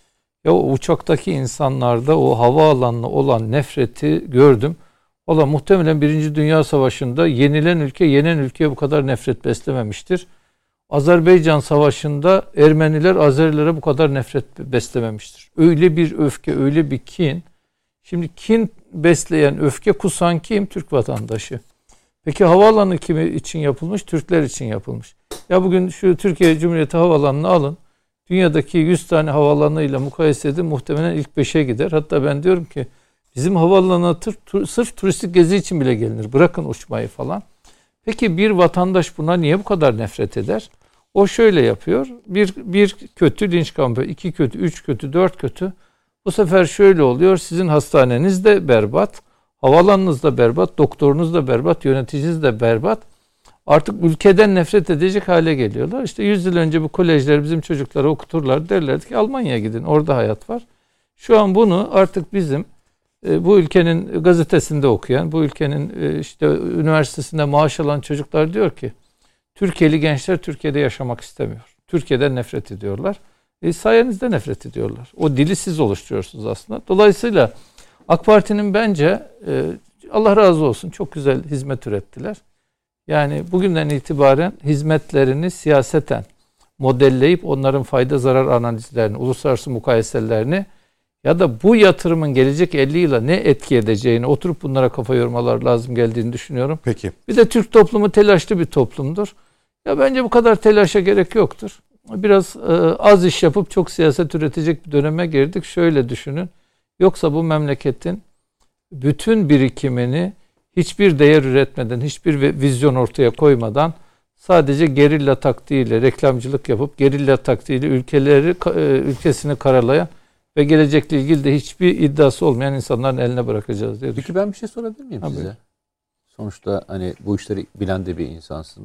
Ya o uçaktaki insanlarda o havaalanına olan nefreti gördüm. Valla muhtemelen Birinci Dünya Savaşı'nda yenilen ülke yenen ülkeye bu kadar nefret beslememiştir. Azerbaycan Savaşı'nda Ermeniler Azerilere bu kadar nefret beslememiştir. Öyle bir öfke, öyle bir kin. Şimdi kin besleyen, öfke kusan kim? Türk vatandaşı. Peki havaalanı kimi için yapılmış? Türkler için yapılmış. Ya bugün şu Türkiye Cumhuriyeti Havaalanı'nı alın. Dünyadaki yüz tane havaalanıyla mukayese edin, muhtemelen ilk beşe gider. Hatta ben diyorum ki bizim havaalanına tır, sırf turistik gezi için bile gelinir. Bırakın uçmayı falan. Peki bir vatandaş buna niye bu kadar nefret eder? O şöyle yapıyor. Bir, bir kötü linç kampı, iki kötü, üç kötü, dört kötü. Bu sefer şöyle oluyor. Sizin hastaneniz de berbat, havaalanınız da berbat, doktorunuz da berbat, yöneticiniz de berbat. Artık ülkeden nefret edecek hale geliyorlar. İşte yüz yıl önce bu kolejler bizim çocukları okuturlar. Derlerdi ki Almanya'ya gidin, orada hayat var. Şu an bunu artık bizim e, bu ülkenin gazetesinde okuyan, bu ülkenin e, işte üniversitesinde maaş alan çocuklar diyor ki Türkiye'li gençler Türkiye'de yaşamak istemiyor. Türkiye'den nefret ediyorlar. E, sayenizde nefret ediyorlar. O dili siz oluşturuyorsunuz aslında. Dolayısıyla AK Parti'nin bence e, Allah razı olsun çok güzel hizmet ürettiler. Yani bugünden itibaren hizmetlerini siyaseten modelleyip onların fayda zarar analizlerini, uluslararası mukayeselerini ya da bu yatırımın gelecek elli yıla ne etki edeceğini oturup bunlara kafa yormalar lazım geldiğini düşünüyorum. Peki. Bir de Türk toplumu telaşlı bir toplumdur. Ya bence bu kadar telaşa gerek yoktur. Biraz e, az iş yapıp çok siyaset üretecek bir döneme girdik. Şöyle düşünün. Yoksa bu memleketin bütün birikimini hiçbir değer üretmeden, hiçbir vizyon ortaya koymadan sadece gerilla taktiğiyle reklamcılık yapıp gerilla taktiğiyle ülkeleri ülkesini karalayan ve gelecekle ilgili de hiçbir iddiası olmayan insanların eline bırakacağız diye düşünüyorum. Peki ben bir şey sorabilir miyim Tabii. size? Sonuçta hani bu işleri bilen de bir insansınız.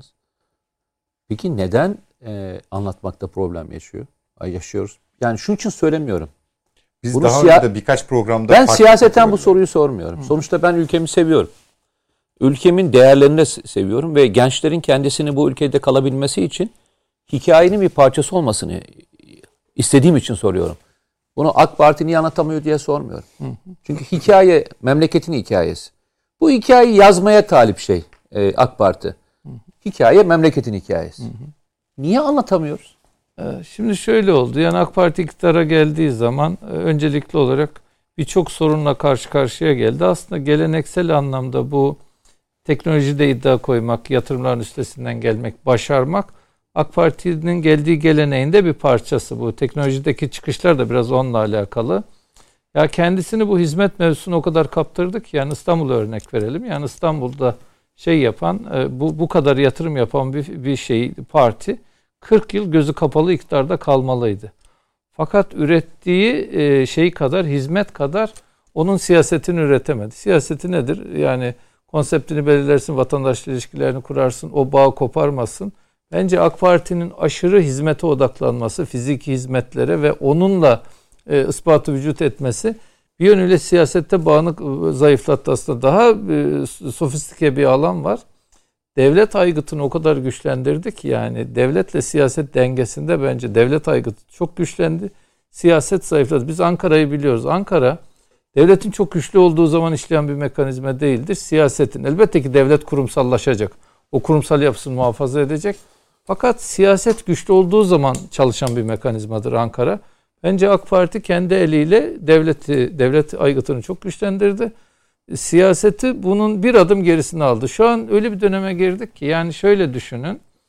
Peki neden e, anlatmakta problem yaşıyor? Ay yaşıyoruz. Yani şunun için söylemiyorum. Biz Bunu daha siya- önce de birkaç programda... Ben siyaseten bu böyle. soruyu sormuyorum. Hı. Sonuçta ben ülkemi seviyorum. Ülkemin değerlerini de seviyorum ve gençlerin kendisini bu ülkede kalabilmesi için hikayenin bir parçası olmasını istediğim için soruyorum. Bunu AK Parti niye anlatamıyor diye sormuyorum. Hı hı. Çünkü hikaye memleketin hikayesi. Bu hikayeyi yazmaya talip şey e, AK Parti. Hı hı. Hikaye memleketin hikayesi. Hı hı. Niye anlatamıyoruz? Şimdi şöyle oldu. Yani AK Parti iktidara geldiği zaman öncelikli olarak birçok sorunla karşı karşıya geldi. Aslında geleneksel anlamda bu teknolojide iddia koymak, yatırımların üstesinden gelmek, başarmak AK Parti'nin geldiği geleneğinde bir parçası. Bu teknolojideki çıkışlar da biraz onunla alakalı. Ya kendisini bu hizmet mevzusuna o kadar kaptırdı ki, yani İstanbul'a örnek verelim. Yani İstanbul'da şey yapan, bu bu kadar yatırım yapan bir bir şey parti kırk yıl gözü kapalı iktidarda kalmalıydı. Fakat ürettiği şey kadar, hizmet kadar onun siyasetini üretemedi. Siyaseti nedir? Yani konseptini belirlersin, vatandaşla ilişkilerini kurarsın, o bağı koparmasın. Bence AK Parti'nin aşırı hizmete odaklanması, fiziki hizmetlere ve onunla e, ispatı vücut etmesi bir yönüyle siyasette bağını zayıflattı aslında. Daha e, sofistike bir alan var. Devlet aygıtını o kadar güçlendirdi ki, yani devletle siyaset dengesinde bence devlet aygıtı çok güçlendi. Siyaset zayıfladı. Biz Ankara'yı biliyoruz. Ankara devletin çok güçlü olduğu zaman işleyen bir mekanizma değildir. Siyasetin. Elbette ki devlet kurumsallaşacak. O kurumsal yapısını muhafaza edecek. Fakat siyaset güçlü olduğu zaman çalışan bir mekanizmadır Ankara. Bence AK Parti kendi eliyle devleti, devlet aygıtını çok güçlendirdi. Siyaseti bunun bir adım gerisine aldı. Şu an öyle bir döneme girdik ki, yani şöyle düşünün.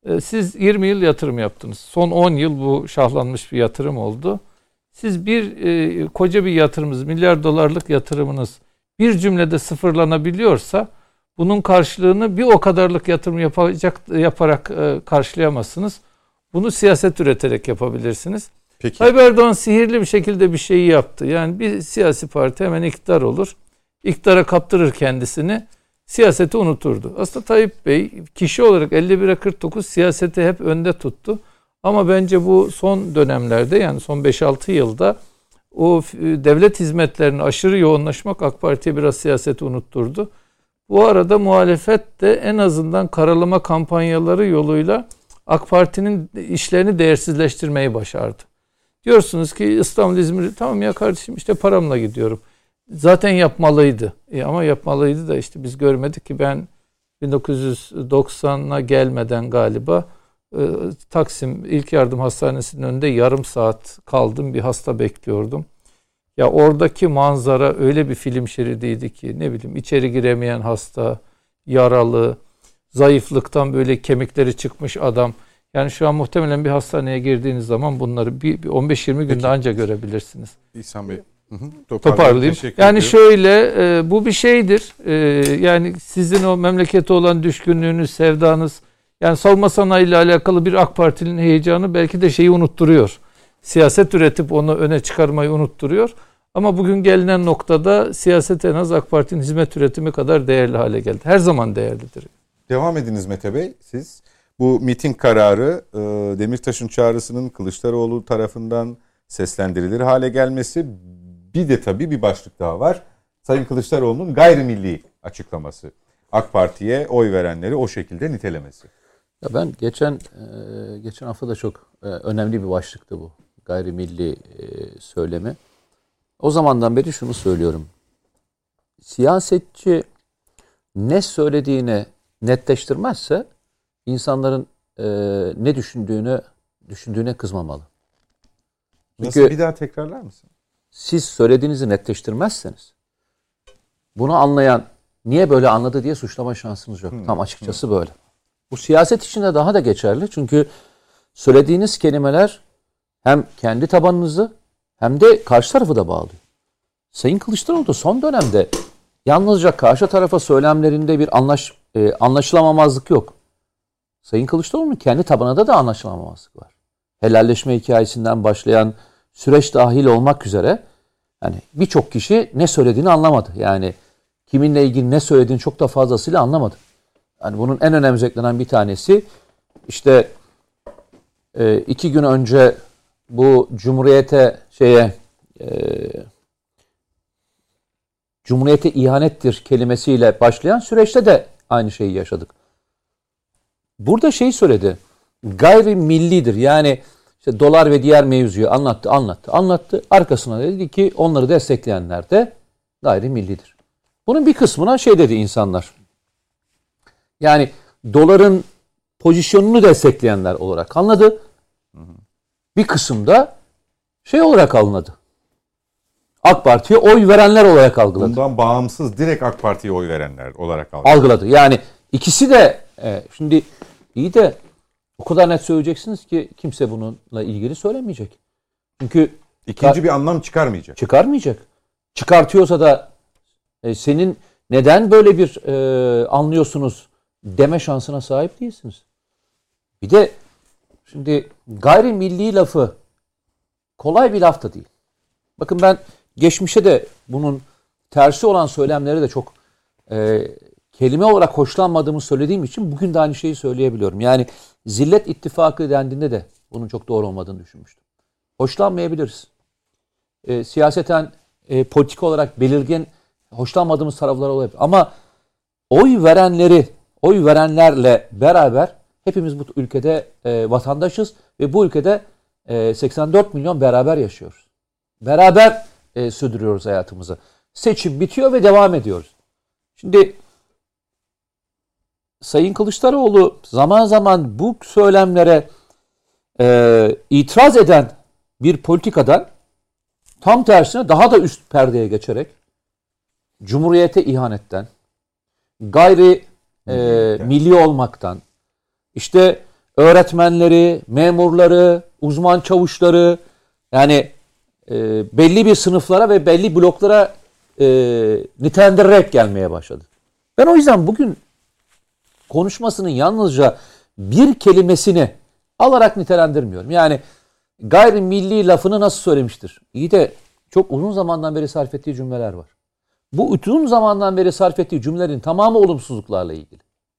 Siz yirmi yıl yatırım yaptınız. Son on yıl bu şahlanmış bir yatırım oldu. Siz bir e, koca bir yatırımınız, milyar dolarlık yatırımınız bir cümlede sıfırlanabiliyorsa bunun karşılığını bir o kadarlık yatırım yapacak yaparak e, karşılayamazsınız. Bunu siyaset üreterek yapabilirsiniz. Peki. Tayyip Erdoğan sihirli bir şekilde bir şeyi yaptı. Yani bir siyasi parti hemen iktidar olur. İktidara kaptırır kendisini. Siyaseti unuturdu. Aslında Tayyip Bey kişi olarak elli bire kırk dokuz siyaseti hep önde tuttu. Ama bence bu son dönemlerde yani son beş altı yılda o devlet hizmetlerine aşırı yoğunlaşmak AK Parti'ye biraz siyaseti unutturdu. Bu arada muhalefet de en azından karalama kampanyaları yoluyla AK Parti'nin işlerini değersizleştirmeyi başardı. Diyorsunuz ki İstanbul, İzmir, tamam ya kardeşim işte paramla gidiyorum. Zaten yapmalıydı. E ama yapmalıydı da işte biz görmedik ki. Ben bin dokuz yüz doksana gelmeden galiba e, Taksim İlk Yardım Hastanesi'nin önünde yarım saat kaldım. Bir hasta bekliyordum. Ya oradaki manzara öyle bir film şeridiydi ki ne bileyim içeri giremeyen hasta, yaralı, zayıflıktan böyle kemikleri çıkmış adam. Yani şu an muhtemelen bir hastaneye girdiğiniz zaman bunları bir, bir on beş yirmi günde anca görebilirsiniz. İhsan Bey. Hı hı. Toparlayayım. Yani şöyle e, bu bir şeydir. E, yani sizin o memlekete olan düşkünlüğünüz, sevdanız, yani savunma sanayi ile alakalı bir AK Parti'nin heyecanı belki de şeyi unutturuyor. Siyaset üretip onu öne çıkarmayı unutturuyor. Ama bugün gelinen noktada siyaset en az AK Parti'nin hizmet üretimi kadar değerli hale geldi. Her zaman değerlidir. Devam ediniz Mete Bey. Siz bu miting kararı e, Demirtaş'ın çağrısının Kılıçdaroğlu tarafından seslendirilir hale gelmesi, bir de tabii bir başlık daha var. Sayın Kılıçdaroğlu'nun gayrimilli açıklaması. AK Parti'ye oy verenleri o şekilde nitelemesi. Ya ben geçen e, geçen hafta da çok e, önemli bir başlıktı bu. Gayrimilli e, söylemi. O zamandan beri şunu söylüyorum. Siyasetçi ne söylediğini netleştirmezse insanların e, ne düşündüğünü düşündüğüne kızmamalı. Çünkü nasıl, bir daha tekrarlar mısın? Siz söylediğinizi netleştirmezseniz bunu anlayan niye böyle anladı diye suçlama şansınız yok. Hmm. Tam açıkçası hmm. böyle. Bu siyaset içinde daha da geçerli. Çünkü söylediğiniz kelimeler hem kendi tabanınızı hem de karşı tarafı da bağlıyor. Sayın Kılıçdaroğlu da son dönemde yalnızca karşı tarafa söylemlerinde bir anlaş, e, anlaşılamamazlık yok. Sayın Kılıçdaroğlu'nun kendi tabanında da anlaşılamamazlık var. Helalleşme hikayesinden başlayan süreç dahil olmak üzere yani birçok kişi ne söylediğini anlamadı. Yani kiminle ilgili ne söylediğini çok da fazlasıyla anlamadı. Yani bunun en önemli eklenen bir tanesi işte e, iki gün önce bu Cumhuriyete şeye e, Cumhuriyete ihanettir kelimesiyle başlayan süreçte de aynı şeyi yaşadık. Burada şey söyledi. Gayrimillidir. Yani işte dolar ve diğer mevzuyu anlattı, anlattı, anlattı. Arkasına dedi ki onları destekleyenler de gayrimillidir. Bunun bir kısmına şey dedi insanlar. Yani doların pozisyonunu destekleyenler olarak anladı. Bir kısımda şey olarak anladı. AK Parti'ye oy verenler olarak algıladı. Bundan bağımsız direkt AK Parti'ye oy verenler olarak algıladı. Algıladı. Yani ikisi de e, şimdi iyi de o kadar net söyleyeceksiniz ki kimse bununla ilgili söylemeyecek. Çünkü ikinci bir anlam çıkarmayacak. Çıkarmayacak. Çıkartıyorsa da e, senin neden böyle bir e, anlıyorsunuz deme şansına sahip değilsiniz. Bir de şimdi gayrimilli lafı kolay bir laf da değil. Bakın ben geçmişte de bunun tersi olan söylemleri de çok e, kelime olarak hoşlanmadığımı söylediğim için bugün de aynı şeyi söyleyebiliyorum. Yani Zillet İttifakı dendiğinde de bunun çok doğru olmadığını düşünmüştüm. Hoşlanmayabiliriz. E, siyaseten, e, politik olarak belirgin hoşlanmadığımız taraflar olabilir. Ama oy verenleri, oy verenlerle beraber hepimiz bu ülkede e, vatandaşız ve bu ülkede e, seksen dört milyon beraber yaşıyoruz. Beraber e, sürdürüyoruz hayatımızı. Seçim bitiyor ve devam ediyoruz. Şimdi Sayın Kılıçdaroğlu zaman zaman bu söylemlere e, itiraz eden bir politikadan tam tersine daha da üst perdeye geçerek Cumhuriyete ihanetten, gayri e, milli olmaktan, işte öğretmenleri, memurları, uzman çavuşları, yani e, belli bir sınıflara ve belli bloklara e, nitelendirerek gelmeye başladı. Ben o yüzden bugün konuşmasının yalnızca bir kelimesini alarak nitelendirmiyorum. Yani gayrimilli lafını nasıl söylemiştir? İyi de çok uzun zamandan beri sarf ettiği cümleler var. Bu uzun zamandan beri sarf ettiği cümlelerin tamamı olumsuzluklarla ilgili.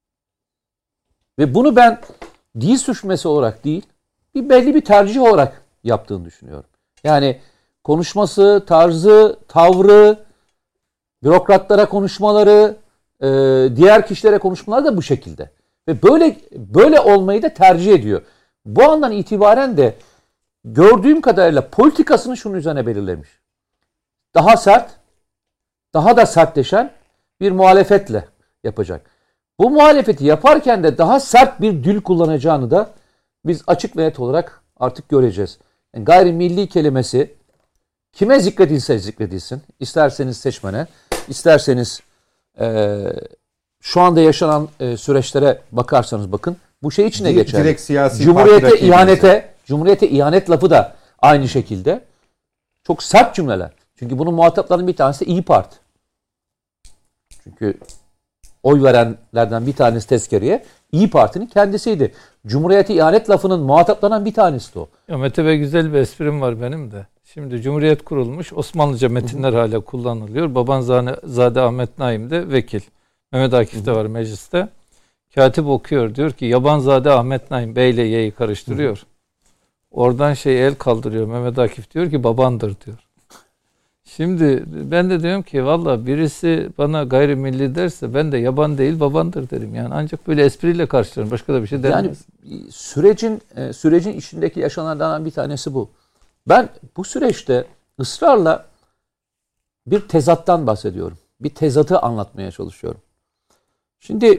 Ve bunu ben dil suçması olarak değil, bir belli bir tercih olarak yaptığını düşünüyorum. Yani konuşması, tarzı, tavrı, bürokratlara konuşmaları, e, diğer kişilere konuşmaları da bu şekilde. Ve böyle böyle olmayı da tercih ediyor. Bu andan itibaren de gördüğüm kadarıyla politikasını şunun üzerine belirlemiş. Daha sert, daha da sertleşen bir muhalefetle yapacak. Bu muhalefeti yaparken de daha sert bir dil kullanacağını da biz açık ve net olarak artık göreceğiz. Yani gayrimilli kelimesi kime zikredilse zikredilsin, isterseniz seçmene, isterseniz e, şu anda yaşanan e, süreçlere bakarsanız bakın, bu şey içine Direkt, geçer. direkt siyasi Cumhuriyete ihanete, Cumhuriyete ihanet lafı da aynı şekilde. Çok sert cümleler. Çünkü bunun muhataplarının bir tanesi İYİ Parti. Çünkü oy verenlerden bir tanesi tezkereye İYİ Parti'nin kendisiydi. Cumhuriyete ihanet lafının muhataplarından bir tanesi de o. Ya Mete Bey, güzel bir esprim var benim de. Şimdi Cumhuriyet kurulmuş, Osmanlıca metinler hı hı. hala kullanılıyor. Babanzade Ahmet Naim de vekil. Mehmet Akif de var mecliste. Katip okuyor, diyor ki Yabanzade Ahmet Naim Bey ile Y'yi karıştırıyor. Hı hı. Oradan şey el kaldırıyor. Mehmet Akif diyor ki babandır diyor. Şimdi ben de diyorum ki valla birisi bana gayrimilli derse ben de yaban değil babandır derim. Yani ancak böyle espriyle karşılarım. Başka da bir şey denmez. Yani sürecin sürecin içindeki yaşananlardan bir tanesi bu. Ben bu süreçte ısrarla bir tezattan bahsediyorum. Bir tezatı anlatmaya çalışıyorum. Şimdi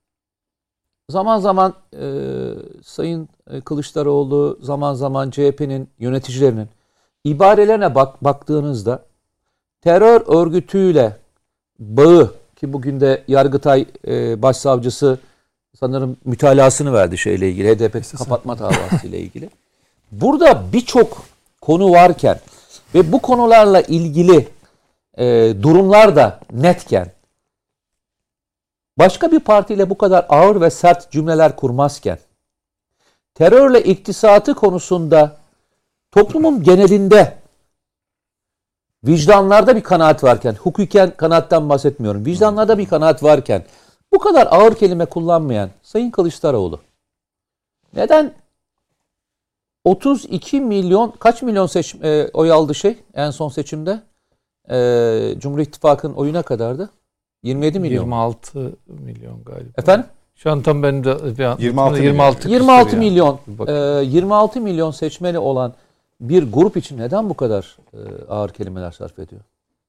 zaman zaman e, Sayın Kılıçdaroğlu, zaman zaman C H P'nin yöneticilerinin ibarelerine bak, baktığınızda terör örgütüyle bağı, ki bugün de Yargıtay e, Başsavcısı sanırım mütalasını verdi şeyle ilgili, H D P kapatma davası ile ilgili. Burada birçok konu varken ve bu konularla ilgili e, durumlar da netken, başka bir partiyle bu kadar ağır ve sert cümleler kurmazken, terörle iktisatı konusunda toplumun genelinde vicdanlarda bir kanaat varken, hukuken kanaatten bahsetmiyorum, vicdanlarda bir kanaat varken bu kadar ağır kelime kullanmayan Sayın Kılıçdaroğlu neden otuz iki milyon, kaç milyon seç, e, oy aldı şey en son seçimde? E, Cumhur İttifakı'nın oyuna kadardı. yirmi yedi milyon. yirmi altı milyon galiba. Efendim? Şu an tam ben de bir yirmi altı yirmi altı, yirmi altı milyon. E, yirmi altı milyon seçmeni olan bir grup için neden bu kadar e, ağır kelimeler sarf ediyor?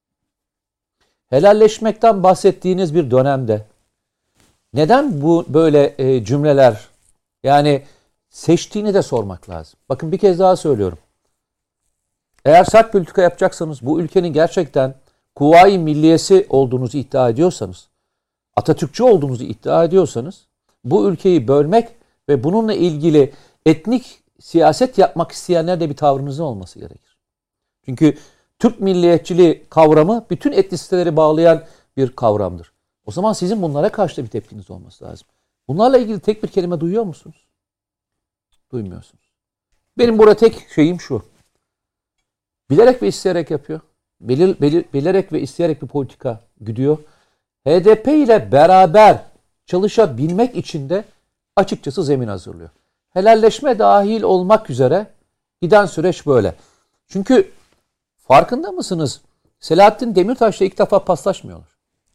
Helalleşmekten bahsettiğiniz bir dönemde neden bu böyle e, cümleler, yani seçtiğini de sormak lazım. Bakın bir kez daha söylüyorum. Eğer sert politika yapacaksanız, bu ülkenin gerçekten Kuvayi Milliyesi olduğunuzu iddia ediyorsanız, Atatürkçü olduğunuzu iddia ediyorsanız, bu ülkeyi bölmek ve bununla ilgili etnik siyaset yapmak isteyenler de bir tavrınızın olması gerekir. Çünkü Türk milliyetçiliği kavramı bütün etnisiteleri bağlayan bir kavramdır. O zaman sizin bunlara karşı da bir tepkiniz olması lazım. Bunlarla ilgili tek bir kelime duyuyor musunuz? Duymuyorsunuz. Benim burada tek şeyim şu. Bilerek ve isteyerek yapıyor. Belir, belir, bilerek ve isteyerek bir politika güdüyor. H D P ile beraber çalışabilmek için de açıkçası zemin hazırlıyor. Helalleşme dahil olmak üzere giden süreç böyle. Çünkü farkında mısınız? Selahattin Demirtaş'la ilk defa paslaşmıyorlar.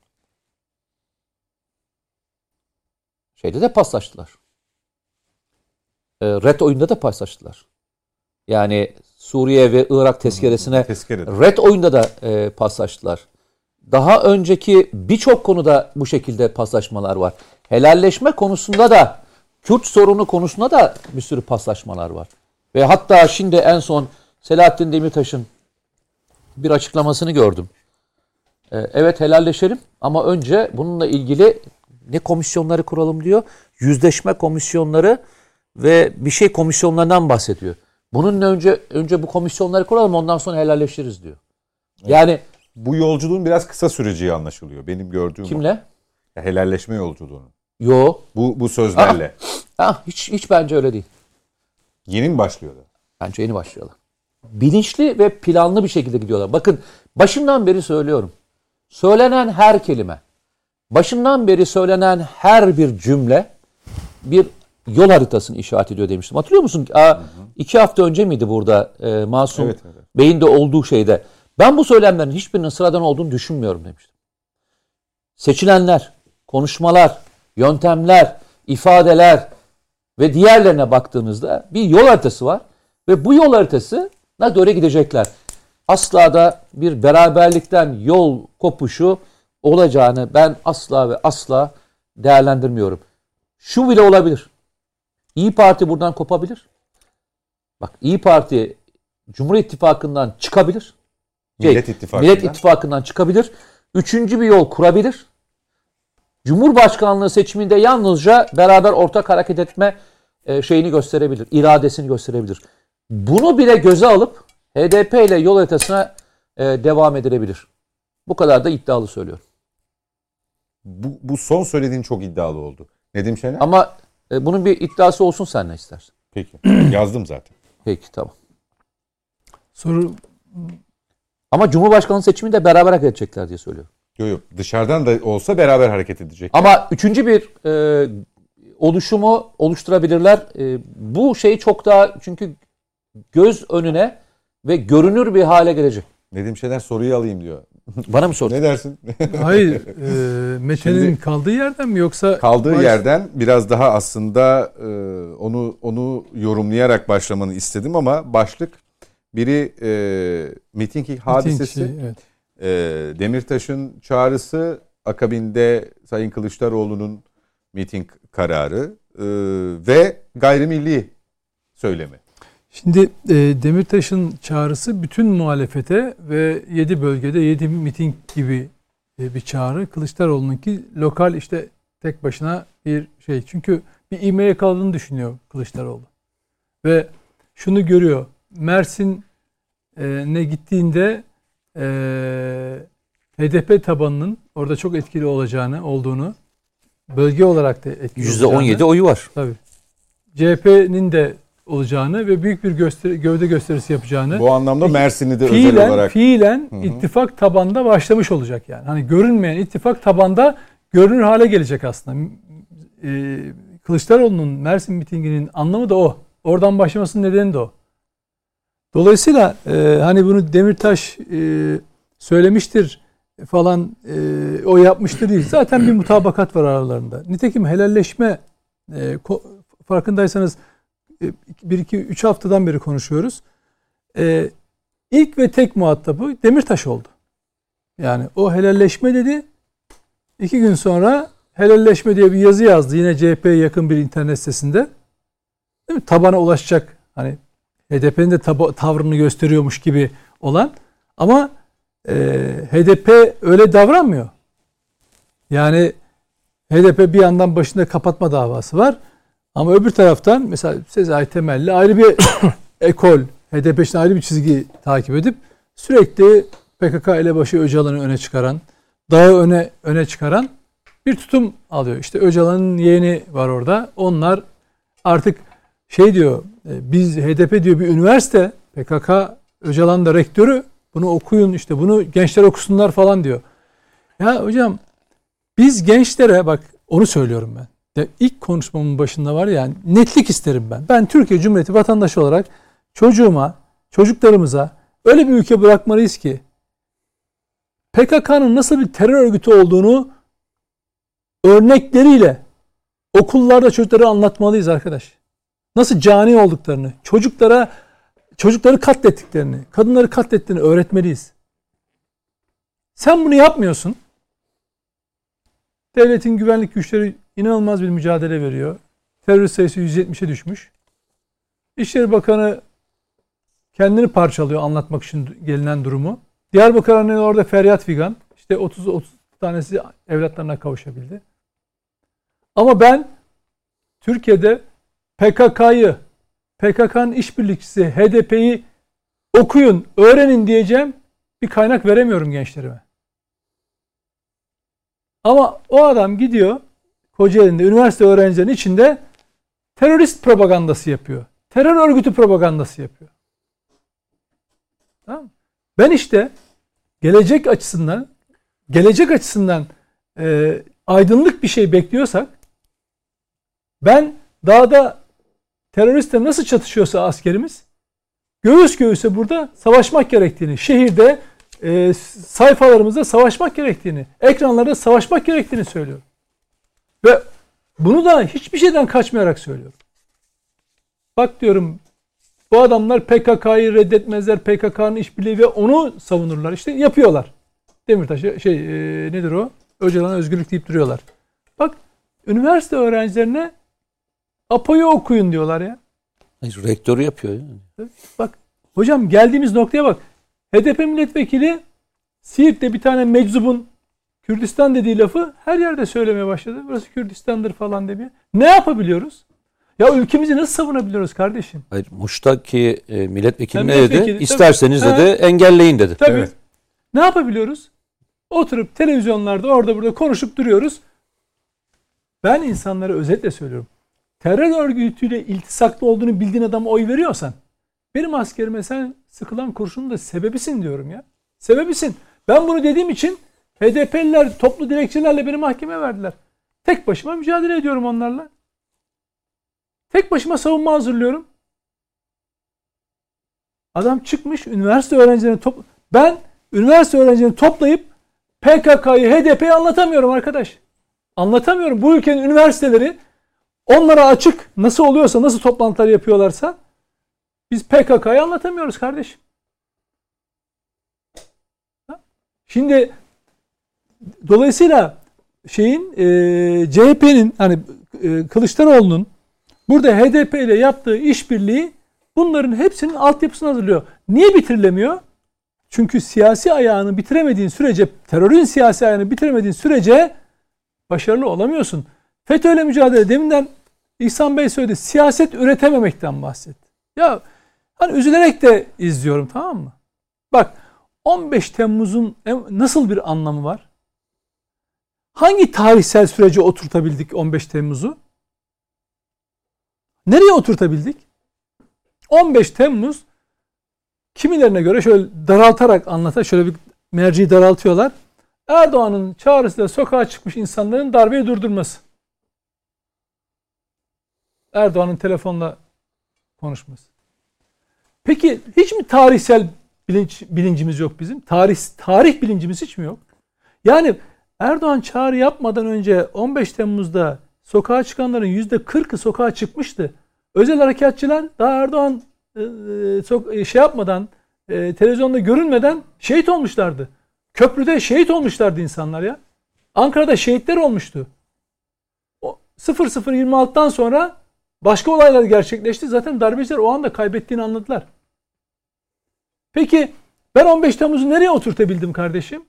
Şeyde de paslaştılar. E, Red oyunda da paslaştılar. Yani Suriye ve Irak tezkeresine Red oyunda da e, paslaştılar. Daha önceki birçok konuda bu şekilde paslaşmalar var. Helalleşme konusunda da, Kürt sorunu konusunda da bir sürü paslaşmalar var. Ve hatta şimdi en son Selahattin Demirtaş'ın bir açıklamasını gördüm. Ee, evet helalleşelim ama önce bununla ilgili ne komisyonları kuralım diyor. Yüzleşme komisyonları ve bir şey komisyonlarından bahsediyor. Bunun önce önce bu komisyonları kuralım, ondan sonra helalleşiriz diyor. Yani bu yolculuğun biraz kısa süreceği anlaşılıyor benim gördüğüm. Kimle? O. Helalleşme yolculuğunun. Yo. Bu bu sözlerle. Ah, ah, hiç hiç bence öyle değil. Yeni mi başlıyorlar? Bence yeni başlıyorlar. Bilinçli ve planlı bir şekilde gidiyorlar. Bakın başından beri söylüyorum. Söylenen her kelime, başından beri söylenen her bir cümle bir yol haritasını işaret ediyor demiştim. Hatırlıyor musun? Aa, hı hı. İki hafta önce miydi burada e, Masum evet, evet. Bey'in de olduğu şeyde? Ben bu söylemlerin hiçbirinin sıradan olduğunu düşünmüyorum demiştim. Seçilenler, konuşmalar, yöntemler, ifadeler ve diğerlerine baktığınızda bir yol haritası var. Ve bu yol haritasına doğru gidecekler. Asla da bir beraberlikten yol kopuşu olacağını ben asla ve asla değerlendirmiyorum. Şu bile olabilir. İYİ Parti buradan kopabilir. Bak İYİ Parti Cumhur İttifakı'ndan çıkabilir. Millet İttifakı'ndan. Millet İttifakı'ndan çıkabilir. Üçüncü bir yol kurabilir. Cumhurbaşkanlığı seçiminde yalnızca beraber ortak hareket etme şeyini gösterebilir. İradesini gösterebilir. Bunu bile göze alıp H D P ile yol haritasına devam edilebilir. Bu kadar da iddialı söylüyorum. Bu, bu son söylediğin çok iddialı oldu. Nedim Şener? Ama e, bunun bir iddiası olsun, sen ne istersin? Peki. Yazdım zaten. Peki, tamam. Soru... Ama Cumhurbaşkanlığı seçiminde beraber hareket edecekler diye söylüyorum. Yok yok. Dışarıdan da olsa beraber hareket edecekler. Ama üçüncü bir e, oluşumu oluşturabilirler. E, bu şey çok daha çünkü göz önüne ve görünür bir hale gelecek. Nedim Şener soruyu alayım diyor. Bana mı sordun? Ne dersin? Hayır. E, Mete'nin Şimdi, kaldığı yerden mi yoksa? Kaldığı baş... yerden biraz daha aslında e, onu onu yorumlayarak başlamanı istedim ama başlık biri e, miting hadisesi. Miting, evet. e, Demirtaş'ın çağrısı, akabinde Sayın Kılıçdaroğlu'nun miting kararı e, ve gayrimilli söylemi. Şimdi e, Demirtaş'ın çağrısı bütün muhalefete ve yedi bölgede yedi miting gibi e, bir çağrı. Kılıçdaroğlu'nunki lokal, işte tek başına bir şey. Çünkü bir ivmeye kaldığını düşünüyor Kılıçdaroğlu. Ve şunu görüyor. Mersin'e gittiğinde e, H D P tabanının orada çok etkili olacağını, olduğunu, bölge olarak da etkili yüzde on yedi oyu var. Tabii. C H P'nin de olacağını ve büyük bir gösteri, gövde gösterisi yapacağını. Bu anlamda Mersin'i de fiilen, özel olarak. Fiilen Hı-hı. ittifak tabanda başlamış olacak yani. Hani görünmeyen ittifak tabanda görünür hale gelecek aslında. Ee, Kılıçdaroğlu'nun Mersin mitinginin anlamı da o. Oradan başlamasının nedeni de o. Dolayısıyla e, hani bunu Demirtaş e, söylemiştir falan, e, o yapmıştır değil. Zaten bir mutabakat var aralarında. Nitekim helalleşme e, ko- farkındaysanız bir iki üç haftadan beri konuşuyoruz. Ee, ilk ve tek muhatabı Demirtaş oldu. Yani o helalleşme dedi. İki gün sonra helalleşme diye bir yazı yazdı. Yine C H P'ye yakın bir internet sitesinde. Değil mi? Tabana ulaşacak. Hani H D P'nin de tab- tavrını gösteriyormuş gibi olan. Ama e, H D P öyle davranmıyor. Yani H D P bir yandan başında kapatma davası var. Ama öbür taraftan mesela Sezai Temelli ayrı bir ekol, H D P için ayrı bir çizgi takip edip sürekli P K K elebaşı Öcalan'ı öne çıkaran, dağı öne öne çıkaran bir tutum alıyor. İşte Öcalan'ın yeğeni var orada. Onlar artık şey diyor, biz H D P diyor bir üniversite, P K K Öcalan da rektörü, bunu okuyun, işte bunu gençler okusunlar falan diyor. Ya hocam biz gençlere, bak onu söylüyorum ben. Ya ilk konuşmamın başında var ya, netlik isterim ben. Ben Türkiye Cumhuriyeti vatandaşı olarak çocuğuma, çocuklarımıza öyle bir ülke bırakmalıyız ki P K K'nın nasıl bir terör örgütü olduğunu örnekleriyle okullarda çocuklara anlatmalıyız arkadaş. Nasıl cani olduklarını, çocuklara çocukları katlettiklerini, kadınları katlettiklerini öğretmeliyiz. Sen bunu yapmıyorsun. Devletin güvenlik güçleri inanılmaz bir mücadele veriyor. Terörist sayısı yüz yetmişe düşmüş. İçişleri Bakanı kendini parçalıyor anlatmak için gelinen durumu. Diyarbakır'ın orada feryat figan. İşte otuz otuz tanesi evlatlarına kavuşabildi. Ama ben Türkiye'de P K K'yı, P K K'nın işbirlikçisi H D P'yi okuyun, öğrenin diyeceğim bir kaynak veremiyorum gençlerime. Ama o adam gidiyor Kocaeli'nde üniversite öğrencilerinin içinde terörist propagandası yapıyor. Terör örgütü propagandası yapıyor. Tamam mı? Ben işte gelecek açısından gelecek açısından e, aydınlık bir şey bekliyorsak ben dağda teröristle nasıl çatışıyorsa askerimiz göğüs göğüse burada savaşmak gerektiğini, şehirde e, sayfalarımızda savaşmak gerektiğini, ekranlarda savaşmak gerektiğini söylüyorum. Ve bunu da hiçbir şeyden kaçmayarak söylüyorum. Bak diyorum bu adamlar P K K'yı reddetmezler, P K K'nın işbirliği ve onu savunurlar. İşte yapıyorlar. Demirtaş şey e, nedir o? Öcalan'a özgürlük deyip duruyorlar. Bak üniversite öğrencilerine Apo'yu okuyun diyorlar ya. Hayır, rektörü yapıyor yani. Bak hocam geldiğimiz noktaya bak. H D P milletvekili Siirt'te bir tane meczubun Kürdistan dediği lafı her yerde söylemeye başladı. Burası Kürdistan'dır falan diye. Ne yapabiliyoruz? Ya ülkemizi nasıl savunabiliyoruz kardeşim? Hayır, Muş'taki e, milletvekili Ha, ne milletvekili, dedi? tabii. İsterseniz Ha. dedi, engelleyin dedi. Tabii. Evet. Ne yapabiliyoruz? Oturup televizyonlarda orada burada konuşup duruyoruz. Ben insanlara özetle söylüyorum. Terör örgütüyle iltisaklı olduğunu bildiğin adama oy veriyorsan benim askerime sen sıkılan kurşunun da sebebisin diyorum ya. Sebebisin. Ben bunu dediğim için H D P'liler toplu dilekçelerle beni mahkemeye verdiler. Tek başıma mücadele ediyorum onlarla. Tek başıma savunma hazırlıyorum. Adam çıkmış üniversite öğrencilerini top ben üniversite öğrencilerini toplayıp P K K'yı, H D P'yi anlatamıyorum arkadaş. Anlatamıyorum. Bu ülkenin üniversiteleri onlara açık. Nasıl oluyorsa, nasıl toplantılar yapıyorlarsa biz P K K'yı anlatamıyoruz kardeşim. Şimdi dolayısıyla şeyin e, C H P'nin hani e, Kılıçdaroğlu'nun burada H D P ile yaptığı işbirliği bunların hepsinin altyapısını hazırlıyor. Niye bitirilemiyor? Çünkü siyasi ayağını bitiremediğin sürece, terörün siyasi ayağını bitiremediğin sürece başarılı olamıyorsun. FETÖ'yle mücadele, deminden İhsan Bey söyledi, siyaset üretememekten bahsetti. Ya hani üzülerek de izliyorum, tamam mı? Bak on beş Temmuz'un nasıl bir anlamı var? Hangi tarihsel sürece oturtabildik on beş Temmuz'u? Nereye oturtabildik? on beş Temmuz kimilerine göre şöyle daraltarak anlatar, şöyle bir merciyi daraltıyorlar. Erdoğan'ın çağrısıyla sokağa çıkmış insanların darbeyi durdurması. Erdoğan'ın telefonla konuşması. Peki hiç mi tarihsel bilinç, bilincimiz yok bizim? Tarih, tarih bilincimiz hiç mi yok? Yani Erdoğan çağrı yapmadan önce on beş Temmuz'da sokağa çıkanların yüzde kırkı sokağa çıkmıştı. Özel harekatçılar daha Erdoğan e, şey yapmadan, e, televizyonda görünmeden şehit olmuşlardı. Köprüde şehit olmuşlardı insanlar ya. Ankara'da şehitler olmuştu. O sıfır sıfır yirmi altıdan sonra başka olaylar gerçekleşti. Zaten darbeciler o anda kaybettiğini anladılar. Peki ben on beş Temmuz'u nereye oturtabildim kardeşim?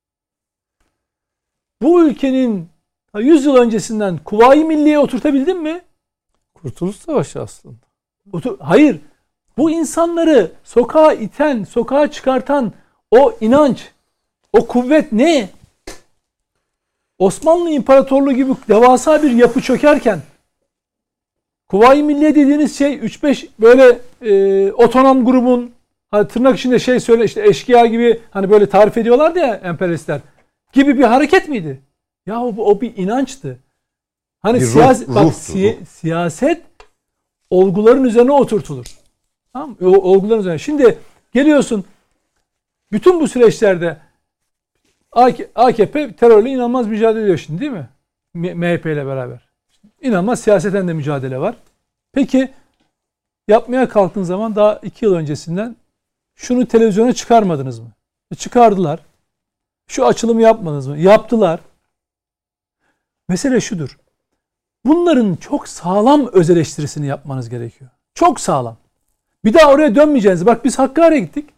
Bu ülkenin yüz yıl öncesinden Kuvayi Milliye'ye oturtabildim mi? Kurtuluş Savaşı aslında. Otur Hayır. Bu insanları sokağa iten, sokağa çıkartan o inanç, o kuvvet ne? Osmanlı İmparatorluğu gibi devasa bir yapı çökerken Kuvayi Milliye dediğiniz şey üç beş böyle e, otonom grubun hani tırnak içinde şey söyle işte eşkıya gibi hani böyle tarif ediyorlardı ya emperyalistler gibi bir hareket miydi? Ya o, o bir inançtı. Hani bir siyaset ruh, bak ruhtu, si- ruh. siyaset olguların üzerine oturtulur. Tamam mı? O olguların üzerine. Şimdi geliyorsun bütün bu süreçlerde A K P terörle inanılmaz mücadele ediyor şimdi değil mi? M H P ile beraber. İnanılmaz siyaseten de mücadele var. Peki yapmaya kalktığın zaman daha iki yıl öncesinden şunu televizyona çıkarmadınız mı? E çıkardılar. Şu açılımı yapmadınız mı? Yaptılar. Mesele şudur. Bunların çok sağlam öz eleştirisini yapmanız gerekiyor. Çok sağlam. Bir daha oraya dönmeyeceğiniz. Bak biz Hakkari'ye gittik.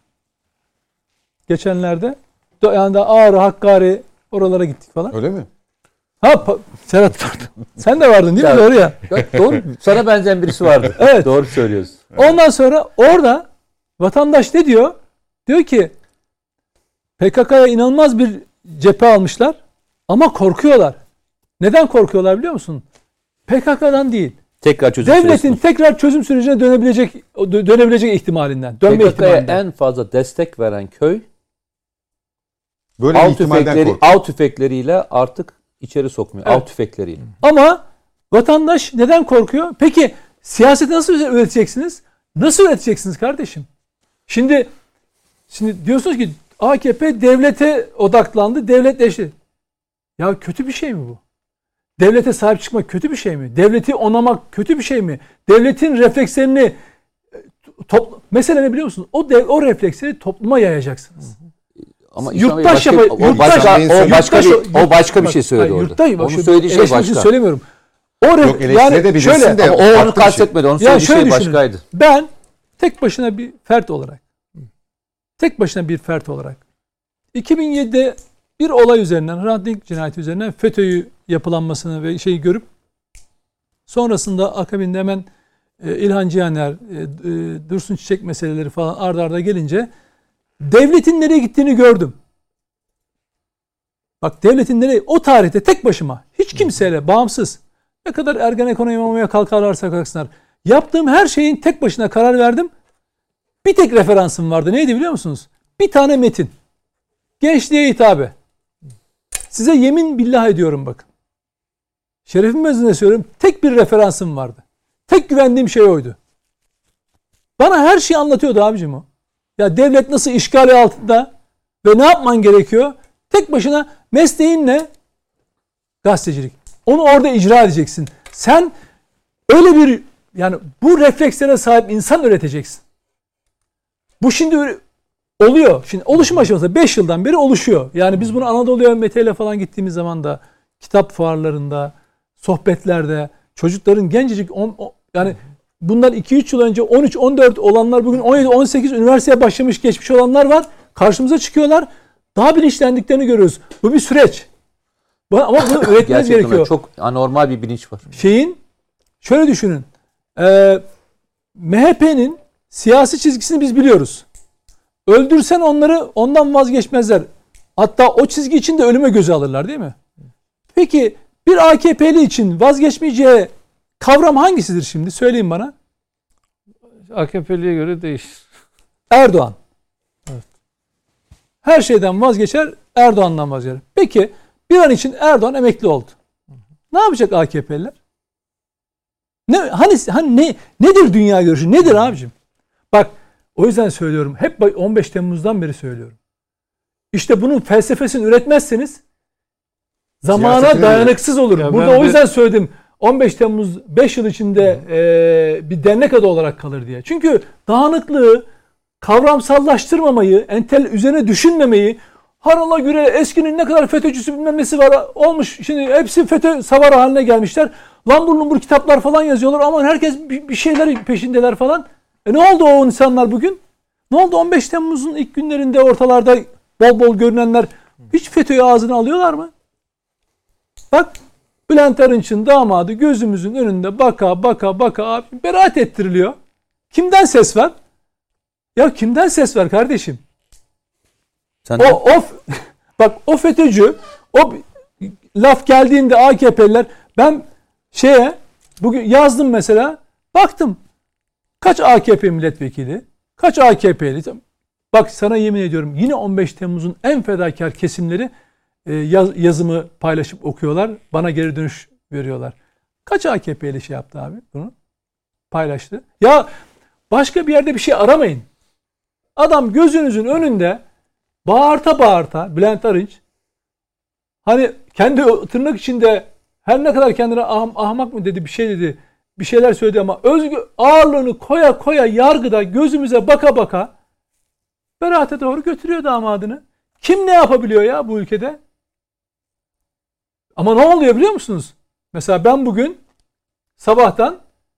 Geçenlerde. Yani da Ağrı, Hakkari oralara gittik falan. Öyle mi? Ha pa- Serhat pardon. Sen de vardın değil mi? Ya, Doğru ya. Doğru. Sana benzeyen birisi vardı. Evet. Doğru söylüyorsun. Ondan sonra orada vatandaş ne diyor? Diyor ki P K K'ya inanılmaz bir cephe almışlar ama korkuyorlar. Neden korkuyorlar biliyor musun? P K K'dan değil. Tekrar çözüm Devletin süresinde. tekrar çözüm sürecine dönebilecek dö- dönebilecek ihtimalinden. Dönme P K K'ya ihtimalinden. en fazla destek veren köy Böyle bir av ihtimalden tüfekleri, korkuyor. av tüfekleriyle artık içeri sokmuyor. Evet. Av tüfekleriyle. Ama vatandaş neden korkuyor? Peki siyaseti nasıl üreteceksiniz? Nasıl üreteceksiniz kardeşim? Şimdi şimdi diyorsunuz ki A K P devlete odaklandı, devletleşti. Ya kötü bir şey mi bu? Devlete sahip çıkmak kötü bir şey mi? Devleti onamak kötü bir şey mi? Devletin reflekslerini top, mesela ne biliyor musunuz? O dev, o refleksleri topluma yayacaksınız. Ama Yurttaş başka, yapa- o yurttaş- başka, o yurttaş- başka bir, yurttaş- o başka bir bak, şey söyledi hayır, orada. yurttaş- bak Onun şu- söylediği şey eleştirisini başka. söylemiyorum. O ref- Yok, eleştirebilirsin şöyle- de Ama o farklı onu bir şey. kastetmedi. Onun Ya söylediği şöyle şey düşünün. başkaydı. Ben tek başına bir fert olarak tek başına bir fert olarak iki bin yedide bir olay üzerinden, Hrant Dink cinayeti üzerinden FETÖ'yü yapılanmasını ve şeyi görüp sonrasında akabinde hemen e, İlhan Cihaner, e, e, Dursun Çiçek meseleleri falan arda arda gelince devletin nereye gittiğini gördüm. Bak devletin nereye, o tarihte tek başıma, hiç kimseyle bağımsız, ne kadar Ergenekon imamaya kalkarlarsa kalksınlar, yaptığım her şeyin tek başına karar verdim. Bir tek referansım vardı. Neydi biliyor musunuz? Bir tane metin. Gençliğe hitabe. Size yemin billah ediyorum bakın. Şerefim özünde söylüyorum. Tek bir referansım vardı. Tek güvendiğim şey oydu. Bana her şeyi anlatıyordu abicim o. Ya devlet nasıl işgali altında ve ne yapman gerekiyor? Tek başına mesleğin ne? Gazetecilik. Onu orada icra edeceksin. Sen öyle bir, yani bu reflekslere sahip insan üreteceksin. Bu şimdi oluyor. Şimdi oluşum aşamasında beş yıldan beri oluşuyor. Yani biz bunu Anadolu'ya Mete ile falan gittiğimiz zaman da kitap fuarlarında, sohbetlerde çocukların gencecik on, on, yani bundan iki üç yıl önce on üç on dört olanlar bugün on yedi on sekiz üniversiteye başlamış geçmiş olanlar var. Karşımıza çıkıyorlar. Daha bilinçlendiklerini görüyoruz. Bu bir süreç. Bu, ama bunu üretmeniz Gerçekten gerekiyor. çok anormal bir bilinç var. Şeyin şöyle düşünün. E, M H P'nin siyasi çizgisini biz biliyoruz. Öldürsen onları ondan vazgeçmezler. Hatta o çizgi için de ölüme göze alırlar değil mi? Peki bir A K P'li için vazgeçmeyeceği kavram hangisidir şimdi? Söyleyin bana. A K P'liye göre değişir. Erdoğan. Evet. Her şeyden vazgeçer, Erdoğan'dan vazgeçer. Peki bir an için Erdoğan emekli oldu. Ne yapacak A K P'liler? Ne hani hani ne nedir dünya görüşü? Nedir abicim? Bak o yüzden söylüyorum. Hep on beş Temmuz'dan beri söylüyorum. İşte bunun felsefesini üretmezseniz zamana Siyasetini dayanıksız olur. Ya Burada ben o de- yüzden söyledim. on beş Temmuz beş yıl içinde e, bir dernek adı olarak kalır diye. Çünkü dağınıklığı, kavramsallaştırmamayı, entel üzerine düşünmemeyi, harala göre eskinin ne kadar FETÖ'cüsü bilmem nesi var olmuş. Şimdi hepsi FETÖ savarı haline gelmişler. Lambur lumbur kitaplar falan yazıyorlar. Aman herkes bir, bir şeyler peşindeler falan. E ne oldu o insanlar bugün? Ne oldu on beş Temmuz'un ilk günlerinde ortalarda bol bol görünenler hiç FETÖ'yü ağzına alıyorlar mı? Bak Bülent Arınç'ın damadı gözümüzün önünde baka baka baka abi beraat ettiriliyor. Kimden ses var? Ya kimden ses var kardeşim? Sen O, o bak o FETÖ'cü, o laf geldiğinde A K P'liler, ben şeye bugün yazdım mesela, baktım kaç A K P milletvekili, kaç A K P'li, bak sana yemin ediyorum yine on beş Temmuz'un en fedakar kesimleri e, yaz, yazımı paylaşıp okuyorlar, bana geri dönüş veriyorlar. Kaç A K P'li şey yaptı abi bunu? Paylaştı. Ya başka bir yerde bir şey aramayın. Adam gözünüzün önünde bağırta bağırta Bülent Arınç, hani kendi tırnak içinde her ne kadar kendine ah, ahmak mı dedi, bir şey dedi, bir şeyler söyledi ama özgü ağırlığını koya koya yargıda gözümüze baka baka beraate doğru götürüyor damadını. Kim ne yapabiliyor ya bu ülkede? Ama ne oluyor biliyor musunuz? Mesela ben bugün sabahtan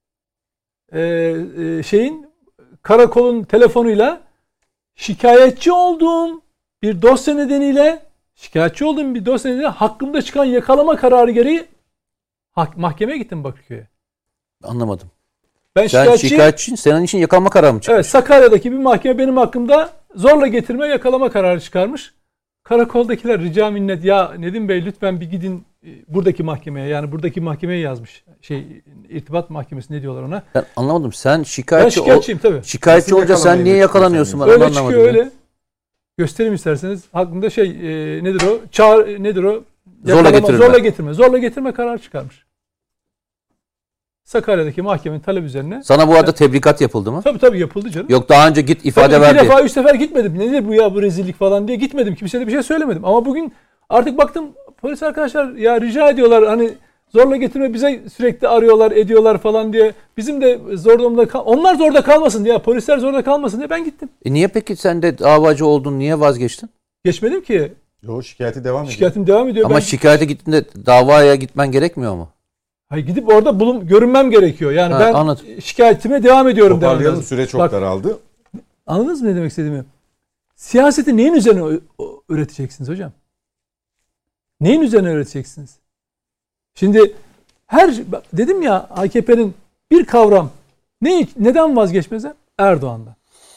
e, e, şeyin karakolun telefonuyla şikayetçi olduğum bir dosya nedeniyle şikayetçi olduğum bir dosya nedeniyle hakkımda çıkan yakalama kararı gereği hak, mahkemeye gittim Bakırköy'e. Anlamadım. Ben Sen şikayetçiyim. şikayetçi, senin için yakalama kararı mı çıkmış? Evet, Sakarya'daki bir mahkeme benim hakkımda zorla getirme yakalama kararı çıkarmış. Karakoldakiler rica minnet ya Nedim Bey lütfen bir gidin buradaki mahkemeye, yani buradaki mahkemeye yazmış. Şey, irtibat mahkemesi ne diyorlar ona? Ben anlamadım. Sen Ben şikayetçi şikayetçiyim ol, tabii. şikayetçi Nasıl olunca sen yakalamayı niye bekliyorsun yakalanıyorsun? yani? Ben Öyle onu anlamadım çıkıyor ya. öyle. Göstereyim isterseniz. Hakkında şey e, nedir o? Çağır nedir o? Zorla getirme. Zorla getirme. Zorla getirme kararı çıkarmış. Sakarya'daki mahkemenin talep üzerine. Sana bu arada tebrikat yapıldı mı? Tabii tabii yapıldı canım. Yok, daha önce git ifade tabii ver iki diye. defa üç sefer gitmedim. Nedir bu ya bu rezillik falan diye gitmedim. Kimseye de bir şey söylemedim. Ama bugün artık baktım polis arkadaşlar ya rica ediyorlar hani zorla getirme, bize sürekli arıyorlar ediyorlar falan diye. Bizim de zor durumda kal- onlar zorda kalmasın diye, polisler zorda kalmasın diye ben gittim. E niye peki sen de davacı oldun? Niye vazgeçtin? Geçmedim ki. Yo, şikayeti devam ediyor. Şikayetim devam ediyor. Ama ben... şikayete gittiğinde davaya gitmen gerekmiyor mu? Hayır, gidip orada bulun, görünmem gerekiyor. Yani Ha, ben anladım. şikayetime devam ediyorum. Toparlayalım, devam süre çok Bak, daraldı. anladınız mı ne demek istediğimi? Siyaseti neyin üzerine ö- ö- öğreteceksiniz hocam? Neyin üzerine öğreteceksiniz? Şimdi her bak dedim ya A K P'nin bir kavram ne neden vazgeçmezler? Erdoğan'dan.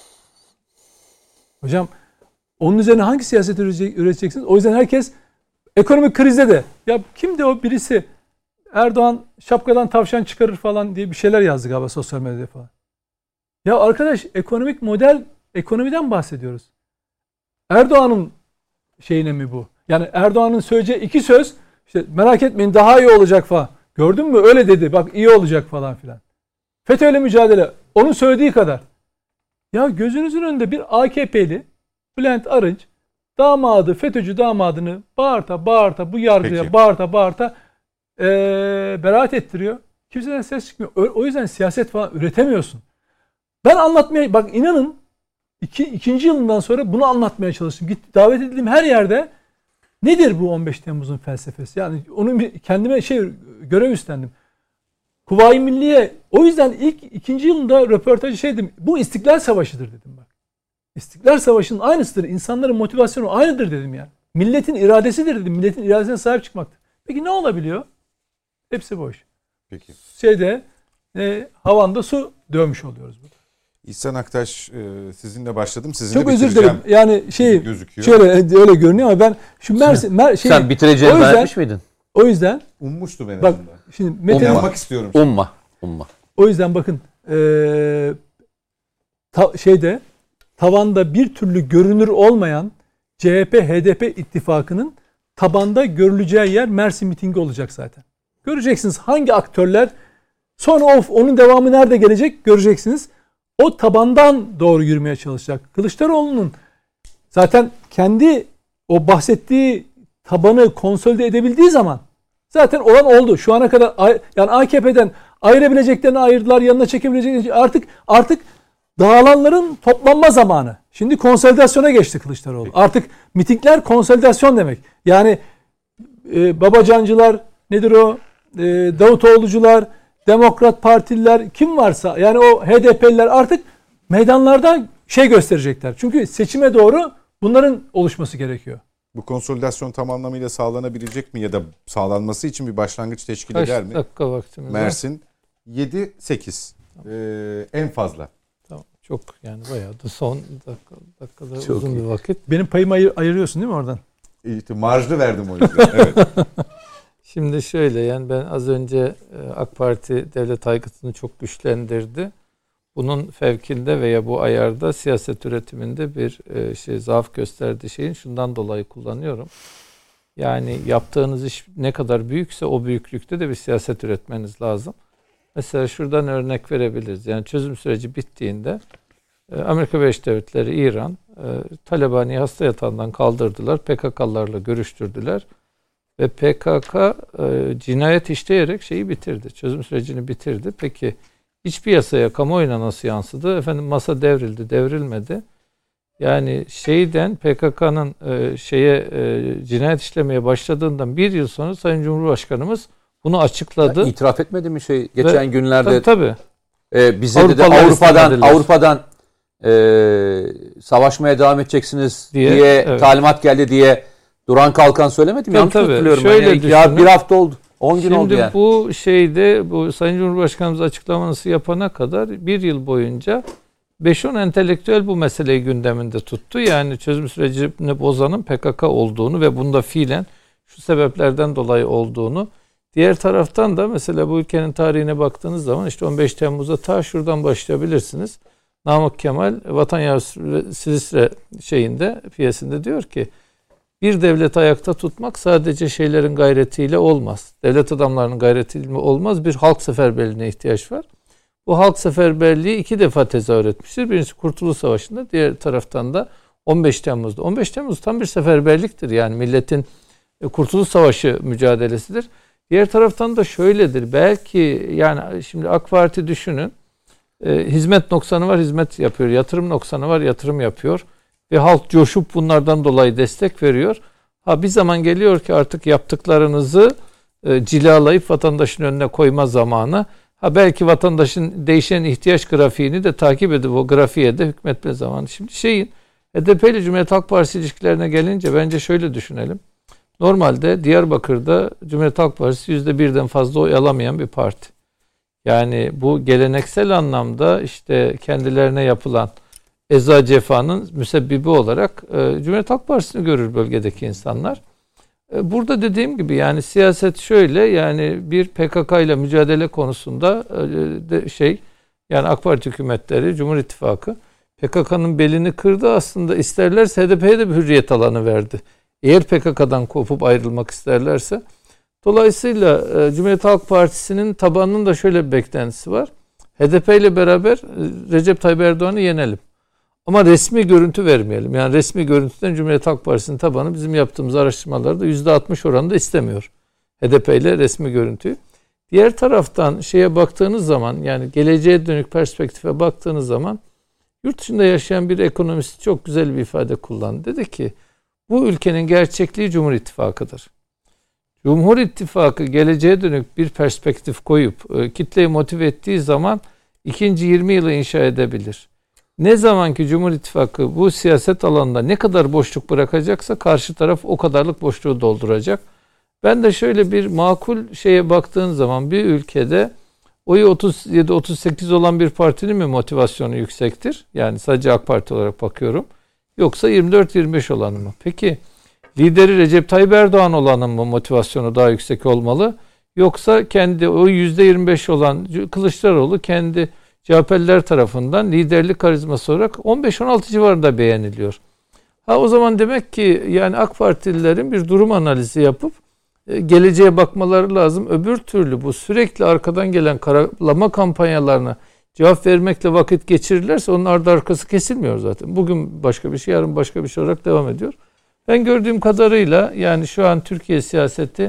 Hocam onun üzerine hangi siyaset üreteceksiniz? O yüzden herkes ekonomik krizde de ya kimdi o birisi Erdoğan şapkadan tavşan çıkarır falan diye bir şeyler yazdı galiba sosyal medyada falan. Ya arkadaş ekonomik model, ekonomiden bahsediyoruz. Erdoğan'ın şeyine mi bu? Yani Erdoğan'ın söyleyeceği iki söz işte merak etmeyin daha iyi olacak falan. Gördün mü öyle dedi bak iyi olacak falan filan. FETÖ'yle mücadele onun söylediği kadar. Ya gözünüzün önünde bir A K P'li Bülent Arınç damadı, FETÖ'cü damadını bağırta bağırta bu yargıya Peki. bağırta bağırta ee, beraat ettiriyor. Kimseden ses çıkmıyor. O, o yüzden siyaset falan üretemiyorsun. Ben anlatmaya, bak inanın iki, ikinci yılından sonra bunu anlatmaya çalıştım. Git davet edildiğim her yerde nedir bu on beş Temmuz'un felsefesi? Yani onu bir, kendime şey görev üstlendim. Kuvayi Milliye o yüzden ilk ikinci yılında röportajı şey dedim. Bu İstiklal Savaşı'dır dedim bak. İstiklal Savaşı'nın aynısıdır. İnsanların motivasyonu aynıdır dedim yani. Milletin iradesidir dedim. Milletin iradesine sahip çıkmaktır. Peki ne olabiliyor? Hepsi boş. Peki. Şeyde e, havanda su dövmüş oluyoruz burada. İhsan Aktaş, e, sizinle başladım. Sizinle Çok özür bitireceğim. dilerim. Yani şey Gözüküyor. şöyle öyle görünüyor ama ben şu Mersin mer, şey, Sen bitireceğini o yüzden- zannetmiş miydin? o yüzden Ummuştum en bak azından. şimdi Mete Ummak istiyorum. Umma. Umma. o yüzden bakın e, ta, şeyde tavanda bir türlü görünür olmayan C H P H D P ittifakının tabanda görüleceği yer Mersin mitingi olacak zaten. Göreceksiniz hangi aktörler sonra of onun devamı nerede gelecek göreceksiniz. O tabandan doğru yürümeye çalışacak. Kılıçdaroğlu'nun zaten kendi o bahsettiği tabanı konsolide edebildiği zaman zaten olan oldu. Şu ana kadar yani A K P'den ayırabileceklerini ayırdılar, yanına çekebileceklerini artık artık dağılanların toplanma zamanı. Şimdi konsolidasyona geçti Kılıçdaroğlu. Artık mitingler konsolidasyon demek. Yani e, Babacancılar nedir o? E, Davutoğlucular, Demokrat Partililer kim varsa yani o H D P'liler artık meydanlarda şey gösterecekler. Çünkü seçime doğru bunların oluşması gerekiyor. Bu konsolidasyon tam anlamıyla sağlanabilecek mi ya da sağlanması için bir başlangıç teşkil Kaç eder mi? dakika vaktimiz var? Mersin yedi sekiz ee, en fazla. Tamam. Çok yani bayağı da son dakika, dakikada Çok uzun iyi. bir vakit. Benim payımı ayır, ayırıyorsun değil mi oradan? İşte marjlı verdim o yüzden. Evet. Şimdi şöyle yani ben az önce AK Parti devlet aygıtını çok güçlendirdi. Bunun fevkinde veya bu ayarda siyaset üretiminde bir şey zaaf gösterdiği şeyin şundan dolayı kullanıyorum. Yani yaptığınız iş ne kadar büyükse o büyüklükte de bir siyaset üretmeniz lazım. Mesela şuradan örnek verebiliriz. Yani çözüm süreci bittiğinde Amerika Birleşik Devletleri, İran, Talabani hasta yatağından kaldırdılar. P K K'larla görüştürdüler. Ve P K K e, cinayet işleyerek şeyi bitirdi. Çözüm sürecini bitirdi. Peki iç piyasaya, kamuoyuna nasıl yansıdı? Efendim masa devrildi, devrilmedi. Yani şeyden P K K'nın e, şeye e, cinayet işlemeye başladığından bir yıl sonra Sayın Cumhurbaşkanımız bunu açıkladı. Ya, itiraf etmedi mi şey geçen Ve, günlerde? Tabii tabii. E, bize dedi Avrupalılar Avrupa'dan istemediler. Avrupa'dan e, savaşmaya devam edeceksiniz diye, Diye, evet. talimat geldi diye Duran kalkan söylemedim. Tabii, Yanlış tabii. hatırlıyorum. Şöyle Yani. Ya düşünün. bir hafta oldu. on gün oldu Şimdi yani. bu şeyde bu Sayın Cumhurbaşkanımız açıklaması yapana kadar bir yıl boyunca beş on entelektüel bu meseleyi gündeminde tuttu. Yani çözüm sürecini bozanın P K K olduğunu ve bunda fiilen şu sebeplerden dolayı olduğunu. Diğer taraftan da mesela bu ülkenin tarihine baktığınız zaman işte on beş Temmuz'da ta şuradan başlayabilirsiniz. Namık Kemal Vatan Yavrusu Silistre şeyinde, piyesinde diyor ki bir devlet ayakta tutmak sadece şeylerin gayretiyle olmaz. Devlet adamlarının gayretiyle olmaz. Bir halk seferberliğine ihtiyaç var. Bu halk seferberliği iki defa tezahür etmiştir. Birincisi Kurtuluş Savaşı'nda, diğer taraftan da on beş Temmuz'da. on beş Temmuz tam bir seferberliktir. Yani milletin Kurtuluş Savaşı mücadelesidir. Diğer taraftan da şöyledir. Belki yani şimdi AK Parti düşünün. E, hizmet noksanı var, hizmet yapıyor. Yatırım noksanı var, yatırım yapıyor. Ve halk coşup bunlardan dolayı destek veriyor. Ha bir zaman geliyor ki artık yaptıklarınızı e, cilalayıp vatandaşın önüne koyma zamanı. Ha belki vatandaşın değişen ihtiyaç grafiğini de takip edip o grafiğe de hükmetme zamanı. Şimdi şeyin H D P ile Cumhuriyet Halk Partisi ilişkilerine gelince bence şöyle düşünelim. Normalde Diyarbakır'da Cumhuriyet Halk Partisi yüzde birden fazla oy alamayan bir parti. Yani bu geleneksel anlamda işte kendilerine yapılan eza cefanın müsebbibi olarak e, Cumhuriyet Halk Partisi'ni görür bölgedeki insanlar. E, burada dediğim gibi yani siyaset şöyle, yani bir P K K ile mücadele konusunda e, de şey yani AK Parti hükümetleri, Cumhur İttifakı P K K'nın belini kırdı aslında. İsterlerse H D P'ye de bir hürriyet alanı verdi. Eğer P K K'dan kopup ayrılmak isterlerse. Dolayısıyla e, Cumhuriyet Halk Partisi'nin tabanının da şöyle bir beklentisi var. H D P ile beraber e, Recep Tayyip Erdoğan'ı yenelim. Ama resmi görüntü vermeyelim. Yani resmi görüntüden Cumhuriyet Halk Partisi'nin tabanı bizim yaptığımız araştırmalarda yüzde altmış oranında istemiyor. H D P ile resmi görüntüyü. Diğer taraftan şeye baktığınız zaman, yani geleceğe dönük perspektife baktığınız zaman yurt dışında yaşayan bir ekonomist çok güzel bir ifade kullandı. Dedi ki bu ülkenin gerçekliği Cumhur İttifakı'dır. Cumhur İttifakı geleceğe dönük bir perspektif koyup e, kitleyi motive ettiği zaman ikinci yirmi yılı inşa edebilir. Ne zaman ki Cumhur İttifakı bu siyaset alanında ne kadar boşluk bırakacaksa karşı taraf o kadarlık boşluğu dolduracak. Ben de şöyle bir makul şeye baktığın zaman bir ülkede oyu otuz yedi otuz sekiz olan bir partinin mi motivasyonu yüksektir? Yani sadece AK Parti olarak bakıyorum. Yoksa yirmi dört yirmi beş olanı mı? Peki lideri Recep Tayyip Erdoğan olanın mı motivasyonu daha yüksek olmalı? Yoksa kendi o yüzde yirmi beş olan Kılıçdaroğlu kendi C H P'liler tarafından liderlik karizması olarak on beş on altı civarında beğeniliyor. Ha o zaman demek ki yani AK Partililerin bir durum analizi yapıp e, geleceğe bakmaları lazım. Öbür türlü bu sürekli arkadan gelen karalama kampanyalarına cevap vermekle vakit geçirirlerse onun ardı arkası kesilmiyor zaten. Bugün başka bir şey, yarın başka bir şey olarak devam ediyor. Ben gördüğüm kadarıyla yani şu an Türkiye siyaseti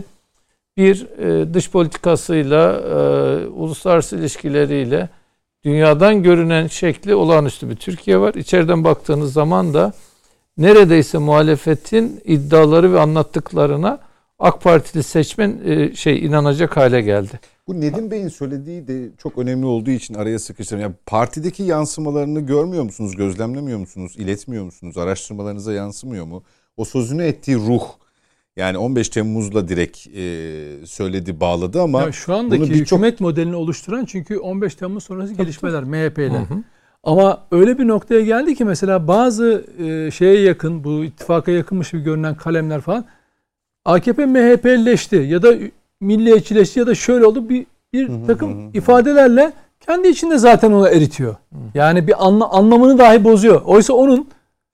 bir e, dış politikasıyla, e, uluslararası ilişkileriyle dünyadan görünen şekli olağanüstü bir Türkiye var. İçeriden baktığınız zaman da neredeyse muhalefetin iddiaları ve anlattıklarına AK Partili seçmen e, şey inanacak hale geldi. Bu Nedim Bey'in söylediği de çok önemli olduğu için araya sıkıştırdım. Yani partideki yansımalarını görmüyor musunuz, gözlemlemiyor musunuz, iletmiyor musunuz, araştırmalarınıza yansımıyor mu? O sözünü ettiği ruh, yani on beş Temmuz'la direkt e, söyledi, bağladı ama ya şu andaki birçok... hükümet modelini oluşturan çünkü on beş Temmuz sonrası tabii gelişmeler tabii. M H P ile. Hı hı. Ama öyle bir noktaya geldi ki mesela bazı e, şeye yakın, bu ittifaka yakınmış gibi görünen kalemler falan A K P M H P'leşti ya da milliyetçileşti ya da şöyle oldu, bir bir takım ifadelerle kendi içinde zaten onu eritiyor. Yani bir anla, anlamını dahi bozuyor. Oysa onun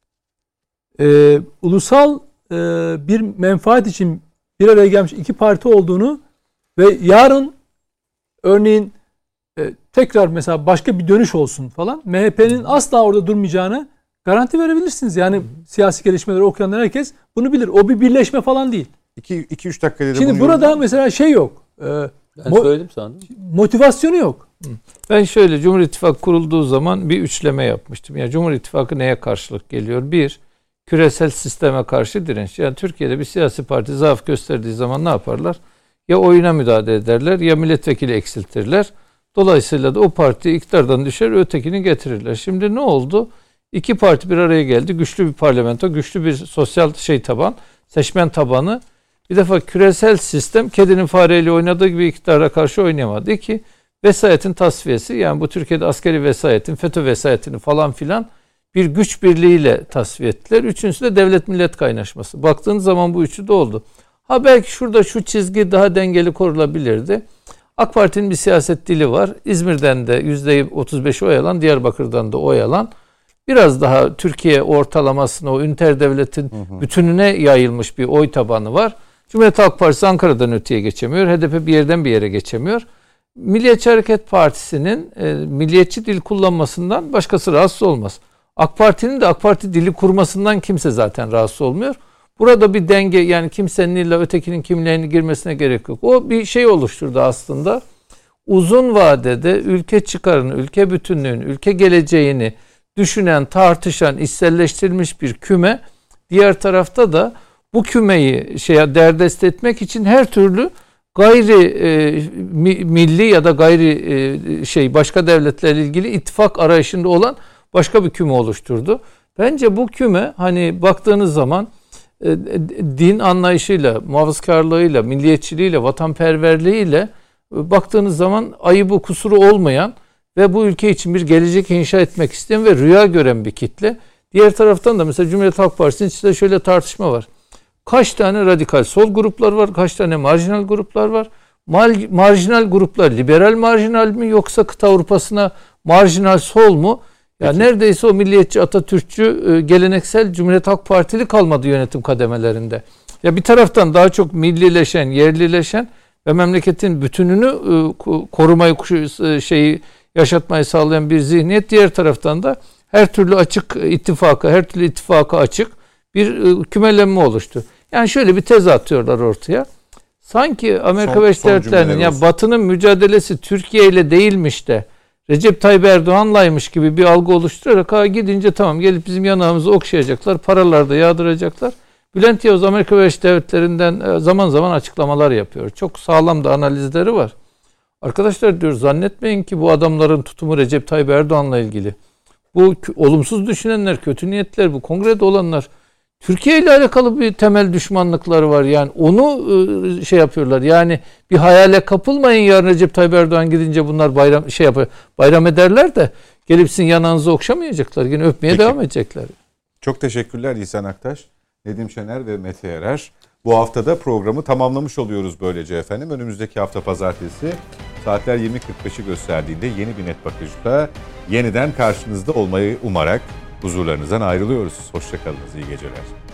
e, ulusal e, bir menfaat için bir araya gelmiş iki parti olduğunu ve yarın örneğin e, tekrar mesela başka bir dönüş olsun falan, M H P'nin asla orada durmayacağını garanti verebilirsiniz. Yani siyasi gelişmeleri okuyanlar herkes bunu bilir. O bir birleşme falan değil. iki üç dakikada Şimdi burada yorumlar. Mesela şey yok. E, ben mo- söyledim sana. Motivasyonu yok. Ben şöyle Cumhur İttifakı kurulduğu zaman bir üçleme yapmıştım. Yani Cumhur İttifakı neye karşılık geliyor? Bir, küresel sisteme karşı direnç. Yani Türkiye'de bir siyasi parti zaaf gösterdiği zaman ne yaparlar? Ya oyuna müdahale ederler ya milletvekili eksiltirler. Dolayısıyla da o parti iktidardan düşer, ötekini getirirler. Şimdi ne oldu? İki parti bir araya geldi. Güçlü bir parlamento, güçlü bir sosyal şey taban. seçmen tabanı. Bir defa küresel sistem kedinin fareyle oynadığı gibi iktidara karşı oynayamadı ki vesayetin tasfiyesi, yani bu Türkiye'de askeri vesayetin, FETÖ vesayetini falan filan bir güç birliğiyle tasfiye ettiler. Üçüncüsü de devlet millet kaynaşması. Baktığınız zaman bu üçü de oldu. Ha belki şurada şu çizgi daha dengeli korulabilirdi. AK Parti'nin bir siyaset dili var. İzmir'den de yüzde otuz beş oy alan, Diyarbakır'dan da oy alan, biraz daha Türkiye ortalamasına, o üniter devletin hı hı. bütününe yayılmış bir oy tabanı var. Cumhuriyet Halk Partisi Ankara'dan öteye geçemiyor. H D P bir yerden bir yere geçemiyor. Milliyetçi Hareket Partisi'nin e, milliyetçi dil kullanmasından başkası rahatsız olmaz. AK Parti'nin de AK Parti dili kurmasından kimse zaten rahatsız olmuyor. Burada bir denge, yani kimsenin illa ötekinin kimliğine girmesine gerek yok. O bir şey oluşturdu aslında. Uzun vadede ülke çıkarını, ülke bütünlüğünü, ülke geleceğini düşünen, tartışan, içselleştirilmiş bir küme. Diğer tarafta da bu kümeyi şeye derdest etmek için her türlü gayri e, milli ya da gayri e, şey başka devletlerle ilgili ittifak arayışında olan başka bir küme oluşturdu. Bence bu küme, hani baktığınız zaman e, din anlayışıyla, muhafazkarlığıyla, milliyetçiliğiyle, vatanperverliğiyle e, baktığınız zaman ayıbı kusuru olmayan ve bu ülke için bir gelecek inşa etmek isteyen ve rüya gören bir kitle. Diğer taraftan da mesela Cumhuriyet Halk Partisi'nin içinde şöyle tartışma var. Kaç tane radikal sol gruplar var, kaç tane marjinal gruplar var. Mal, marjinal gruplar liberal marjinal mi, yoksa kıta Avrupa'sına marjinal sol mu? Ya yani neredeyse o milliyetçi, Atatürkçü, geleneksel Cumhuriyet Halk Partili kalmadı yönetim kademelerinde. Ya bir taraftan daha çok millileşen, yerlileşen ve memleketin bütününü korumayı, şeyi yaşatmayı sağlayan bir zihniyet. Diğer taraftan da her türlü açık ittifaka, her türlü ittifaka açık bir kümelenme oluştu. Yani şöyle bir tez atıyorlar ortaya. Sanki Amerika Birleşik Devletleri'nin, ya Batı'nın mücadelesi Türkiye ile değilmiş de Recep Tayyip Erdoğan'laymış gibi bir algı oluşturarak ha gidince tamam gelip bizim yanağımızı okşayacaklar, paralar da yağdıracaklar. Bülent Yavuz Amerika Birleşik Devletleri'nden zaman zaman açıklamalar yapıyor. Çok sağlam da analizleri var. Arkadaşlar diyor, zannetmeyin ki bu adamların tutumu Recep Tayyip Erdoğan'la ilgili. Bu olumsuz düşünenler, kötü niyetler, bu kongrede olanlar, Türkiye ile alakalı bir temel düşmanlıkları var. Yani onu şey yapıyorlar. Yani bir hayale kapılmayın, yarın Recep Tayyip Erdoğan gidince bunlar bayram şey yapar, bayram ederler de gelip sizin yanağınızı okşamayacaklar. Yine öpmeye Peki. devam edecekler. Çok teşekkürler İhsan Aktaş, Nedim Şener ve Mete Erer. Bu haftada programı tamamlamış oluyoruz böylece efendim. Önümüzdeki hafta pazartesi saatler yirmi kırk beşi gösterdiğinde yeni bir Net Bakış'ta yeniden karşınızda olmayı umarak huzurlarınızdan ayrılıyoruz. Hoşça kalınız, iyi geceler.